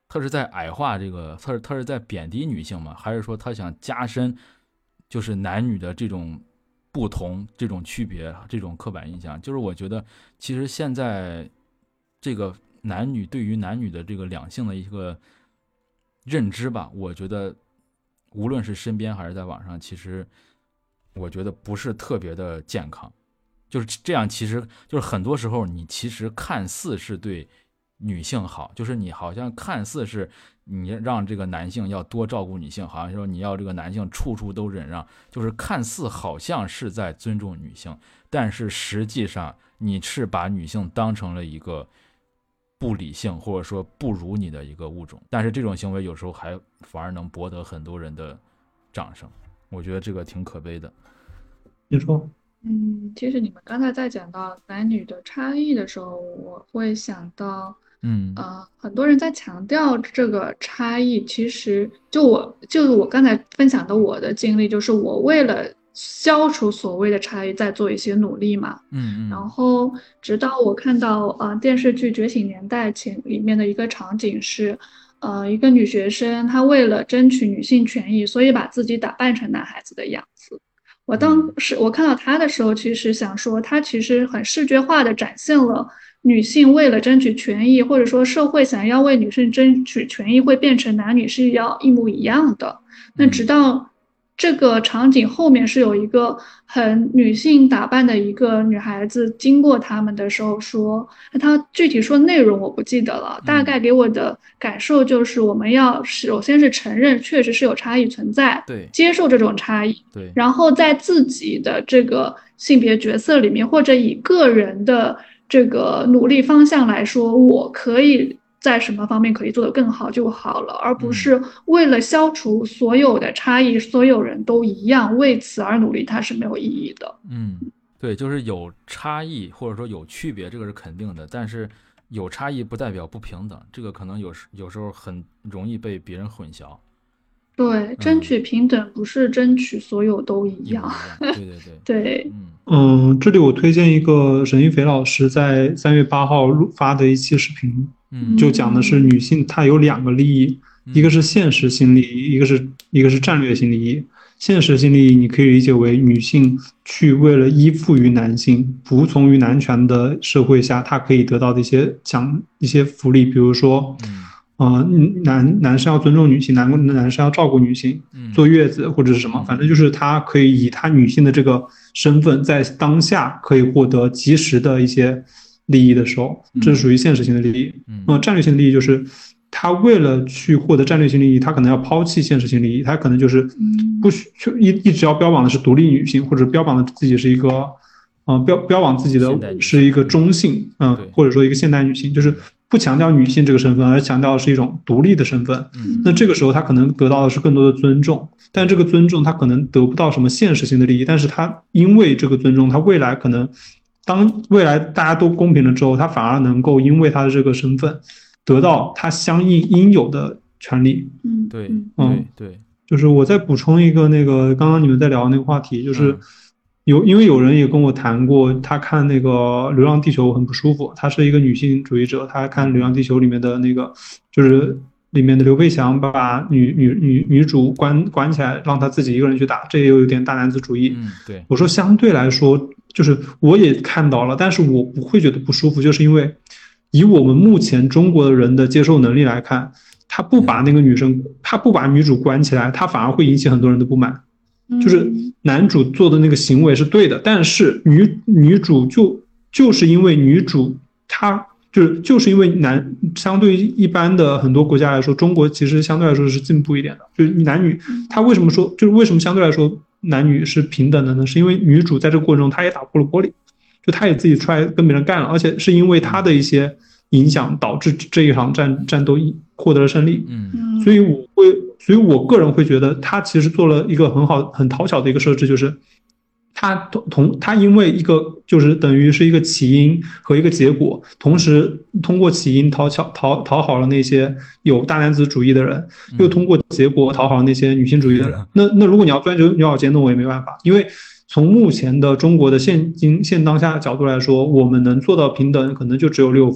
他是在矮化这个，他是在贬低女性吗？还是说他想加深就是男女的这种不同、这种区别、这种刻板印象？就是我觉得其实现在这个男女对于男女的这个两性的一个认知吧，我觉得无论是身边还是在网上，其实我觉得不是特别的健康。就是这样，其实就是很多时候你其实看似是对女性好，就是你好像看似是你让这个男性要多照顾女性，好像说你要这个男性处处都忍让，就是看似好像是在尊重女性，但是实际上你是把女性当成了一个不理性或者说不如你的一个物种，但是这种行为有时候还反而能博得很多人的掌声，我觉得这个挺可悲的。 你说。 其实你们刚才在讲到男女的差异的时候，我会想到，很多人在强调这个差异，其实就是我刚才分享的我的经历，就是我为了消除所谓的差异，在做一些努力嘛，然后直到我看到电视剧《觉醒年代》里面的一个场景是，一个女学生她为了争取女性权益，所以把自己打扮成男孩子的样子。我当时我看到他的时候，其实想说，他其实很视觉化的展现了女性为了争取权益，或者说社会想要为女性争取权益，会变成男女是要一模一样的。那直到这个场景后面是有一个很女性打扮的一个女孩子经过他们的时候说，她具体说内容我不记得了，大概给我的感受就是我们要首先是承认确实是有差异存在， 对， 接受这种差异， 对， 然后在自己的这个性别角色里面，或者以个人的这个努力方向来说，我可以在什么方面可以做得更好就好了，而不是为了消除所有的差异，所有人都一样，为此而努力，它是没有意义的。 对，就是有差异或者说有区别，这个是肯定的，但是有差异不代表不平等，这个可能有时候很容易被别人混淆。 对，争取平等不是争取所有都一样。 对对对。对。 这里我推荐一个沈一斐老师在3月8号发的一期视频，就讲的是女性她有2个利益，一个是现实性利益，一个是战略性利益。现实性利益你可以理解为女性去为了依附于男性，服从于男权的社会下，她可以得到的一些福利，比如说男生要尊重女性，男生要照顾女性，坐月子或者是什么，反正就是他可以以他女性的这个身份，在当下可以获得及时的一些利益的时候，这是属于现实性的利益。战略性的利益就是他为了去获得战略性利益，他可能要抛弃现实性利益，他可能就是不许一直要标榜的是独立女性，或者标榜的自己是一个标榜自己的是一个中性，或者说一个现代女性，就是不强调女性这个身份，而强调的是一种独立的身份。那这个时候他可能得到的是更多的尊重，但这个尊重他可能得不到什么现实性的利益，但是他因为这个尊重，他未来可能当未来大家都公平了之后，他反而能够因为他的这个身份得到他相应有的权利。 对，对， 就是我再补充一个那个刚刚你们在聊那个话题，就是因为有人也跟我谈过，他看那个《流浪地球》很不舒服，他是一个女性主义者，他看《流浪地球》里面的那个，就是里面的刘备翔把女主关起来，让他自己一个人去打，这也有点大男子主义。 对， 我说相对来说，就是我也看到了，但是我不会觉得不舒服，就是因为以我们目前中国的人的接受能力来看，他不把那个他不把女主关起来，他反而会引起很多人的不满。就是男主做的那个行为是对的，但是女主就是因为女主她就是因为相对于一般的很多国家来说，中国其实相对来说是进步一点的。就是男女，他为什么说就是为什么相对来说男女是平等的呢？是因为女主在这个过程中她也打破了玻璃，就她也自己出来跟别人干了，而且是因为她的一些影响导致这一场战斗获得了胜利。所以我个人会觉得他其实做了一个很讨巧的一个设置，就是他因为一个就是等于是一个起因和一个结果，同时通过起因讨好了那些有大男子主义的人，又通过结果讨好了那些女性主义的人。那如果你要钻牛角尖，那我也没办法，因为从目前的中国的现当下的角度来说，我们能做到平等可能就只有6分。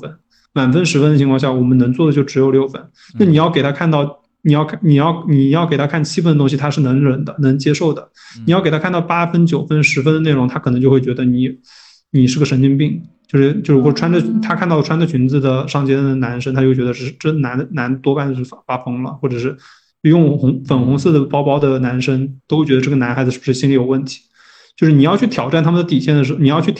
满分10分的情况下，我们能做的就只有6分。那你要给他看到，你要给他看7分的东西，他是能忍的，能接受的。你要给他看到8分、9分、10分的内容，他可能就会觉得你是个神经病。就是如果他看到穿着裙子的上街的男生，他就觉得是这男多半是发疯了，或者是用粉红色的包包的男生都觉得这个男孩子是不是心理有问题。就是你要去挑战他们的底线的时候，你要去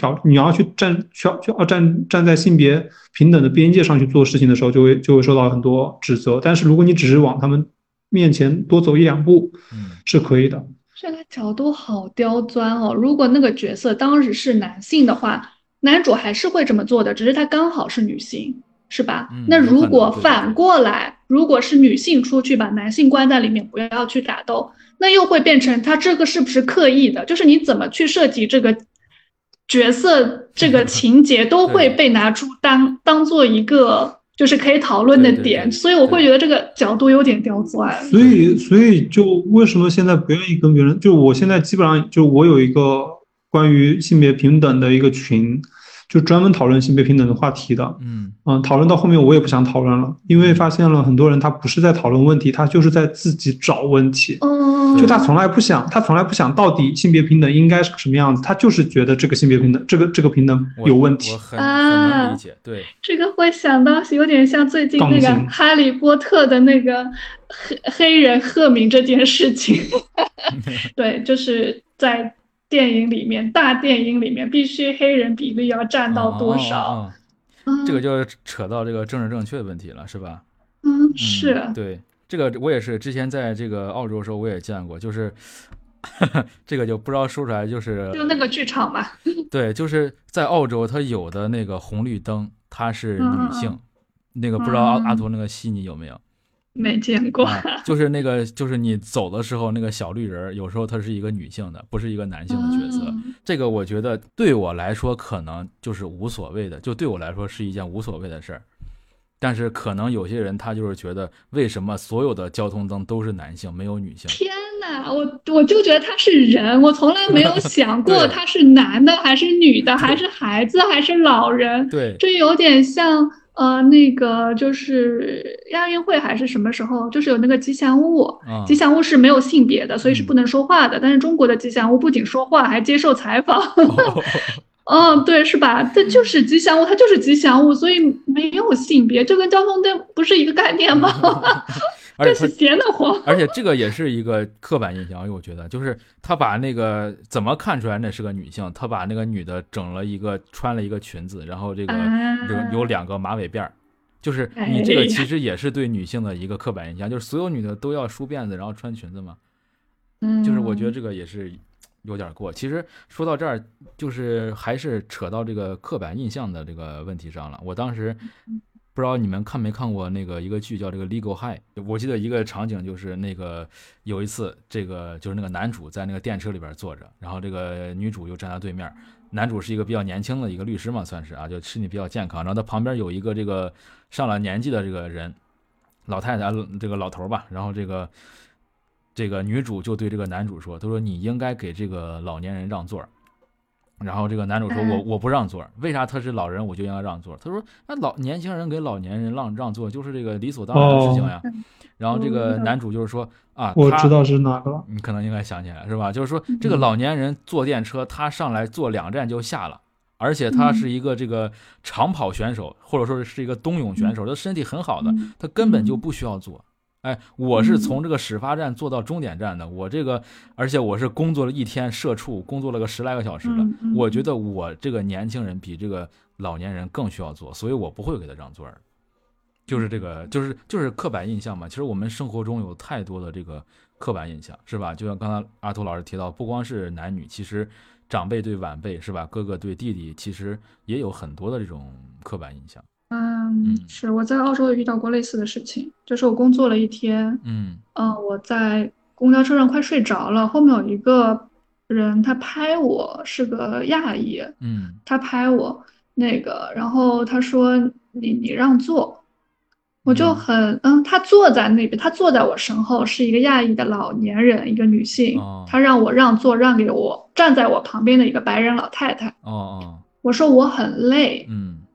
站在性别平等的边界上去做事情的时候，就会受到很多指责。但是如果你只是往他们面前多走1-2步，是可以的。 这个角度好刁钻哦！如果那个角色当时是男性的话，男主还是会这么做的，只是他刚好是女性，是吧？那如果反过来，如果是女性出去把男性关在里面，不要去打斗，那又会变成他这个是不是刻意的？就是你怎么去设计这个角色，这个情节都会被拿出当做一个就是可以讨论的点，所以我会觉得这个角度有点刁钻。 所以就为什么现在不愿意跟别人？就我现在基本上就我有一个关于性别平等的一个群，就专门讨论性别平等的话题的。讨论到后面我也不想讨论了，因为发现了很多人他不是在讨论问题，他就是在自己找问题。就他从来不想到底性别平等应该是什么样子，他就是觉得这个性别平等这个平等有问题。 我很能理解，对。 这个会想到有点像最近那个哈利波特的那个黑人赫敏这件事情。对，就是在电影里面，大电影里面必须黑人比例要占到多少。 这个就扯到这个政治正确的问题了，是吧？ 是。 对，这个我也是之前在这个澳洲的时候我也见过，就是这个就不知道说出来，就那个剧场吧。 对，就是在澳洲它有的那个红绿灯它是女性，那个不知道阿图那个悉尼有没有？ 没见过。 就是那个就是你走的时候那个小绿人有时候它是一个女性的，不是一个男性的角色。这个我觉得对我来说可能就是无所谓的，就对我来说是一件无所谓的事儿。但是可能有些人他就是觉得为什么所有的交通灯都是男性没有女性？ 天哪，我就觉得他是人，我从来没有想过他是男的还是女的还是孩子还是老人。 对， 这有点像那个就是亚运会还是什么时候，就是有那个吉祥物，吉祥物是没有性别的，所以是不能说话的。但是中国的吉祥物不仅说话，还接受采访。对，是吧？这就是吉祥物，它就是吉祥物，所以没有性别，这跟交通灯不是一个概念吗？这是闲得慌。 而且这个也是一个刻板印象，我觉得就是他把那个怎么看出来那是个女性，他把那个女的穿了一个裙子，然后这个有2个马尾辫，就是你这个其实也是对女性的一个刻板印象，就是所有女的都要梳辫子然后穿裙子嘛。就是我觉得这个也是有点过。其实说到这儿，就是还是扯到这个刻板印象的这个问题上了。我当时不知道你们看没看过那个一个剧叫这个 Legal High， 我记得一个场景就是那个有一次这个就是那个男主在那个电车里边坐着，然后这个女主就站在对面，男主是一个比较年轻的一个律师嘛，算是啊，就身体比较健康，然后他旁边有一个这个上了年纪的这个人，老太太这个老头吧，然后这个女主就对这个男主说，他说你应该给这个老年人让座。然后这个男主说我不让座，为啥他是老人我就应该让座？他说那年轻人给老年人让座就是这个理所当然的事情呀。然后这个男主就是说我知道是哪个了， 你可能应该想起来是吧？就是说这个老年人坐电车他上来坐2站就下了，而且他是一个这个长跑选手，或者说是一个冬泳选手，他身体很好的，他根本就不需要坐。我是从这个始发站坐到终点站的，而且我是工作了1天，社畜工作了个10来个小时的，我觉得我这个年轻人比这个老年人更需要坐，所以我不会给他让座。就是这个，就是刻板印象嘛。其实我们生活中有太多的这个刻板印象，是吧？就像刚才阿图老师提到，不光是男女，其实长辈对晚辈，是吧？哥哥对弟弟，其实也有很多的这种刻板印象。 是我在澳洲也遇到过类似的事情，就是我工作了1天，我在公交车上快睡着了，后面有一个人他拍我，是个亚裔，他拍我然后他说你让座，我就他坐在那边，他坐在我身后是一个亚裔的老年人，一个女性，他让我让座，让给我站在我旁边的一个白人老太太，我说我很累，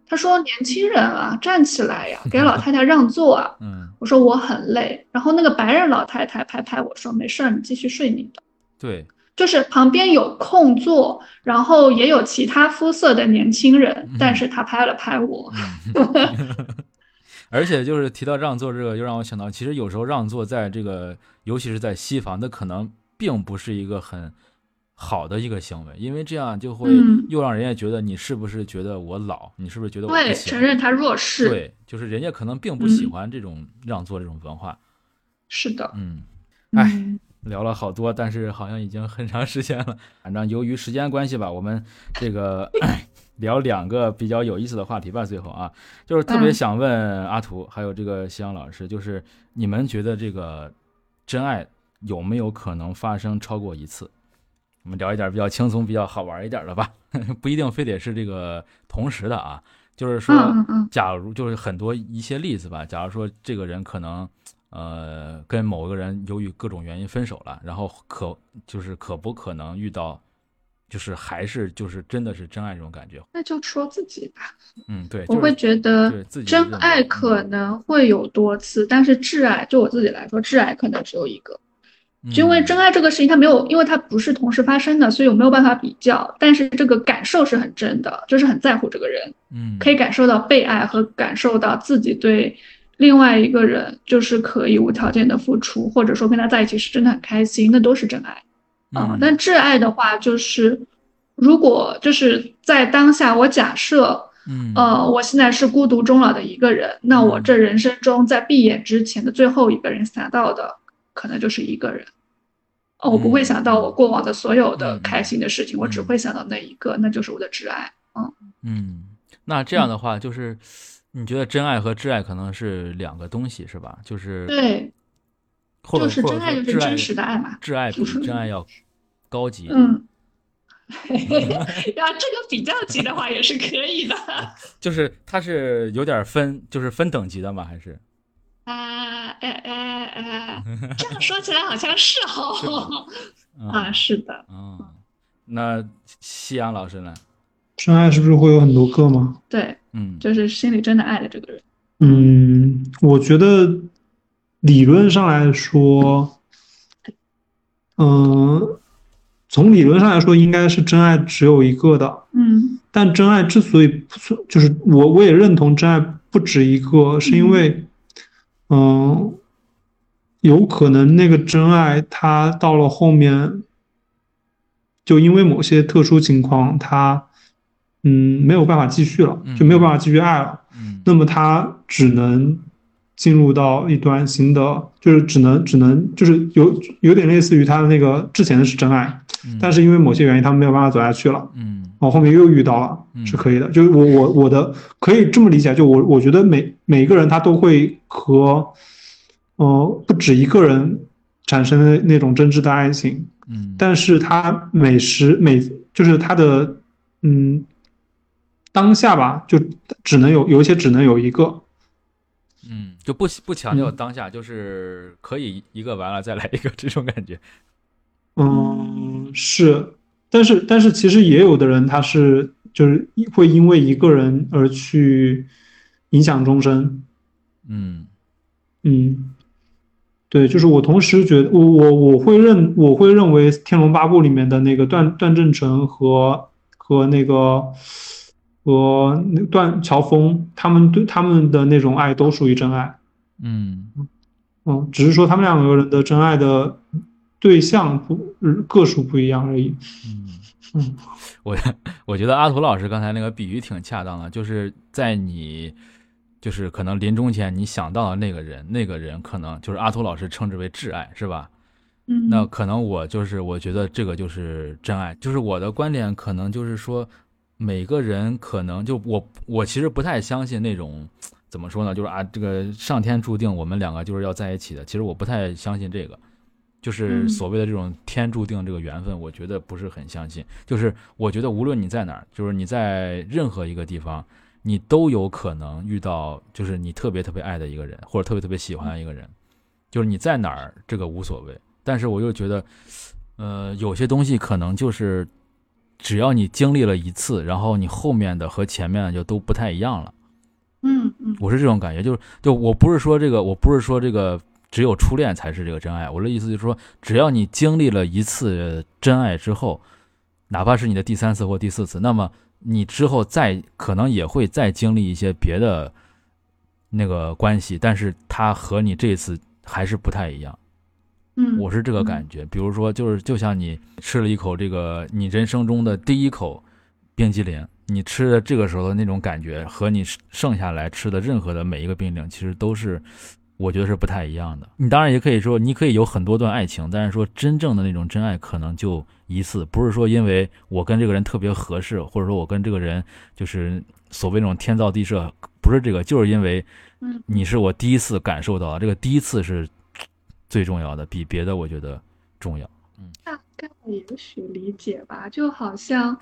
他说年轻人啊，站起来呀，给老太太让座啊。我说我很累，然后那个白人老太太拍拍我说没事儿，你继续睡你的。 对， 就是旁边有空座，然后也有其他肤色的年轻人，但是他拍了拍我。 而且就是提到让座这个，又让我想到，其实有时候让座在这个，尤其是在西方，那可能并不是一个很好的一个行为，因为这样就会又让人家觉得你是不是觉得我老，你是不是觉得我不行， 对，承认他弱势， 对，就是人家可能并不喜欢这种让座这种文化。 是的， 聊了好多，但是好像已经很长时间了。反正由于时间关系吧，我们这个聊2个比较有意思的话题吧。最后啊，就是特别想问阿图还有这个夕阳老师，就是你们觉得这个真爱有没有可能发生超过一次？我们聊一点比较轻松、比较好玩一点的吧，不一定非得是这个同时的啊。就是说，假如就是很多一些例子吧，假如说这个人可能。跟某个人由于各种原因分手了，然后可不可能遇到，就是还是就是真的是真爱这种感觉？ 那就说自己吧。 对， 我会觉得真爱可能会有多次，但是挚爱就我自己来说，挚爱可能只有一个。就因为真爱这个事情它没有，因为它不是同时发生的，所以我没有办法比较。但是这个感受是很真的，就是很在乎这个人，可以感受到被爱和感受到自己对。另外一个人就是可以无条件的付出，或者说跟他在一起是真的很开心，那都是真爱。但挚爱的话，就是如果就是在当下，我假设，我现在是孤独终老的一个人，那我这人生中在闭眼之前的最后一个人想到的，可能就是一个人。我不会想到我过往的所有的开心的事情，我只会想到那一个，那就是我的挚爱。 那这样的话就是。你觉得真爱和挚爱可能是2个东西是吧？就是对， 或者就是真爱就是真实的爱嘛， 挚爱比真爱要高级。 然后这个比较级的话也是可以的。 就是它是有点就是分等级的吗？还是？ 这样说起来好像是是的。 那夕阳老师呢？ 真爱是不是会有很多个吗？ 对，就是心里真的爱的这个人。 我觉得理论上来说，从理论上来说应该是真爱只有一个的。但真爱之所以就是我也认同真爱不止一个，是因为，有可能那个真爱它到了后面，就因为某些特殊情况，它没有办法继续了，就没有办法继续爱了。那么他只能进入到一段新的，就是只能就是有点类似于他的那个之前的是真爱，但是因为某些原因他们没有办法走下去了。后面又遇到了，是可以的。就是我的可以这么理解，就我觉得每一个人他都会和不止一个人产生的那种真挚的爱情。但是他就是他的当下吧，就只能有一些只能有一个， 就不强调当下，就是可以一个完了再来一个这种感觉。 是，但是其实也有的人他是就是会因为一个人而去影响终身。对，就是我同时觉得我会认为《天龙八部》里面的那个段正淳和那个。和段乔峰，他们对他们的那种爱都属于真爱。只是说他们2个人的真爱的对象个数不一样而已。 我觉得阿图老师刚才那个比喻挺恰当的，就是在你就是可能临终前你想到的那个人可能就是阿图老师称之为挚爱，是吧？那可能我觉得这个就是真爱，就是我的观点可能就是说。每个人可能就我其实不太相信那种怎么说呢，就是这个上天注定我们2个就是要在一起的，其实我不太相信这个，就是所谓的这种天注定这个缘分，我觉得不是很相信。就是我觉得无论你在哪儿，就是你在任何一个地方，你都有可能遇到就是你特别特别爱的一个人，或者特别特别喜欢的一个人，就是你在哪儿这个无所谓。但是我又觉得有些东西可能就是只要你经历了一次，然后你后面的和前面的就都不太一样了。我是这种感觉，就我不是说这个只有初恋才是这个真爱，我的意思就是说，只要你经历了一次真爱之后，哪怕是你的第3次或第4次，那么你之后可能也会再经历一些别的那个关系，但是它和你这次还是不太一样。我是这个感觉。比如说就像你吃了一口这个你人生中的第一口冰激凌，你吃的这个时候的那种感觉和你剩下来吃的任何的每一个冰激凌其实都是我觉得是不太一样的。你当然也可以说你可以有很多段爱情，但是说真正的那种真爱可能就一次，不是说因为我跟这个人特别合适，或者说我跟这个人就是所谓那种天造地设，不是这个，就是因为你是我第一次感受到这个第一次是最重要的，比别的我觉得重要。 大概也许理解吧，就好像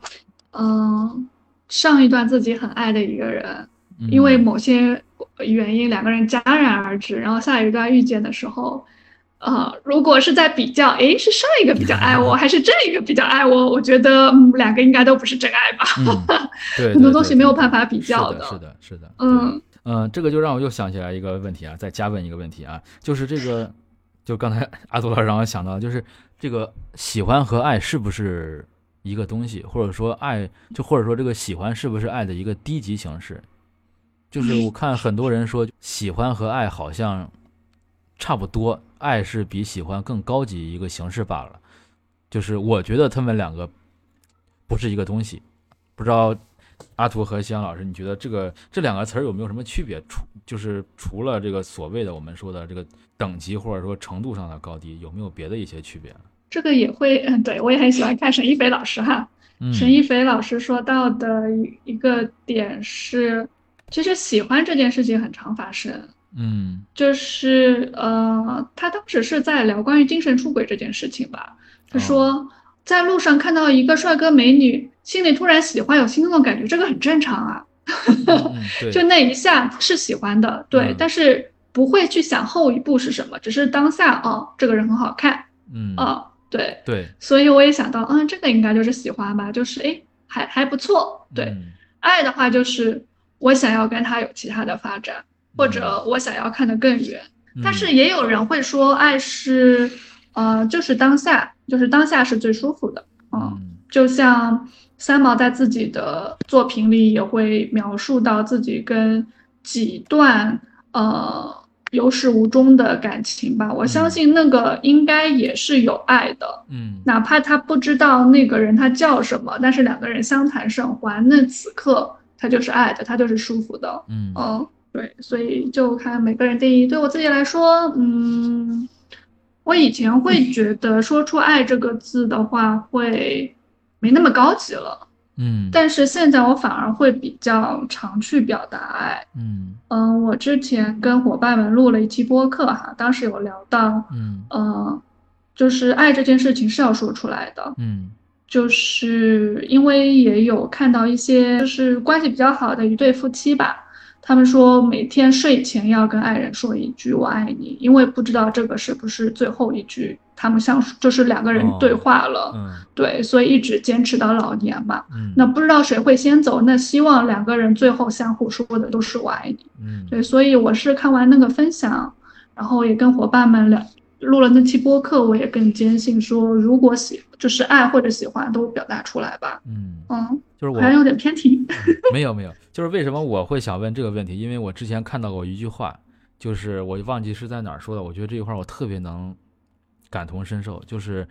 上一段自己很爱的一个人，因为某些原因两个人戛然而止，然后下一段遇见的时候，如果是在比较，是上一个比较爱我还是这一个比较爱我，我觉得两个应该都不是真爱吧。 对， 很多东西没有办法比较的。 是的。这个就让我又想起来一个问题啊，再加问一个问题啊，就是这个就刚才阿杜老师让我想到，就是这个喜欢和爱是不是一个东西，或者说这个喜欢是不是爱的一个低级形式？就是我看很多人说喜欢和爱好像差不多，爱是比喜欢更高级一个形式罢了。就是我觉得他们两个不是一个东西，不知道阿图和西阳老师，你觉得这两个词儿有没有什么区别？就是除了这个所谓的我们说的这个等级或者说程度上的高低，有没有别的一些区别？ 这个也会，对，我也很喜欢看沈一菲老师哈。沈一菲老师说到的一个点是，其实喜欢这件事情很常发生。就是他当时是在聊关于精神出轨这件事情吧。他说，在路上看到一个帅哥美女，心里突然喜欢有心动的感觉，这个很正常啊。就那一下是喜欢的，对，但是不会去想后一步是什么，只是当下这个人很好看，对，所以我也想到，这个应该就是喜欢吧，就是还不错，对。爱的话就是我想要跟他有其他的发展，或者我想要看得更远。但是也有人会说，爱是就是当下是最舒服的，就像三毛在自己的作品里也会描述到自己跟几段有始无终的感情吧，我相信那个应该也是有爱的，哪怕他不知道那个人他叫什么，但是两个人相谈甚欢，那此刻他就是爱的，他就是舒服的，对，所以就看每个人定义。对我自己来说，我以前会觉得说出爱这个字的话会没那么高级了，但是现在我反而会比较常去表达爱。我之前跟伙伴们录了一期播客哈，当时有聊到，就是爱这件事情是要说出来的，就是因为也有看到一些就是关系比较好的一对夫妻吧，他们说每天睡前要跟爱人说一句我爱你，因为不知道这个是不是最后一句他们就是两个人对话了，对，所以一直坚持到老年嘛，那不知道谁会先走，那希望两个人最后相互说的都是我爱你，对，所以我是看完那个分享，然后也跟伙伴们录了那期播客，我也更坚信说，如果就是爱或者喜欢都表达出来吧。 就是我好像有点偏题。 没有，就是为什么我会想问这个问题？因为我之前看到过一句话，就是我忘记是在哪儿说的，我觉得这句话我特别能感同身受，就是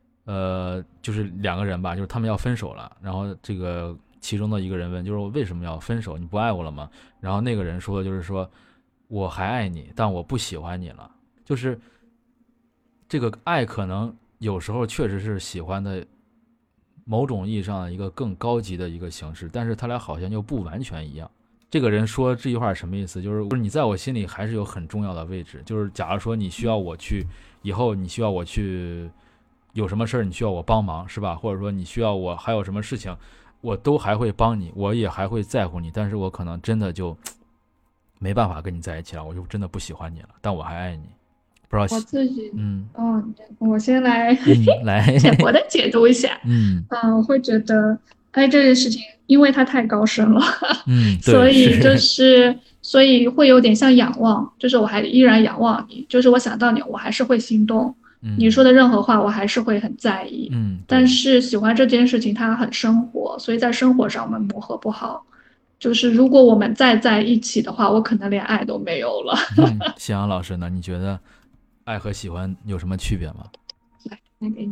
两个人吧，就是他们要分手了，然后这个其中的一个人问，就是我为什么要分手？你不爱我了吗？然后那个人说的就是说，我还爱你，但我不喜欢你了。就是这个爱可能有时候确实是喜欢的某种意义上的一个更高级的一个形式，但是他俩好像又不完全一样。这个人说这句话什么意思？就是你在我心里还是有很重要的位置，就是假如说你需要我去，以后你需要我去有什么事儿，你需要我帮忙是吧？或者说你需要我还有什么事情，我都还会帮你，我也还会在乎你，但是我可能真的就没办法跟你在一起了，我就真的不喜欢你了，但我还爱你。 不知道我自己，我先来来浅薄的解读一下。我会觉得爱这件事情，因为它太高深了，所以所以会有点像仰望，就是我还依然仰望你，就是我想到你，我还是会心动。你说的任何话，我还是会很在意。但是喜欢这件事情，它很生活，所以在生活上我们磨合不好。就是如果我们再在一起的话，我可能连爱都没有了。 夕阳老师呢？你觉得爱和喜欢有什么区别吗？ 来给你。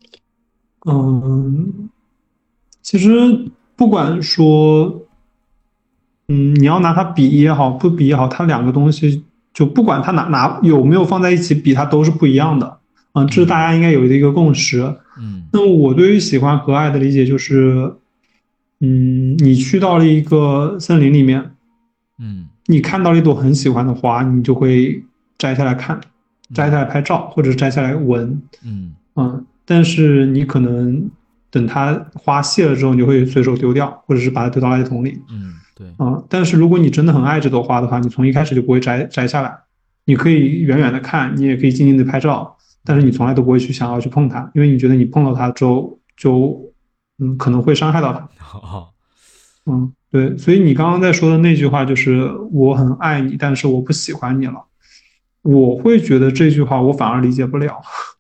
其实不管说，你要拿它比也好，不比也好，它两个东西就不管它有没有放在一起比，它都是不一样的。这是大家应该有的一个共识。那么我对于喜欢和爱的理解就是。你去到了一个森林里面，你看到了一朵很喜欢的花，你就会摘下来看，摘下来拍照，或者摘下来闻，但是你可能等它花谢了之后，你就会随手丢掉，或者是把它丢到垃圾桶里， 对， 但是如果你真的很爱这朵花的话，你从一开始就不会摘下来，你可以远远的看，你也可以静静的拍照，但是你从来都不会去想要去碰它，因为你觉得你碰到它之后就可能会伤害到它。对，所以你刚刚在说的那句话就是我很爱你，但是我不喜欢你了。我会觉得这句话我反而理解不了。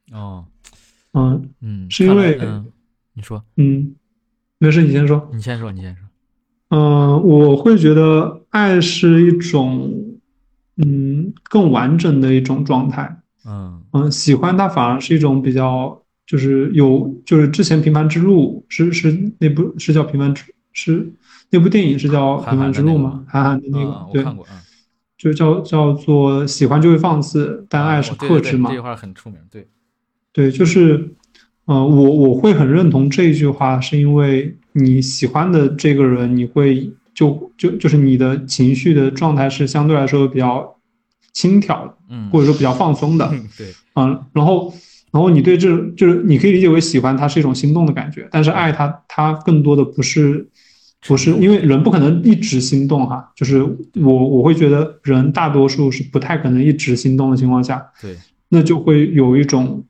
是因为你说， 没事，你先说。 你先说。 我会觉得爱是一种更完整的一种状态。喜欢它反而是一种比较。就是之前《平凡之路》是那部是叫《平凡之》是那部电影是叫《平凡之路》吗？韩寒的那个，对， 我看过， 就叫做喜欢就会放肆，但爱是克制嘛。 这句话很出名， 对，就是我会很认同这一句话，是因为你喜欢的这个人，你会就是你的情绪的状态是相对来说比较轻佻的，或者说比较放松的， 对， 然后你对就是你可以理解为喜欢它是一种心动的感觉，但是爱它更多的不是因为人不可能一直心动哈，就是我会觉得人大多数是不太可能一直心动的情况下， 对， 那就会有一种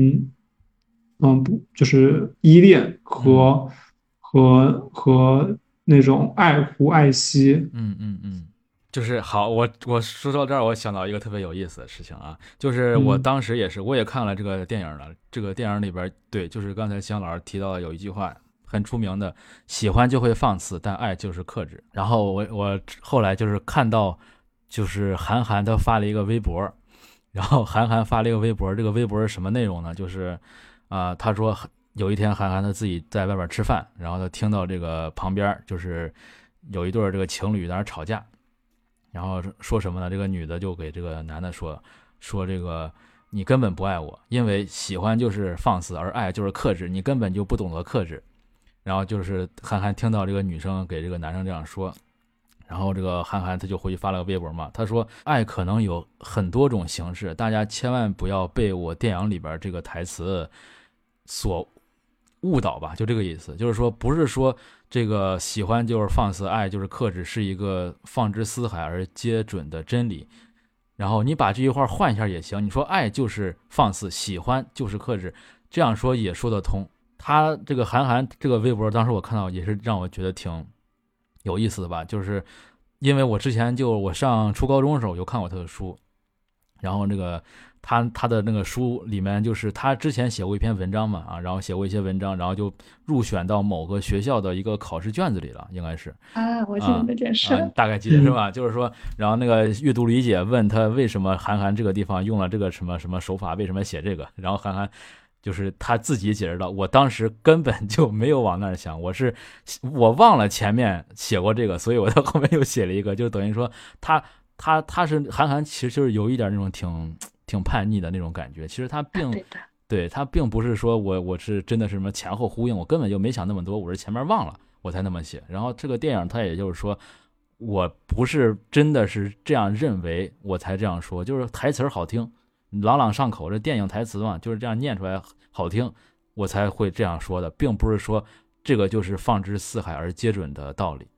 就是依恋和那种爱护爱惜， 就是好，我说到这儿，我想到一个特别有意思的事情啊，就是我当时我也看了这个电影了。这个电影里边，对，就是刚才香老师提到的有一句话很出名的，喜欢就会放肆，但爱就是克制。然后我后来就是看到，就是韩寒他发了一个微博，然后韩寒发了一个微博，这个微博是什么内容呢？就是他说有一天韩寒他自己在外边吃饭，然后他听到这个旁边就是有一对这个情侣在那吵架。然后说什么呢？这个女的就给这个男的说这个你根本不爱我，因为喜欢就是放肆，而爱就是克制，你根本就不懂得克制。然后就是韩寒听到这个女生给这个男生这样说，然后这个韩寒他就回去发了个微博嘛，他说爱可能有很多种形式，大家千万不要被我电影里边这个台词所误导吧，就这个意思，就是说不是说这个喜欢就是放肆，爱就是克制，是一个放之四海而皆准的真理。然后你把这句话换一下也行，你说爱就是放肆，喜欢就是克制，这样说也说得通。他这个韩寒这个微博，当时我看到也是让我觉得挺有意思的吧，就是因为我之前我上初高中的时候有看过他的书，然后这个他的那个书里面，就是他之前写过一篇文章嘛，然后写过一些文章，然后就入选到某个学校的一个考试卷子里了，应该是我记得这件事， 大概记得是吧？就是说，然后那个阅读理解问他为什么韩寒这个地方用了这个什么什么手法，为什么写这个，然后韩寒就是他自己解释到，我当时根本就没有往那儿想，我忘了前面写过这个，所以我在后面又写了一个，就等于说他是韩寒，其实就是有一点那种挺叛逆的那种感觉。其实他他并不是说我是真的是什么前后呼应，我根本就没想那么多，我是前面忘了我才那么写。然后这个电影他也就是说，我不是真的是这样认为我才这样说，就是台词好听，朗朗上口，这电影台词嘛，就是这样念出来好听，我才会这样说的，并不是说这个就是放之四海而皆准的道理。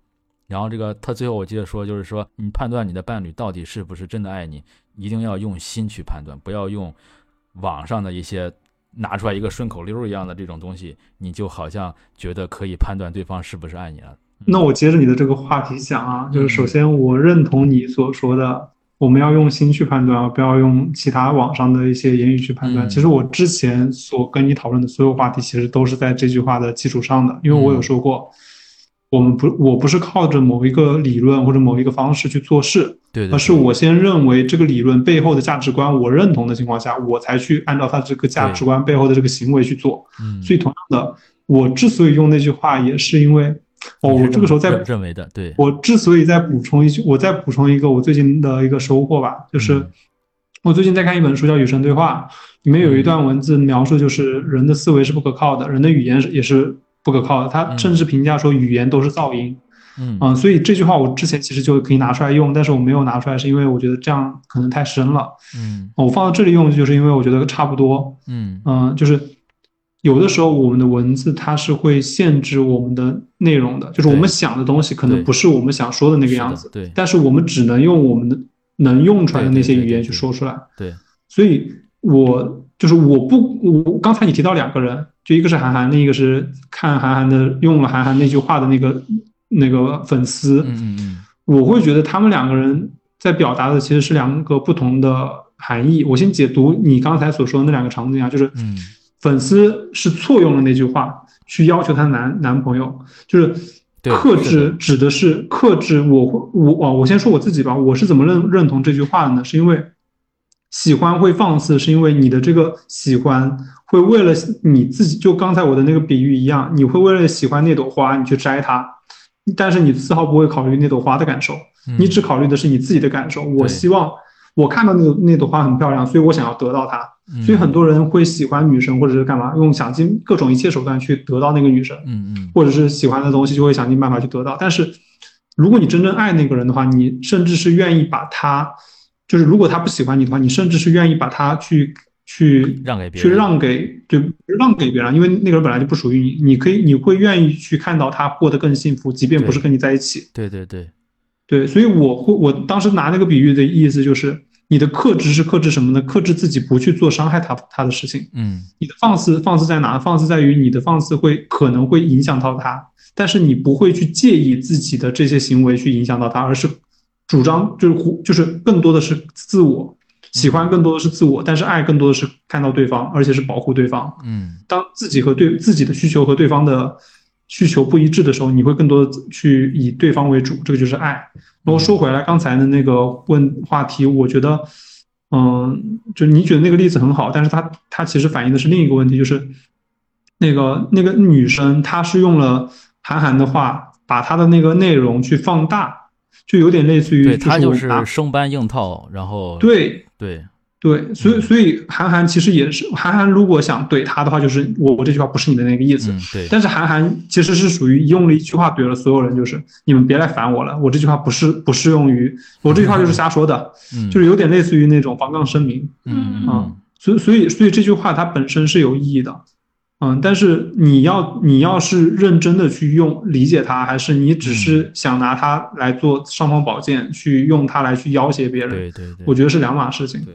然后他最后我记得说，就是说你判断你的伴侣到底是不是真的爱你，一定要用心去判断，不要用网上的一些拿出来一个顺口溜一样的这种东西，你就好像觉得可以判断对方是不是爱你了。 那我接着你的这个话题讲啊，就是首先我认同你所说的，我们要用心去判断，不要用其他网上的一些言语去判断。其实我之前所跟你讨论的所有话题，其实都是在这句话的基础上的，因为我有说过。我不是靠着某一个理论或者某一个方式去做事， 对， 而是我先认为这个理论背后的价值观我认同的情况下，我才去按照它这个价值观背后的这个行为去做。所以同样的，我之所以用那句话，也是因为我这个时候在认为的，对， 我之所以再补充一个我最近的一个收获吧，就是我最近在看一本书叫《与神对话》，里面有一段文字描述，就是人的思维是不可靠的，人的语言也是不可靠的，他甚至评价说语言都是噪音。所以这句话我之前其实就可以拿出来用，但是我没有拿出来，是因为我觉得这样可能太深了。我放到这里用，就是因为我觉得差不多。就是有的时候我们的文字它是会限制我们的内容的，就是我们想的东西可能不是我们想说的那个样子， 对， 但是我们只能用我们的能用出来的那些语言去说出来。 对， 所以我刚才你提到两个人，就一个是韩寒，另一个是看韩寒的用了韩寒那句话的那个粉丝。我会觉得他们两个人在表达的其实是两个不同的含义。我先解读你刚才所说的那两个场景啊，就是粉丝是错用了那句话去要求她男朋友，就是克制指的是克制。我先说我自己吧，我是怎么认同这句话的呢？是因为喜欢会放肆，是因为你的这个喜欢会为了你自己，就刚才我的那个比喻一样，你会为了喜欢那朵花你去摘它，但是你丝毫不会考虑那朵花的感受，你只考虑的是你自己的感受。我希望我看到那朵花很漂亮，所以我想要得到它。所以很多人会喜欢女生或者是干嘛，用想尽各种一切手段去得到那个女生，或者是喜欢的东西就会想尽办法去得到。但是如果你真正爱那个人的话，你甚至是愿意把他，就是如果他不喜欢你的话，你甚至是愿意把他去让给别人， 让给别人，因为那个人本来就不属于你，你会愿意去看到他过得更幸福，即便不是跟你在一起。对，所以我当时拿那个比喻的意思就是，你的克制是克制什么呢？克制自己不去做伤害他的事情。你的放肆在哪？放肆在于你的放肆可能会影响到他，但是你不会去介意自己的这些行为去影响到他，而是主张就是更多的是自我喜欢，更多的是自我，但是爱更多的是看到对方，而且是保护对方。当自己的需求和对方的需求不一致的时候，你会更多的去以对方为主，这个就是爱。然后说回来刚才的那个话题，我觉得就你举的那个例子很好，但是它其实反映的是另一个问题，就是那个女生她是用了韩寒的话把她的那个内容去放大，就有点类似于她就是生搬硬套，然后对，所以韩寒其实也是，韩寒如果想怼他的话，就是我这句话不是你的那个意思。 对。 但是韩寒其实是属于用了一句话怼了所有人，就是你们别来烦我了，我这句话不适用于我这句话就是瞎说的，就是有点类似于那种防杠声明。所以这句话它本身是有意义的。但是你要是认真的去理解它，还是你只是想拿它来做尚方宝剑，去用它来去要挟别人？ 对， 我觉得是两码事情。 对。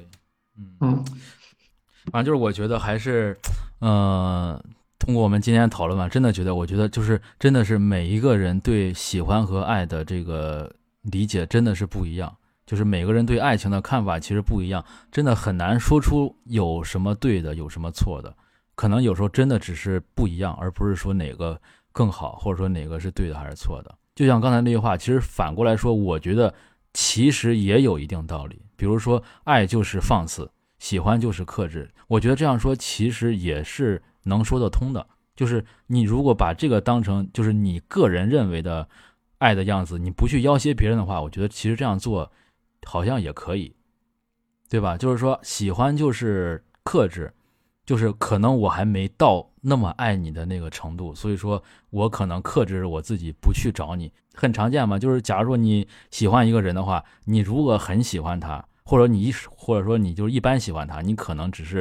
反正就是我觉得还是通过我们今天讨论吧，我觉得就是真的是每一个人对喜欢和爱的这个理解真的是不一样，就是每个人对爱情的看法其实不一样，真的很难说出有什么对的有什么错的，可能有时候真的只是不一样，而不是说哪个更好，或者说哪个是对的还是错的。就像刚才那句话，其实反过来说，我觉得其实也有一定道理。比如说爱就是放肆，喜欢就是克制，我觉得这样说其实也是能说得通的。就是你如果把这个当成就是你个人认为的爱的样子，你不去要挟别人的话，我觉得其实这样做好像也可以，对吧？就是说喜欢就是克制，就是可能我还没到那么爱你的那个程度，所以说我可能克制我自己不去找你。很常见嘛，就是假如说你喜欢一个人的话，你如果很喜欢他，或者说你就是一般喜欢他，你可能只是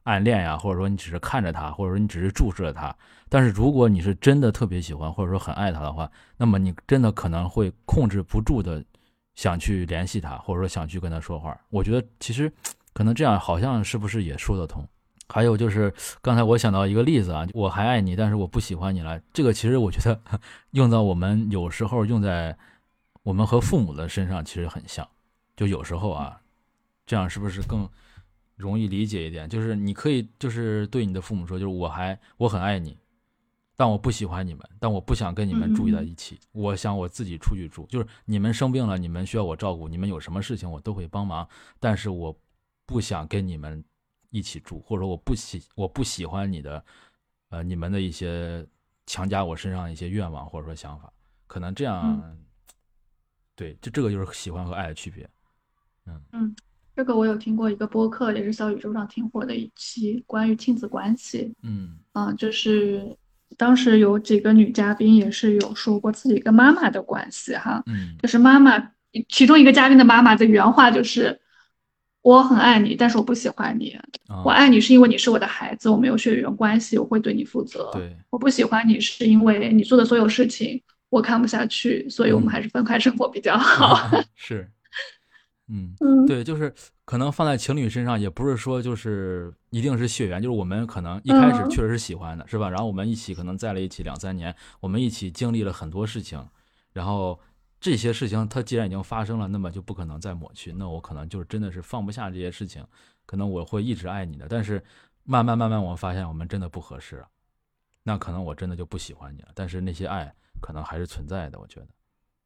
暗恋呀，或者说你只是看着他，或者说你只是注视着他。但是如果你是真的特别喜欢，或者说很爱他的话，那么你真的可能会控制不住的想去联系他，或者说想去跟他说话。我觉得其实可能这样好像是不是也说得通。还有就是刚才我想到一个例子啊，我还爱你，但是我不喜欢你了。这个其实我觉得用到我们有时候用在我们和父母的身上其实很像。就有时候啊，这样是不是更容易理解一点？就是你可以就是对你的父母说，就是我很爱你，但我不喜欢你们，但我不想跟你们住在一起，我想我自己出去住。就是你们生病了，你们需要我照顾，你们有什么事情我都会帮忙，但是我不想跟你们一起住，或者说我不喜欢你们的一些强加我身上的一些愿望或者说想法，可能这样，对，这个就是喜欢和爱的区别。 这个我有听过一个播客，也是小宇宙上挺火的一期关于亲子关系。就是当时有几个女嘉宾也是有说过自己跟妈妈的关系哈。就是妈妈，其中一个嘉宾的妈妈的原话就是我很爱你，但是我不喜欢你。我爱你是因为你是我的孩子，我们有血缘关系，我会对你负责。 对， 我不喜欢你是因为你做的所有事情我看不下去，所以我们还是分开生活比较好。 是。对，就是可能放在情侣身上，也不是说就是一定是血缘，就是我们可能一开始确实是喜欢的，是吧？然后我们一起可能在了一起2-3年，我们一起经历了很多事情，然后这些事情它既然已经发生了，那么就不可能再抹去。那我可能就是真的是放不下这些事情，可能我会一直爱你的，但是慢慢我们发现我们真的不合适了，那可能我真的就不喜欢你了，但是那些爱可能还是存在的，我觉得。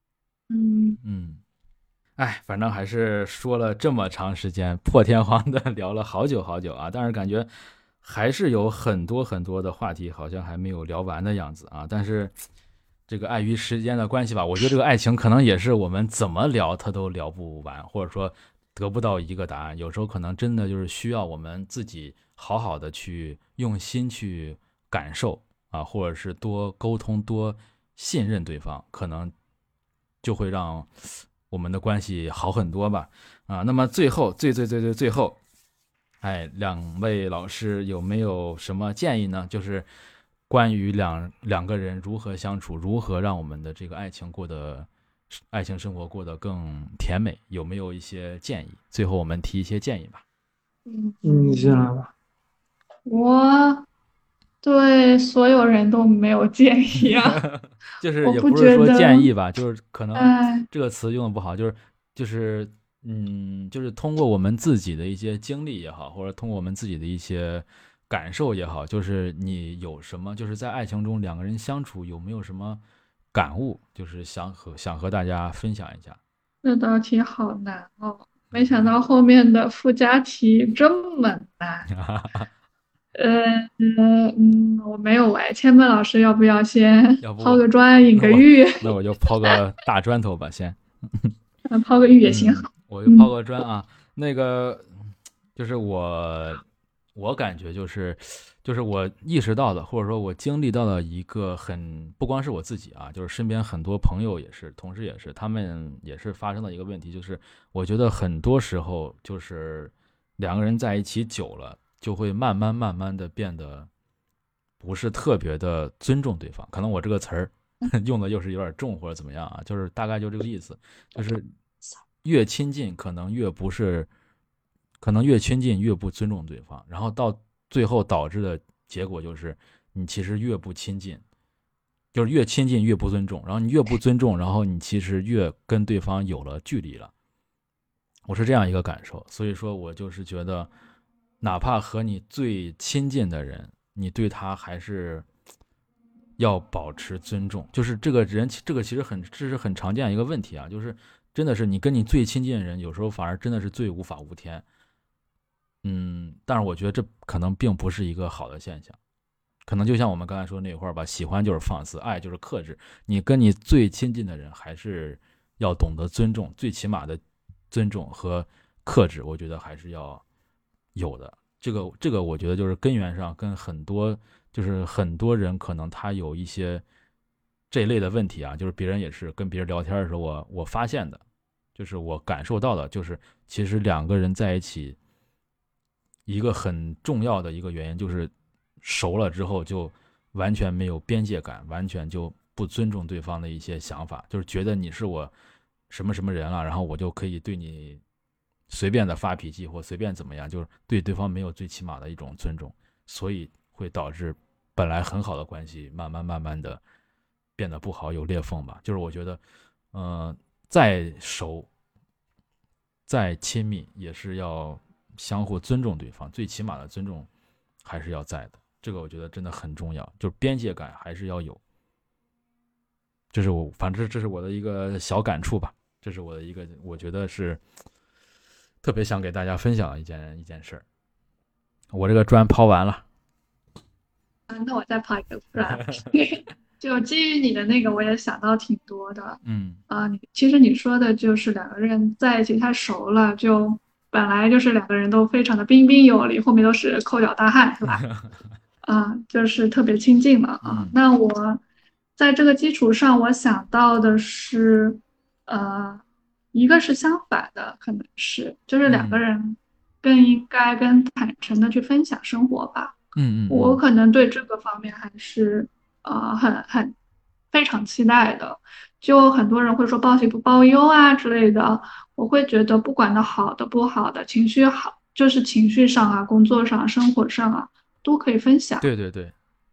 反正还是说了这么长时间，破天荒的聊了好久啊，但是感觉还是有很多的话题好像还没有聊完的样子啊。但是这个碍于时间的关系吧，我觉得这个爱情可能也是我们怎么聊它都聊不完，或者说得不到一个答案。有时候可能真的就是需要我们自己好好的去用心去感受啊，或者是多沟通、多信任对方，可能就会让我们的关系好很多吧。那么最后最后，两位老师有没有什么建议呢？就是关于两个人如何相处，如何让我们的这个爱情生活过得更甜美，有没有一些建议？最后我们提一些建议吧。 你先来吧。 我对所有人都没有建议啊。 就是也不是说建议吧，就是可能这个词用的不好，就是通过我们自己的一些经历也好，或者通过我们自己的一些感受也好，就是你有什么就是在爱情中两个人相处有没有什么感悟，就是想和大家分享一下。 这道题好难哦，没想到后面的附加题这么难。我没有千本老师要不要先抛个砖引个玉？ 那我就抛个大砖头吧，先。 抛个玉也行。 我就抛个砖啊。那个就是我感觉就是我意识到的，或者说我经历到了一个不光是我自己啊，就是身边很多朋友也是，同事也是，他们也是发生了一个问题，就是我觉得很多时候就是两个人在一起久了，就会慢慢的变得不是特别的尊重对方。可能我这个词儿用的又是有点重或者怎么样啊，就是大概就这个意思，就是越亲近可能越亲近越不尊重对方，然后到最后导致的结果就是你其实越不亲近，就是越亲近越不尊重，然后你越不尊重，然后你其实越跟对方有了距离了。我是这样一个感受，所以说我就是觉得哪怕和你最亲近的人，你对他还是要保持尊重。就是这个人，这个其实这是很常见一个问题啊，就是真的是你跟你最亲近的人，有时候反而真的是最无法无天。但是我觉得这可能并不是一个好的现象，可能就像我们刚才说那块儿吧，喜欢就是放肆，爱就是克制。你跟你最亲近的人，还是要懂得尊重，最起码的尊重和克制，我觉得还是要有的。这个我觉得就是根源上跟很多人可能他有一些这一类的问题啊，就是别人也是跟别人聊天的时候，我发现的，就是我感受到的，就是其实两个人在一起一个很重要的一个原因就是熟了之后就完全没有边界感，完全就不尊重对方的一些想法，就是觉得你是我什么什么人了，然后我就可以对你随便的发脾气或随便怎么样，就是对对方没有最起码的一种尊重，所以会导致本来很好的关系慢慢的变得不好，有裂缝吧。就是我觉得再熟再亲密也是要相互尊重对方，最起码的尊重还是要在的，这个我觉得真的很重要，就是边界感还是要有。反正这是我的一个小感触吧，这是我的一个我觉得是特别想给大家分享的一件事儿。我这个砖抛完了， 那我再抛一个砖。就基于你的那个，我也想到挺多的。其实你说的就是两个人在一起太熟了，就本来就是两个人都非常的彬彬有礼，后面都是抠脚大汉，是吧？就是特别亲近了啊。那我在这个基础上，我想到的是，一个是相反的，可能是就是两个人更应该更坦诚的去分享生活吧。我可能对这个方面还是很非常期待的。就很多人会说报喜不报忧啊之类的，我会觉得不管的好的不好的，情绪好就是情绪上啊、工作上、生活上啊都可以分享。 对， 对。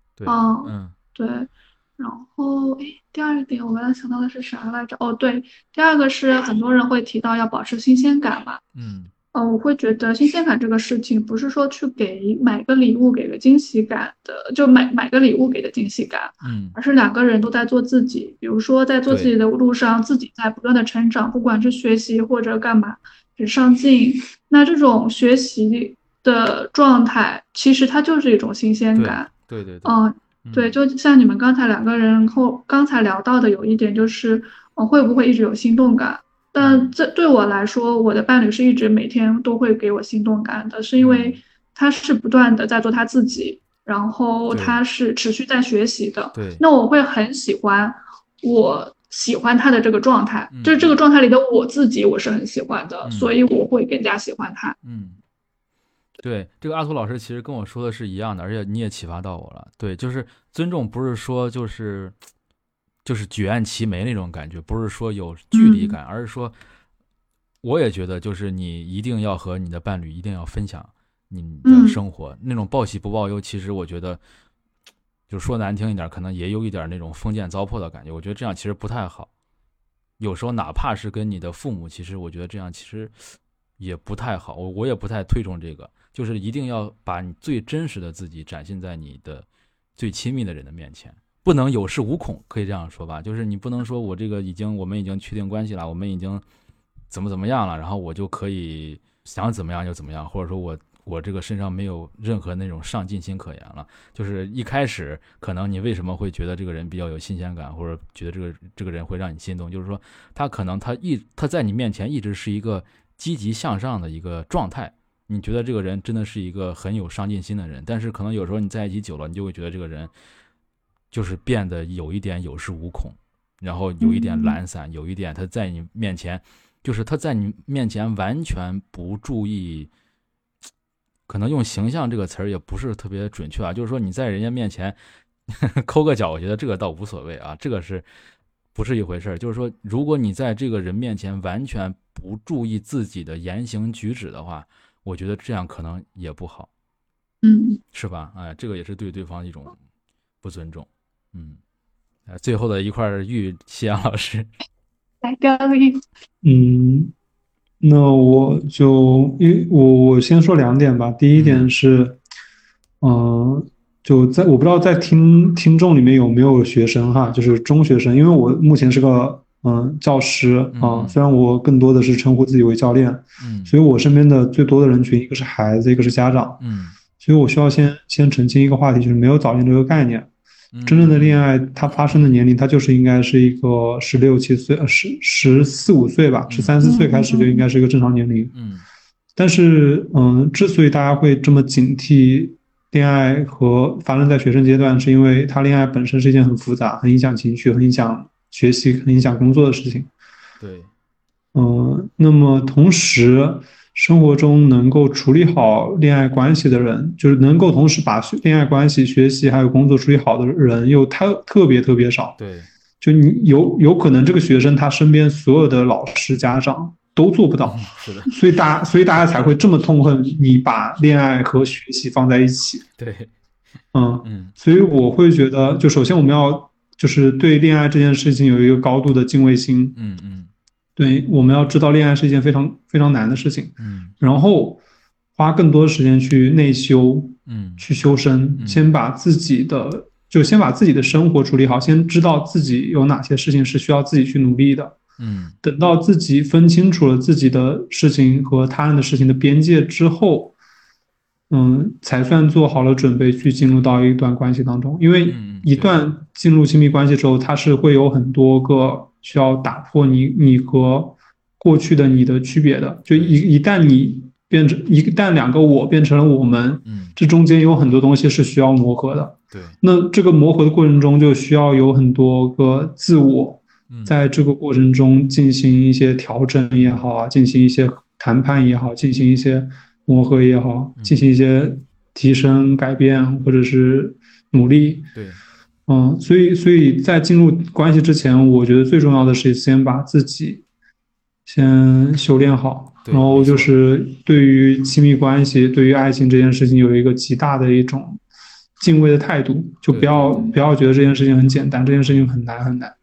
然后第二点我刚才想到的是啥来着？对，第二个是很多人会提到要保持新鲜感嘛。我会觉得新鲜感这个事情不是说去买个礼物给个惊喜感的，就买个礼物给的惊喜感，而是两个人都在做自己，比如说在做自己的路上，自己在不断的成长，不管是学习或者干嘛，很上进。那这种学习的状态，其实它就是一种新鲜感。对，就像你们刚才两个人刚才聊到的，有一点就是，会不会一直有心动感？但这对我来说，我的伴侣是一直每天都会给我心动感的，是因为他是不断的在做他自己，然后他是持续在学习的。那我会很喜欢，我喜欢他的这个状态，就是这个状态里的我自己，我是很喜欢的，所以我会更加喜欢他。 对，这个阿图老师其实跟我说的是一样的，而且你也启发到我了。对，就是尊重不是说就是举案齐眉那种感觉，不是说有距离感，而是说我也觉得就是你一定要和你的伴侣一定要分享你的生活，那种报喜不报忧，其实我觉得就说难听一点，可能也有一点那种封建糟粕的感觉，我觉得这样其实不太好。有时候哪怕是跟你的父母，其实我觉得这样其实也不太好，我也不太推崇这个，就是一定要把你最真实的自己展现在你的最亲密的人的面前，不能有恃无恐，可以这样说吧，就是你不能说我们已经确定关系了，我们已经怎么样了，然后我就可以想怎么样就怎么样，或者说我这个身上没有任何那种上进心可言了。就是一开始可能你为什么会觉得这个人比较有新鲜感，或者觉得这个人会让你心动，就是说他可能他在你面前一直是一个积极向上的一个状态，你觉得这个人真的是一个很有上进心的人，但是可能有时候你在一起久了，你就会觉得这个人就是变得有一点有恃无恐，然后有一点懒散，有一点他在你面前完全不注意，可能用形象这个词儿也不是特别准确啊，就是说你在人家面前抠个脚，我觉得这个倒无所谓啊，这个是不是一回事？就是说如果你在这个人面前完全不注意自己的言行举止的话，我觉得这样可能也不好，是吧？这个也是对对方一种不尊重。最后的一块玉，夕阳老师来标个玉。 那我就我先说两点吧。第一点是，我不知道在听众里面有没有学生哈，就是中学生，因为我目前是个教师虽然我更多的是称呼自己为教练，所以我身边的最多的人群一个是孩子，一个是家长，所以我需要先澄清一个话题，就是没有早恋这个概念。真正的恋爱，它发生的年龄，它就是应该是一个16、17岁，14、15岁吧，13、14岁开始就应该是一个正常年龄。但是之所以大家会这么警惕恋爱和发生在学生阶段，是因为它恋爱本身是一件很复杂、很影响情绪、很影响学习、很影响工作的事情。 对。 那么同时， 生活中能够处理好恋爱关系的人，就是能够同时把恋爱关系、学习还有工作处理好的人又特别特别少。 对， 就你有可能这个学生他身边所有的老师、家长都做不到， 是的， 所以大家才会这么痛恨你把恋爱和学习放在一起。 对， 所以我会觉得，就首先我们要就是对恋爱这件事情有一个高度的敬畏心。对，我们要知道恋爱是一件非常非常难的事情。然后花更多的时间去内修，去修身，先把自己的生活处理好，先知道自己有哪些事情是需要自己去努力的。等到自己分清楚了自己的事情和他人的事情的边界之后，才算做好了准备去进入到一段关系当中。因为一段进入亲密关系之后，它是会有很多个需要打破你和过去的你的区别的。就一旦两个我变成了我们，这中间有很多东西是需要磨合的。 对， 那这个磨合的过程中就需要有很多个自我在这个过程中进行一些调整也好啊，进行一些谈判也好，进行一些磨合也好，进行一些提升、改变或者是努力。 对， 所以在进入关系之前，我觉得最重要的是先把自己先修炼好，然后就是对于亲密关系、对于爱情这件事情有一个极大的一种敬畏的态度，就不要觉得这件事情很简单，这件事情很难很难。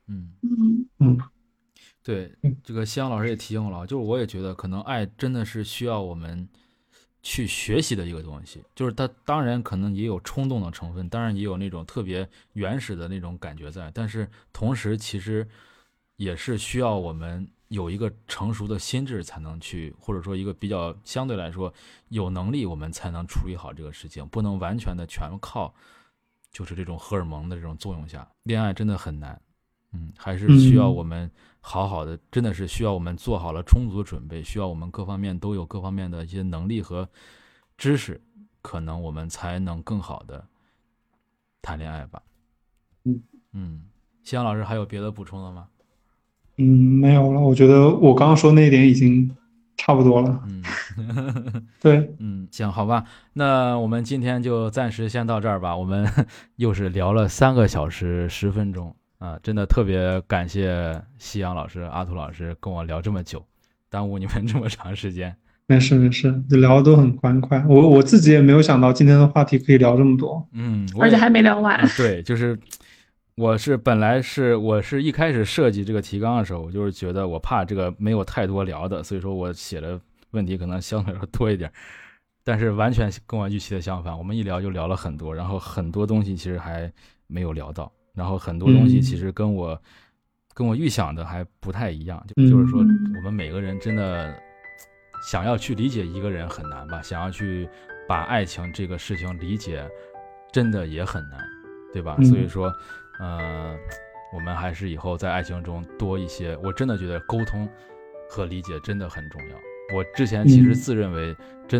对，这个西阳老师也提醒我了，就是我也觉得可能爱真的是需要我们去学习的一个东西，就是它当然可能也有冲动的成分，当然也有那种特别原始的那种感觉在，但是同时其实也是需要我们有一个成熟的心智才能去，或者说一个比较相对来说有能力，我们才能处理好这个事情，不能完全的全靠就是这种荷尔蒙的这种作用下，恋爱真的很难。还是需要我们好好的，真的是需要我们做好了充足的准备，需要我们各方面都有各方面的一些能力和知识，可能我们才能更好的谈恋爱吧。西阳老师还有别的补充的吗？ 没有了，我觉得我刚刚说那一点已经差不多了。对， 行，好吧，那我们今天就暂时先到这儿吧。我们又是聊了3个小时10分钟。真的特别感谢西阳老师、阿图老师跟我聊这么久，耽误你们这么长时间。 没事，聊的都很欢快。我自己也没有想到今天的话题可以聊这么多。 而且还没聊完。 对，就是我是一开始设计这个提纲的时候，我就是觉得我怕这个没有太多聊的，所以说我写的问题可能相对来说多一点。但是完全跟我预期的相反，我们一聊就聊了很多，然后很多东西其实还没有聊到。然后很多东西其实跟我预想的还不太一样，就是说我们每个人真的想要去理解一个人很难吧，想要去把爱情这个事情理解真的也很难，对吧？所以说我们还是以后在爱情中多一些，我真的觉得沟通和理解真的很重要。我之前其实自认为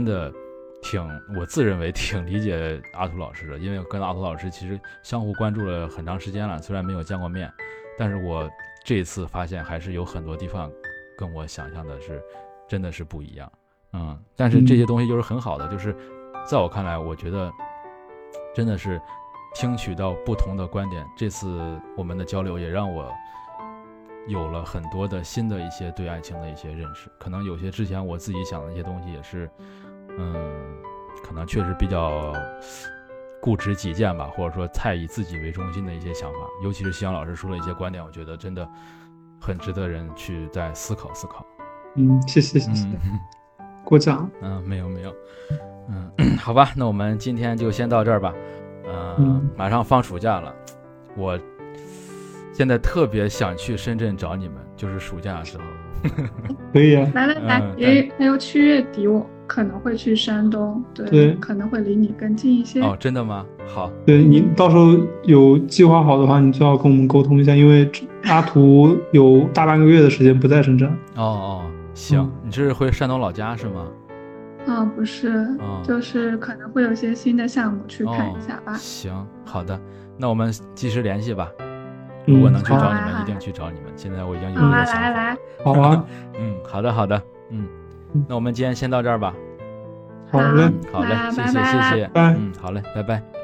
挺理解阿图老师的，因为跟阿图老师其实相互关注了很长时间了，虽然没有见过面，但是我这一次发现还是有很多地方跟我想象的是真的是不一样。但是这些东西就是很好的，就是在我看来，我觉得真的是听取到不同的观点，这次我们的交流也让我有了很多的新的一些对爱情的一些认识，可能有些之前我自己想的一些东西也是可能确实比较固执己见吧，或者说太以自己为中心的一些想法，尤其是西阳老师说的一些观点，我觉得真的很值得人去再思考。 谢谢过奖。 没有好吧，那我们今天就先到这儿吧。马上放暑假了，我现在特别想去深圳找你们，就是暑假的时候。 可以啊， 来，还有7月底我可能会去山东，对，可能会离你更近一些。 哦，真的吗？好， 对，你到时候有计划好的话，你最好跟我们沟通一下，因为阿图有大半个月的时间不在深圳。 行，你是回山东老家是吗？ 不是，就是可能会有些新的项目去看一下吧。 行，好的，那我们及时联系吧。如果能去找你们，一定去找你们。现在我已经有一个想法。 来， 好啊。 好的， 那我们今天先到这儿吧。 好嘞， 好嘞，谢谢， 拜拜好嘞，拜拜。